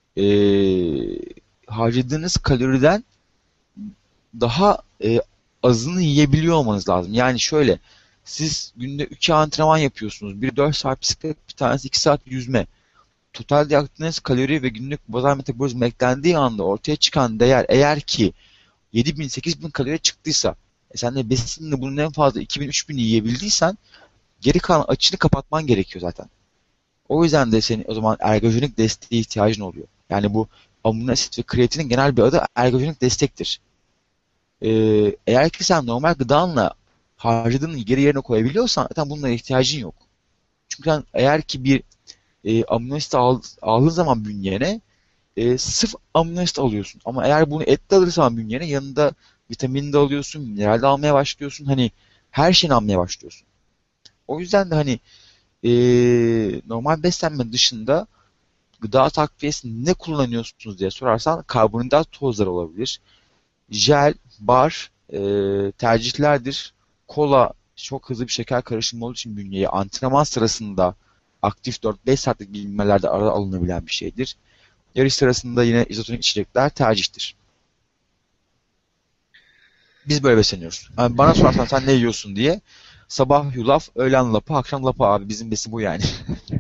harcadığınız kaloriden daha azını yiyebiliyor olmanız lazım. Yani şöyle, siz günde 2 antrenman yapıyorsunuz. Biri 4 saat bisiklet, bir tanesi 2 saat yüzme. Totalde yaktığınız kalori ve günlük bazal metabolizma eklendiği anda ortaya çıkan değer eğer ki 7.000-8.000 kalori çıktıysa, sen de besinle bunun en fazla 2.000-3.000 yiyebildiysen geri kalan açını kapatman gerekiyor zaten. O yüzden de senin o zaman ergojenik desteğe ihtiyacın oluyor. Yani bu amino asit ve kreatinin genel bir adı ergojenik destektir. Eğer ki sen normal gıdanla harcadığını geri yerine koyabiliyorsan zaten bunlara ihtiyacın yok. Çünkü sen eğer ki bir amino asit aldığın zaman bünyene sırf amino asit alıyorsun. Ama eğer bunu etle alırsan bünyene yanında vitamin de alıyorsun, mineral de almaya başlıyorsun. Hani her şeyini almaya başlıyorsun. O yüzden de hani normal beslenme dışında gıda takviyesi ne kullanıyorsunuz diye sorarsan karbonhidrat tozları olabilir. Jel, bar tercihlerdir. Kola çok hızlı bir şeker karışımı olduğu için bünyeye antrenman sırasında aktif 4-5 saatlik bilinmelerde arada alınabilen bir şeydir. Yarış sırasında yine izotonik içecekler tercihtir. Biz böyle besleniyoruz. Yani bana sorarsan sen ne yiyorsun diye. Sabah yulaf, öğlen lapa, akşam lapa abi. Bizim besi bu yani.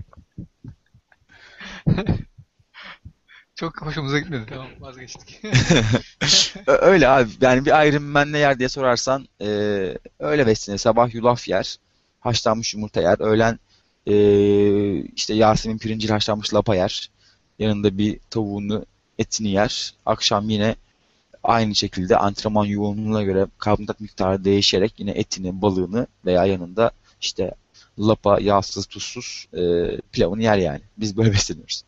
Çok hoşumuza gitmedi. Tamam, vazgeçtik. Öyle abi. Yani bir Iron Man ne yer diye sorarsan öyle beslenir. Sabah yulaf yer. Haşlanmış yumurta yer. Öğlen işte Yasemin pirinciyle haşlanmış lapa yer. Yanında bir tavuğunu, etini yer. Akşam yine aynı şekilde antrenman yoğunluğuna göre karbonhidrat miktarı değişerek yine etini, balığını veya yanında işte lapa, yağsız, tuzsuz pilavını yer yani. Biz böyle besleniyoruz.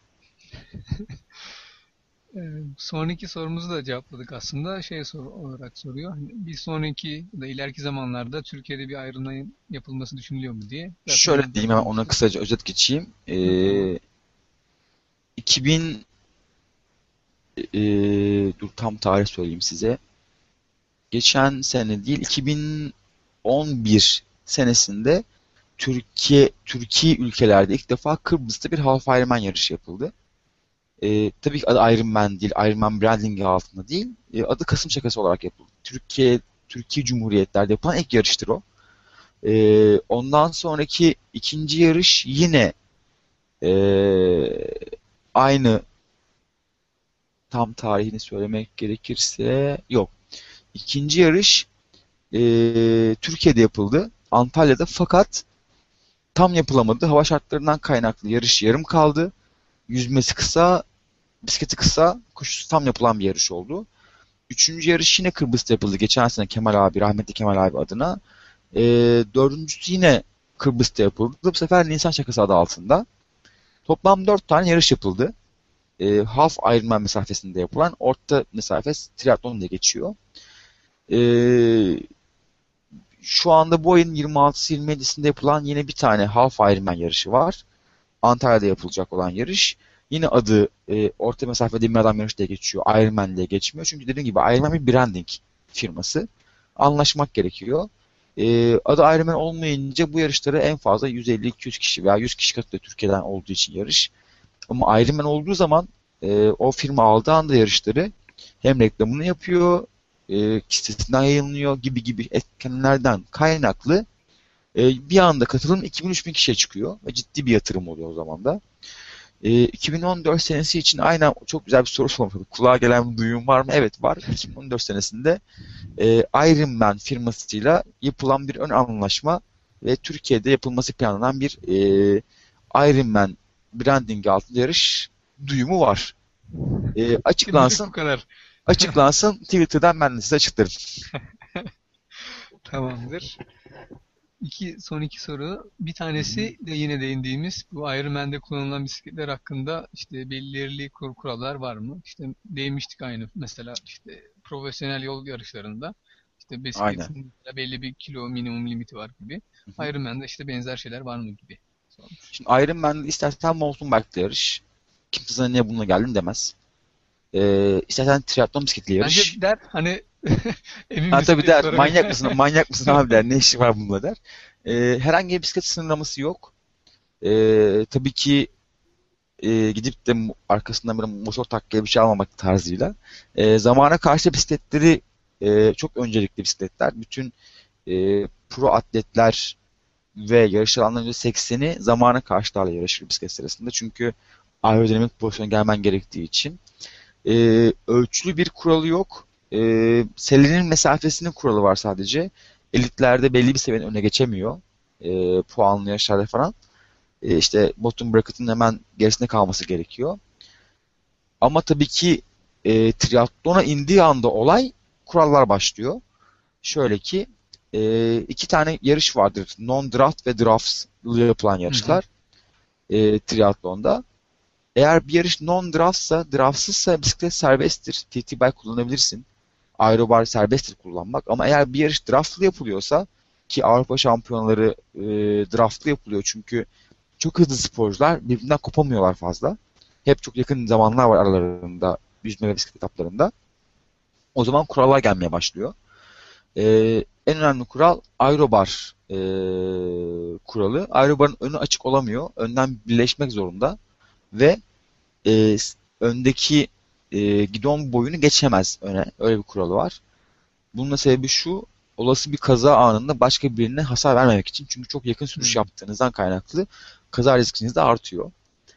Sonraki sorumuzu da cevapladık aslında. Olarak soruyor. Hani bir sonraki da ileriki zamanlarda Türkiye'de bir ayrılığın yapılması düşünülüyor mu diye. Şöyle diyeyim, hemen ona kısaca özet geçeyim. Tamam. 2000 dur tam tarih söyleyeyim size. Geçen sene değil, 2011 senesinde Türkiye ülkelerde ilk defa Kıbrıs'ta bir Half Ironman yarışı yapıldı. Tabii ki adı Iron Man değil, Iron Man brandingi altında değil. Adı Kasım Şakası olarak yapıldı. Türkiye Cumhuriyetler'de yapılan ilk yarıştır o. Ondan sonraki ikinci yarış yine aynı, tam tarihini söylemek gerekirse yok. İkinci yarış Türkiye'de yapıldı. Antalya'da, fakat tam yapılamadı. Hava şartlarından kaynaklı yarış yarım kaldı. Yüzmesi kısa, bisikleti kısa, koşusu tam yapılan bir yarış oldu. Üçüncü yarış yine Kıbrıs'ta yapıldı. Geçen sene rahmetli Kemal abi adına. Dördüncüsü yine Kıbrıs'ta yapıldı. Bu sefer Nisan Şakası adı altında. Toplam 4 tane yarış yapıldı. Half Ironman mesafesinde yapılan, orta mesafe triatlon diye geçiyor. Şu anda bu ayın 26-27'sinde yapılan yine bir tane Half Ironman yarışı var. Antalya'da yapılacak olan yarış. Yine adı orta mesafe demir adam yarışı diye geçiyor. Ironman diye geçmiyor. Çünkü dediğim gibi Ironman bir branding firması. Anlaşmak gerekiyor. Adı Ironman olmayınca bu yarışlara en fazla 150-200 kişi veya 100 kişi katılıyor, Türkiye'den olduğu için yarış. Ama Ironman olduğu zaman o firma aldığı anda yarışları hem reklamını yapıyor, sitesinden yayınlıyor gibi etkenlerden kaynaklı bir anda katılım 2000-3000 kişiye çıkıyor ve ciddi bir yatırım oluyor o zaman da. 2014 senesi için aynen çok güzel bir soru sormuştum. Kulağa gelen bir duyum var mı? Evet, var. 2014 senesinde Ironman firmasıyla yapılan bir ön anlaşma ve Türkiye'de yapılması planlanan bir Ironman branding altında yarış duyumu var. Açıklansın. Bu kadar. Açıklansın. Twitter'dan ben de size açıklarım. Tamamdır. Son iki soru. Bir tanesi de yine değindiğimiz bu Ironman'de kullanılan bisikletler hakkında işte belirli kurallar var mı? İşte değinmiştik aynı. Mesela işte profesyonel yol yarışlarında işte bisikletin belli bir kilo minimum limiti var gibi. Ironman'de işte benzer şeyler var mı gibi sormuş. Şimdi Ironman'de istersen mountain bike'la yarış. Kimse sana niye bununla geldin demez. İstersen triatlon bisikletli yarış. Bence der hani emin Tabii der. sorarak. Manyak mısın abi der. Ne işi var bununla der. Herhangi bir bisiklet sınırlaması yok. Tabii ki gidip de arkasından bir motor takkaya bir şey almamak tarzıyla. Zamana karşı bisikletleri çok öncelikli bisikletler. Bütün pro atletler ve yarış alanlarının %80'i zamana karşılarla yarışır bisiklet sırasında. Çünkü aerodinamik pozisyona gelmen gerektiği için. Ölçülü bir kuralı yok. Selenin mesafesinin kuralı var sadece. Elitlerde belli bir seviyenin önüne geçemiyor. Puanlı yarışlarda falan. İşte bottom bracket'ın hemen gerisinde kalması gerekiyor. Ama tabii ki triatlona indiği anda olay, kurallar başlıyor. Şöyle ki iki tane yarış vardır. Non-draft ve drafts'lı yapılan yarışlar. Triatlonda. Eğer bir yarış non-draft'sa, draftsızsa bisiklet serbesttir. TT bike kullanabilirsin. Aerobar serbesttir kullanmak. Ama eğer bir yarış draftlı yapılıyorsa, ki Avrupa şampiyonaları draftlı yapılıyor çünkü çok hızlı sporcular birbirinden kopamıyorlar fazla. Hep çok yakın zamanlar var aralarında yüzme ve bisiklet etaplarında. O zaman kurallar gelmeye başlıyor. En önemli kural aerobar kuralı. Aerobarın önü açık olamıyor. Önden birleşmek zorunda. Ve öndeki gidon boyunu geçemez öne. Öyle bir kuralı var. Bunun da sebebi şu. olası bir kaza anında başka birine hasar vermemek için. Çünkü çok yakın sürüş yaptığınızdan kaynaklı kaza riskiniz de artıyor.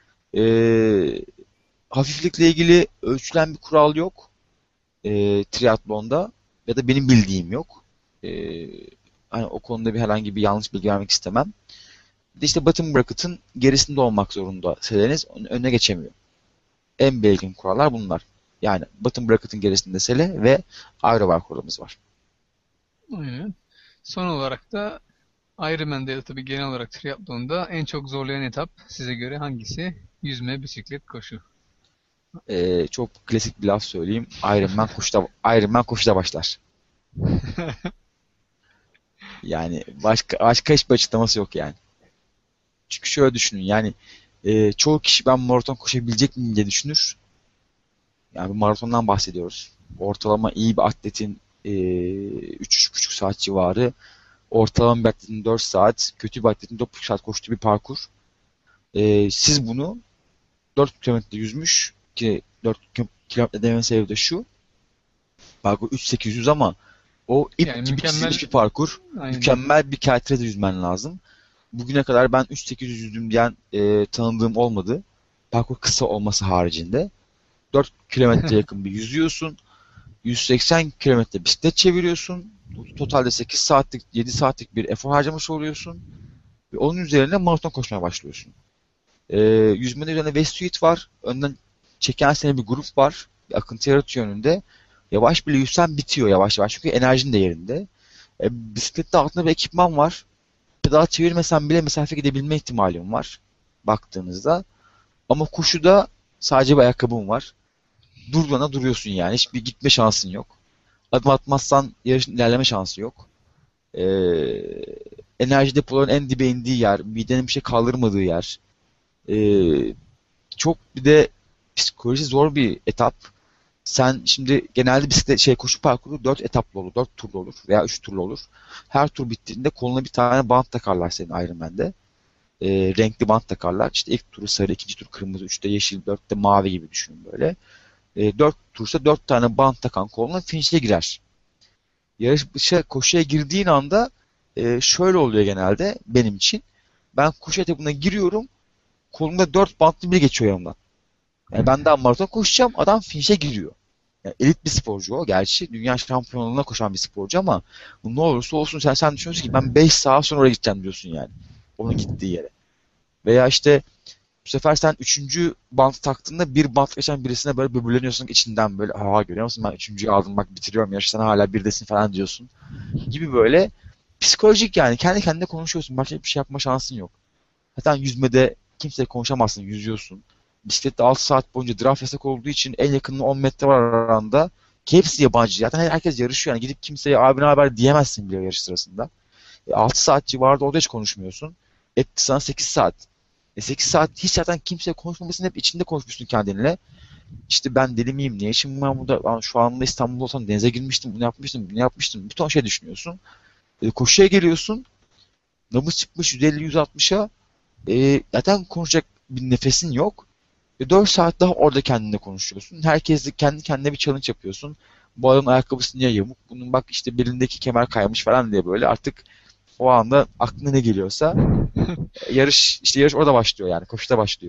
Hafiflikle ilgili ölçülen bir kural yok triatlonda ya da benim bildiğim yok. Hani o konuda herhangi bir yanlış bilgi vermek istemem. Bir de işte bottom bracket'ın gerisinde olmak zorunda seleniz önüne geçemiyor. En belirgin kurallar bunlar. Yani bottom bracket'ın gerisinde sele ve aerobar kuralımız var. Aynen. Son olarak da Ironman'de ya da tabii genel olarak triatlonda en çok zorlayan etap size göre hangisi? Yüzme, bisiklet, koşu. Çok klasik bir laf söyleyeyim. Ironman koşuda başlar. Yani başka hiçbir açıklaması yok yani. Çünkü şöyle düşünün yani çoğu kişi ben maraton koşabilecek miyim diye düşünür. Yani bir maratondan bahsediyoruz. Ortalama iyi bir atletin 3-3,5 saat civarı, ortalama bir atletin 4 saat, kötü bir atletin 4,5 saat koştuğu bir parkur. Siz bunu 4 kilometre yüzmüş ki 4 kilometre dememin sebebi de şu. Parkur 3.800 ama o ip Yani gibi mükemmel, çizilmiş bir parkur. aynen. Mükemmel bir kilometre yüzmen lazım. Bugüne kadar ben 3.800 yüzdüm diyen tanıdığım olmadı. Parkur kısa olması haricinde. 4 kilometre yakın bir yüzüyorsun. 180 kilometre bisiklet çeviriyorsun. Totalde 8 saatlik, 7 saatlik bir efor harcamış oluyorsun. Ve onun üzerine maraton koşmaya başlıyorsun. Yüzmenin üzerine wetsuit var. Önden çeken seni bir grup var. Bir akıntı yaratıyor önünde. Yavaş bile yüzsen bitiyor yavaş yavaş. Çünkü enerjin de yerinde. Bisiklette altında bir ekipman var. Pedal çevirmesen bile mesafe gidebilme ihtimalin var. Baktığınızda. Ama koşuda sadece bir ayakkabın var. Durduğuna duruyorsun yani. Hiçbir gitme şansın yok. Adım atmazsan yarışın ilerleme şansı yok. Enerji depoların en dibe indiği yer. Midenin bir şey kaldırmadığı yer. Çok bir de psikolojisi zor bir etap. Sen şimdi genelde bisiklet koşu parkuru 4 etaplı olur, 4 turlu olur veya 3 turlu olur. Her tur bittiğinde koluna bir tane bant takarlar senin Ironman'de. Renkli bant takarlar. İşte ilk turu sarı, ikinci tur kırmızı, 3'te yeşil, 4'te mavi gibi düşünün böyle. 4 tursa 4 tane bant takan koluna finish'e girer. Koşuya girdiğin anda şöyle oluyor genelde benim için. Ben koşu etapına giriyorum. Kolumda 4 bantlı biri geçiyor yanımdan. Yani ben daha maraton koşacağım. Adam finish'e giriyor. Yani elit bir sporcu o. Gerçi dünya şampiyonluğuna koşan bir sporcu ama bu ne olursa olsun sen düşünüyorsun ki ben 5 saat sonra oraya gideceğim diyorsun yani. Onun gittiği yere. Veya işte bu sefer sen 3. bant taktığında bir bant geçen birisine böyle böbürleniyorsun içinden böyle görüyor musun ben 3.'yü aldım bak bitiriyorum yarışı sen hala birdesin falan diyorsun. Gibi böyle psikolojik yani kendi kendine konuşuyorsun. Başka bir şey yapma şansın yok. Zaten yüzmede kimseyle konuşamazsın. Yüzüyorsun. Bisiklette 6 saat boyunca draft yasak olduğu için en yakınında 10 metre var aranda. Ki hepsi yabancı. Zaten herkes yarışıyor. Yani gidip kimseye abi ne haber diyemezsin bile yarış sırasında. 6 saat civarında orada hiç konuşmuyorsun. Etti sana 8 saat. 8 saat hiç zaten kimseye konuşmamasın hep içinde konuşmuşsun kendinle. İşte ben deli miyim? Niye işim var burada? Şu anda İstanbul'da olsam denize girmiştim. Bunu yapmıştım. Bunu yapmıştım. Bir ton şey düşünüyorsun. Koşuya geliyorsun. Nabız çıkmış 150-160'a. Zaten konuşacak bir nefesin yok. 4 saat daha orada kendine konuşuyorsun. Herkesle kendi kendine bir challenge yapıyorsun. Bu adamın ayakkabısı niye yamuk? Bunun bak işte belindeki kemer kaymış falan diye böyle artık o anda aklına ne geliyorsa yarış orada başlıyor yani. Koşuda başlıyor.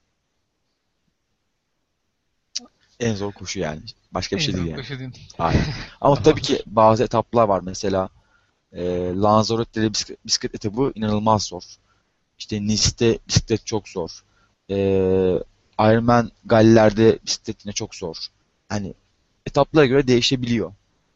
En zor koşu yani. Başka bir şey değil yani. Aynen. Ama tabii ki bazı etaplar var. Mesela Lanzarote'de bisiklet etabı inanılmaz zor. İşte Nice'de bisiklet çok zor. Ironman Galler'de bisiklet yine çok zor. Hani etaplara göre değişebiliyor.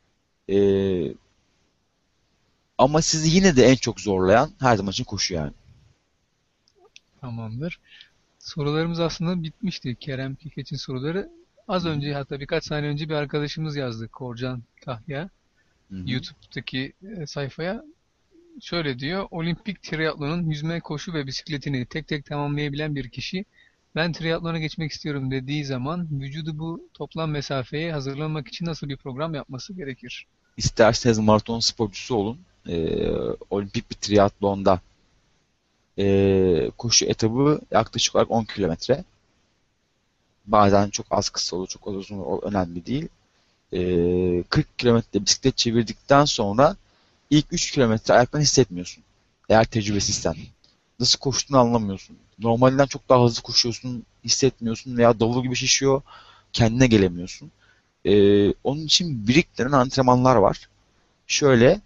Ama sizi yine de en çok zorlayan her zaman için koşu yani. Tamamdır. Sorularımız aslında bitmişti. Kerem Kikeç'in soruları. Az önce hatta birkaç saniye önce bir arkadaşımız yazdı. Korcan Tahya. YouTube'daki sayfaya. Şöyle diyor. Olimpik triatlonun yüzme, koşu ve bisikletini tek tek tamamlayabilen bir kişi ben triatlona geçmek istiyorum dediği zaman vücudu bu toplam mesafeye hazırlanmak için nasıl bir program yapması gerekir? İsterseniz maraton sporcusu olun. Olimpik bir triatlonda koşu etabı yaklaşık olarak 10 kilometre. Bazen çok az kısa olur, çok az uzun olur, önemli değil. 40 kilometre bisiklet çevirdikten sonra İlk 3 kilometre ayaklarını hissetmiyorsun. Eğer tecrübesizsen. Nasıl koştuğunu anlamıyorsun. Normalinden çok daha hızlı koşuyorsun, hissetmiyorsun veya davul gibi şişiyor, kendine gelemiyorsun. Onun için brick denen antrenmanlar var. Şöyle,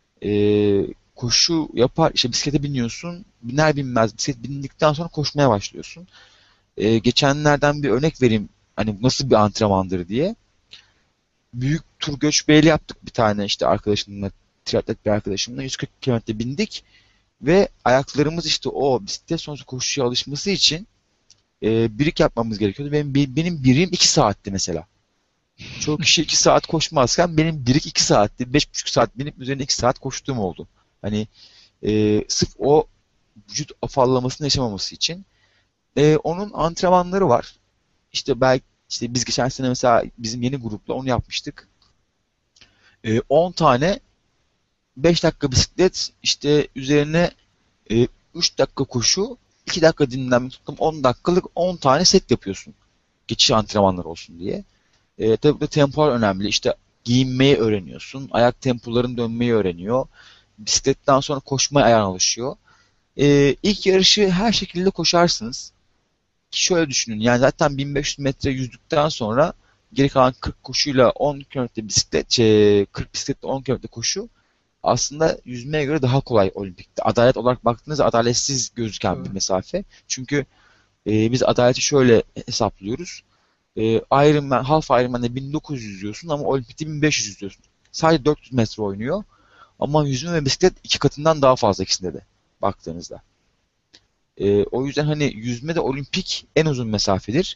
koşu yapar, işte bisiklete biniyorsun, biner binmez bisiklet bindikten sonra koşmaya başlıyorsun. Geçenlerden bir örnek vereyim, hani nasıl bir antrenmandır diye. Büyük tur göçbeyli yaptık bir tane işte arkadaşımla, triatlet bir arkadaşımla 140 kilometre bindik ve ayaklarımız işte o bisiklet sonrası koşuya alışması için birik yapmamız gerekiyordu. Benim birim 2 saatti mesela. Çoğu kişi 2 saat koşmazken benim birik 2 saatti. 5,5 saat binip üzerine 2 saat koştuğum oldu. Hani sırf o vücut afallamasını yaşamaması için. Onun antrenmanları var. İşte belki işte biz geçen sene mesela bizim yeni grupla onu yapmıştık. 10 tane 5 dakika bisiklet, işte üzerine 3 dakika koşu, 2 dakika dinlenme, tuttum 10 dakikalık 10 tane set yapıyorsun. Geçiş antrenmanları olsun diye. Tabii de tempolar önemli. İşte giyinmeyi öğreniyorsun. Ayak tempoların dönmeyi öğreniyor. Bisikletten sonra koşmaya ayağın alışıyor. İlk yarışı her şekilde koşarsınız. Şöyle düşünün. Yani zaten 1500 metre yüzdükten sonra geri kalan 40 koşuyla 10 kilometre bisiklet, 40 bisikletle 10 kilometre koşu aslında yüzmeye göre daha kolay olimpikte. Adalet olarak baktığınızda adaletsiz gözüken bir mesafe. Çünkü biz adaleti şöyle hesaplıyoruz. Ironman, Half Ironman'de 1900 yüzüyorsun ama olimpikte 1500 yüzüyorsun. Sadece 400 metre oynuyor. Ama yüzme ve bisiklet 2 katından daha fazla ikisinde de baktığınızda. O yüzden hani yüzme de olimpik en uzun mesafedir.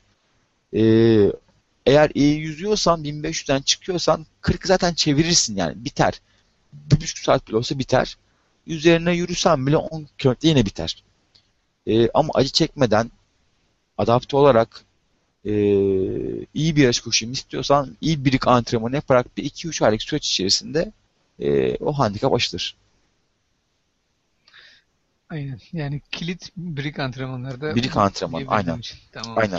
Eğer iyi yüzüyorsan 1500'den çıkıyorsan 40 zaten çevirirsin yani biter. 1,5 saat bile olsa biter. Üzerine yürüsen bile 10 kilometre yine biter. Ama acı çekmeden adapte olarak iyi bir yarış koşayım istiyorsan iyi birik antrenmanı yaparak bir 2-3 aylık süreç içerisinde o handikap aşılır. Aynen. Yani kilit birik antrenmanlarda Birik antrenman, aynen. Tamam. Aynen.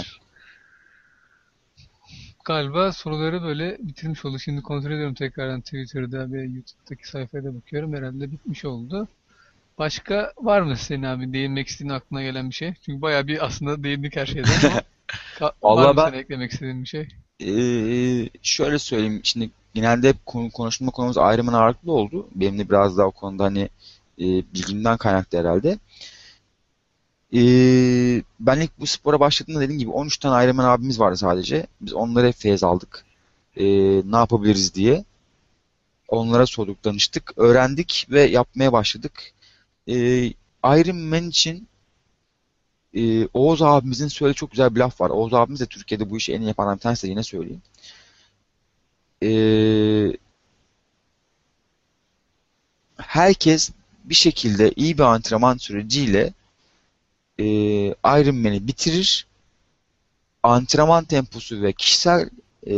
Galiba soruları böyle bitirmiş oldu. Şimdi kontrol ediyorum tekrardan Twitter'da ve YouTube'daki sayfaya da bakıyorum. Herhalde bitmiş oldu. Başka var mı senin abi değinmek istediğin aklına gelen bir şey? Çünkü bayağı bir aslında değindik her şeyden ama var mı senin eklemek istediğin bir şey? Şöyle söyleyeyim. Şimdi genelde hep konuşma konumuz Ironman ağırlıklı oldu. Benim de biraz daha o konuda hani bilgimden kaynaklı herhalde. Ben ilk bu spora başladığımda dediğim gibi 13 tane Ironman abimiz vardı sadece. Biz onlara hep feyz aldık. Ne yapabiliriz diye. Onlara sorduk, danıştık, öğrendik ve yapmaya başladık. Ironman için Oğuz abimizin söylediği çok güzel bir laf var. Oğuz abimiz de Türkiye'de bu işi en iyi yapan bir tanesi de yine söyleyeyim. Herkes bir şekilde iyi bir antrenman süreciyle Ironman'i bitirir. Antrenman temposu ve kişisel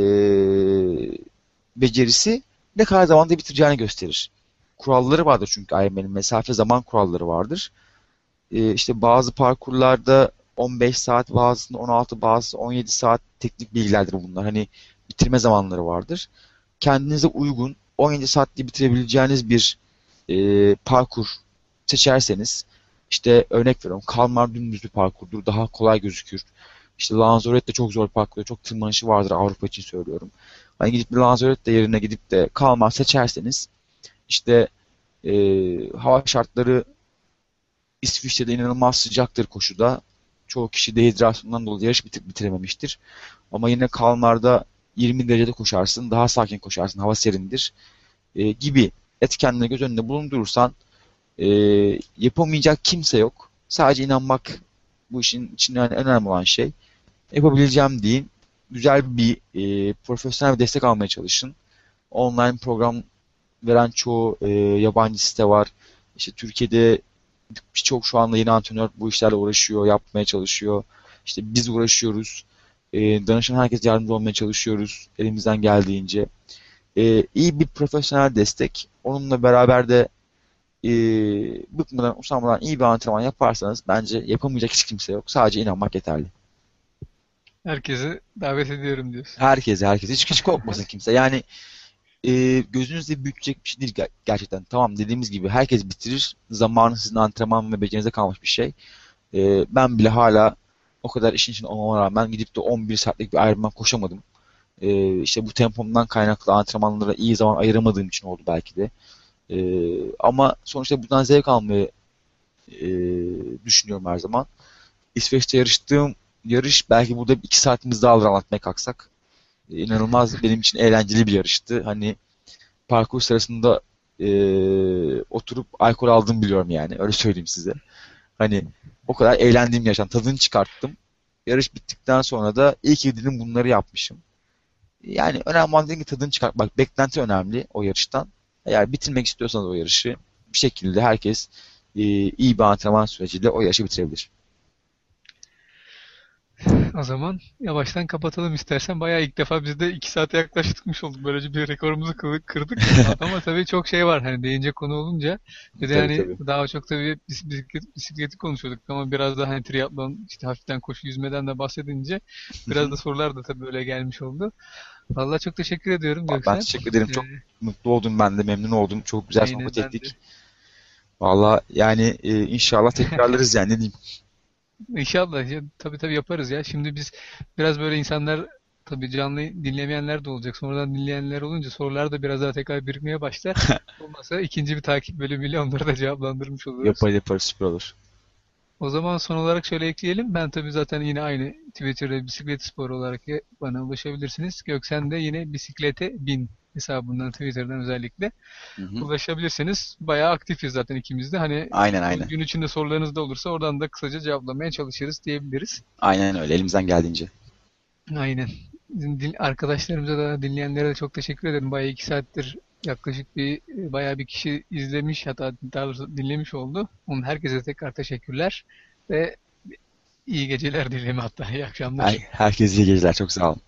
becerisi ne kadar zamanda bitireceğini gösterir. Kuralları vardır çünkü Ironman'in mesafe zaman kuralları vardır. İşte bazı parkurlarda 15 saat, bazısında 16, bazısı 17 saat teknik bilgilerdir bunlar. Hani bitirme zamanları vardır. Kendinize uygun 17 saatte bitirebileceğiniz bir parkur seçerseniz işte örnek veriyorum Kalmar dümdüz bir parkurdur. Daha kolay gözükür. İşte Lanzarote de çok zor bir parkur. Çok tırmanışı vardır Avrupa için söylüyorum. Hani gidip bir Lanzarote yerine gidip de Kalmar seçerseniz işte hava şartları İsviçre'de inanılmaz sıcaktır koşuda. Çoğu kişi dehidrasyondan dolayı yarış bitirememiştir. Ama yine Kalmar'da 20 derecede koşarsın, daha sakin koşarsın, hava serindir gibi etkenleri göz önünde bulundurursan yapamayacak kimse yok. Sadece inanmak bu işin içinde yani en önemli olan şey. Yapabileceğim deyin. Güzel bir profesyonel bir destek almaya çalışın. Online program veren çoğu yabancı site var. İşte Türkiye'de birçok şu anda yeni antrenör bu işlerle uğraşıyor, yapmaya çalışıyor. İşte biz uğraşıyoruz. Danışan herkes yardımcı olmaya çalışıyoruz elimizden geldiğince. İyi bir profesyonel destek. Onunla beraber de bıkmadan, usanmadan iyi bir antrenman yaparsanız bence yapamayacak hiç kimse yok. Sadece inanmak yeterli. Herkesi davet ediyorum diyorsun. Herkese hiç korkmasın kimse. Yani Gözünüzde büyütecek bir şey değil gerçekten. Tamam, dediğimiz gibi herkes bitirir. Zamanı sizin antrenman ve becerinize kalmış bir şey. Ben bile hala o kadar işin içinde olmama rağmen gidip de 11 saatlik bir Ironman koşamadım. İşte bu tempomdan kaynaklı antrenmanlara iyi zaman ayıramadığım için oldu belki de. Ama sonuçta bundan zevk almayı e, düşünüyorum her zaman. İsveç'te yarıştığım yarış belki burada 2 saatimiz daha alır anlatmaya kalksak. İnanılmaz benim için eğlenceli bir yarıştı. Hani parkur sırasında oturup alkol aldım biliyorum yani. Öyle söyleyeyim size. Hani o kadar eğlendiğim yaşam. Tadını çıkarttım. Yarış bittikten sonra da iyi ki dedim bunları yapmışım. Yani önemli olan değil ki tadını çıkartmak. Beklenti önemli o yarıştan. Eğer bitirmek istiyorsanız o yarışı bir şekilde herkes iyi bir antrenman süreciyle o yarışı bitirebilir. O zaman yavaştan kapatalım istersen. Bayağı ilk defa biz de 2 saate yaklaştıkmış olduk. Böylece bir rekorumuzu kırdık. Ama tabii çok şey var hani değinecek konu olunca. Bir de Tabii hani tabii. daha çok tabii bisikleti konuşuyorduk ama biraz da hani triatlon işte hafiften koşu yüzmeden de bahsedince biraz da sorular da tabii öyle gelmiş oldu. Vallahi çok teşekkür ediyorum Ben Göksel. teşekkür ederim. Ee, Çok mutlu oldum ben de. Memnun oldum. Çok güzel aynen sohbet ben de. ettik. Valla yani inşallah tekrarlarız yani ne diyeyim. İnşallah tabii yaparız ya. Şimdi biz biraz böyle insanlar tabii canlı dinlemeyenler de olacak. Sonradan dinleyenler olunca sorular da biraz daha tekrar birikmeye başlar. Olmasa ikinci bir takip bölümüyle onları da cevaplandırmış oluruz. Yaparız süper olur. O zaman son olarak şöyle ekleyelim. Ben tabii zaten yine aynı Twitter'da bisiklet sporu olarak bana ulaşabilirsiniz. Göksen de yine bisiklete bin hesabından Twitter'dan özellikle Hı hı. ulaşabilirsiniz. Bayağı aktifiz zaten ikimiz de. Hani Aynen aynen. gün içinde sorularınız da olursa oradan da kısaca cevaplamaya çalışırız diyebiliriz. Aynen öyle. Elimizden geldiğince. Aynen. Bizim arkadaşlarımıza da dinleyenlere de çok teşekkür ederim. Bayağı 2 saattir yaklaşık bayağı bir kişi izlemiş hatta daha doğrusu dinlemiş oldu. Onun herkese tekrar teşekkürler ve iyi geceler dilerim hatta iyi akşamlar. Herkese iyi geceler. Çok sağ olun.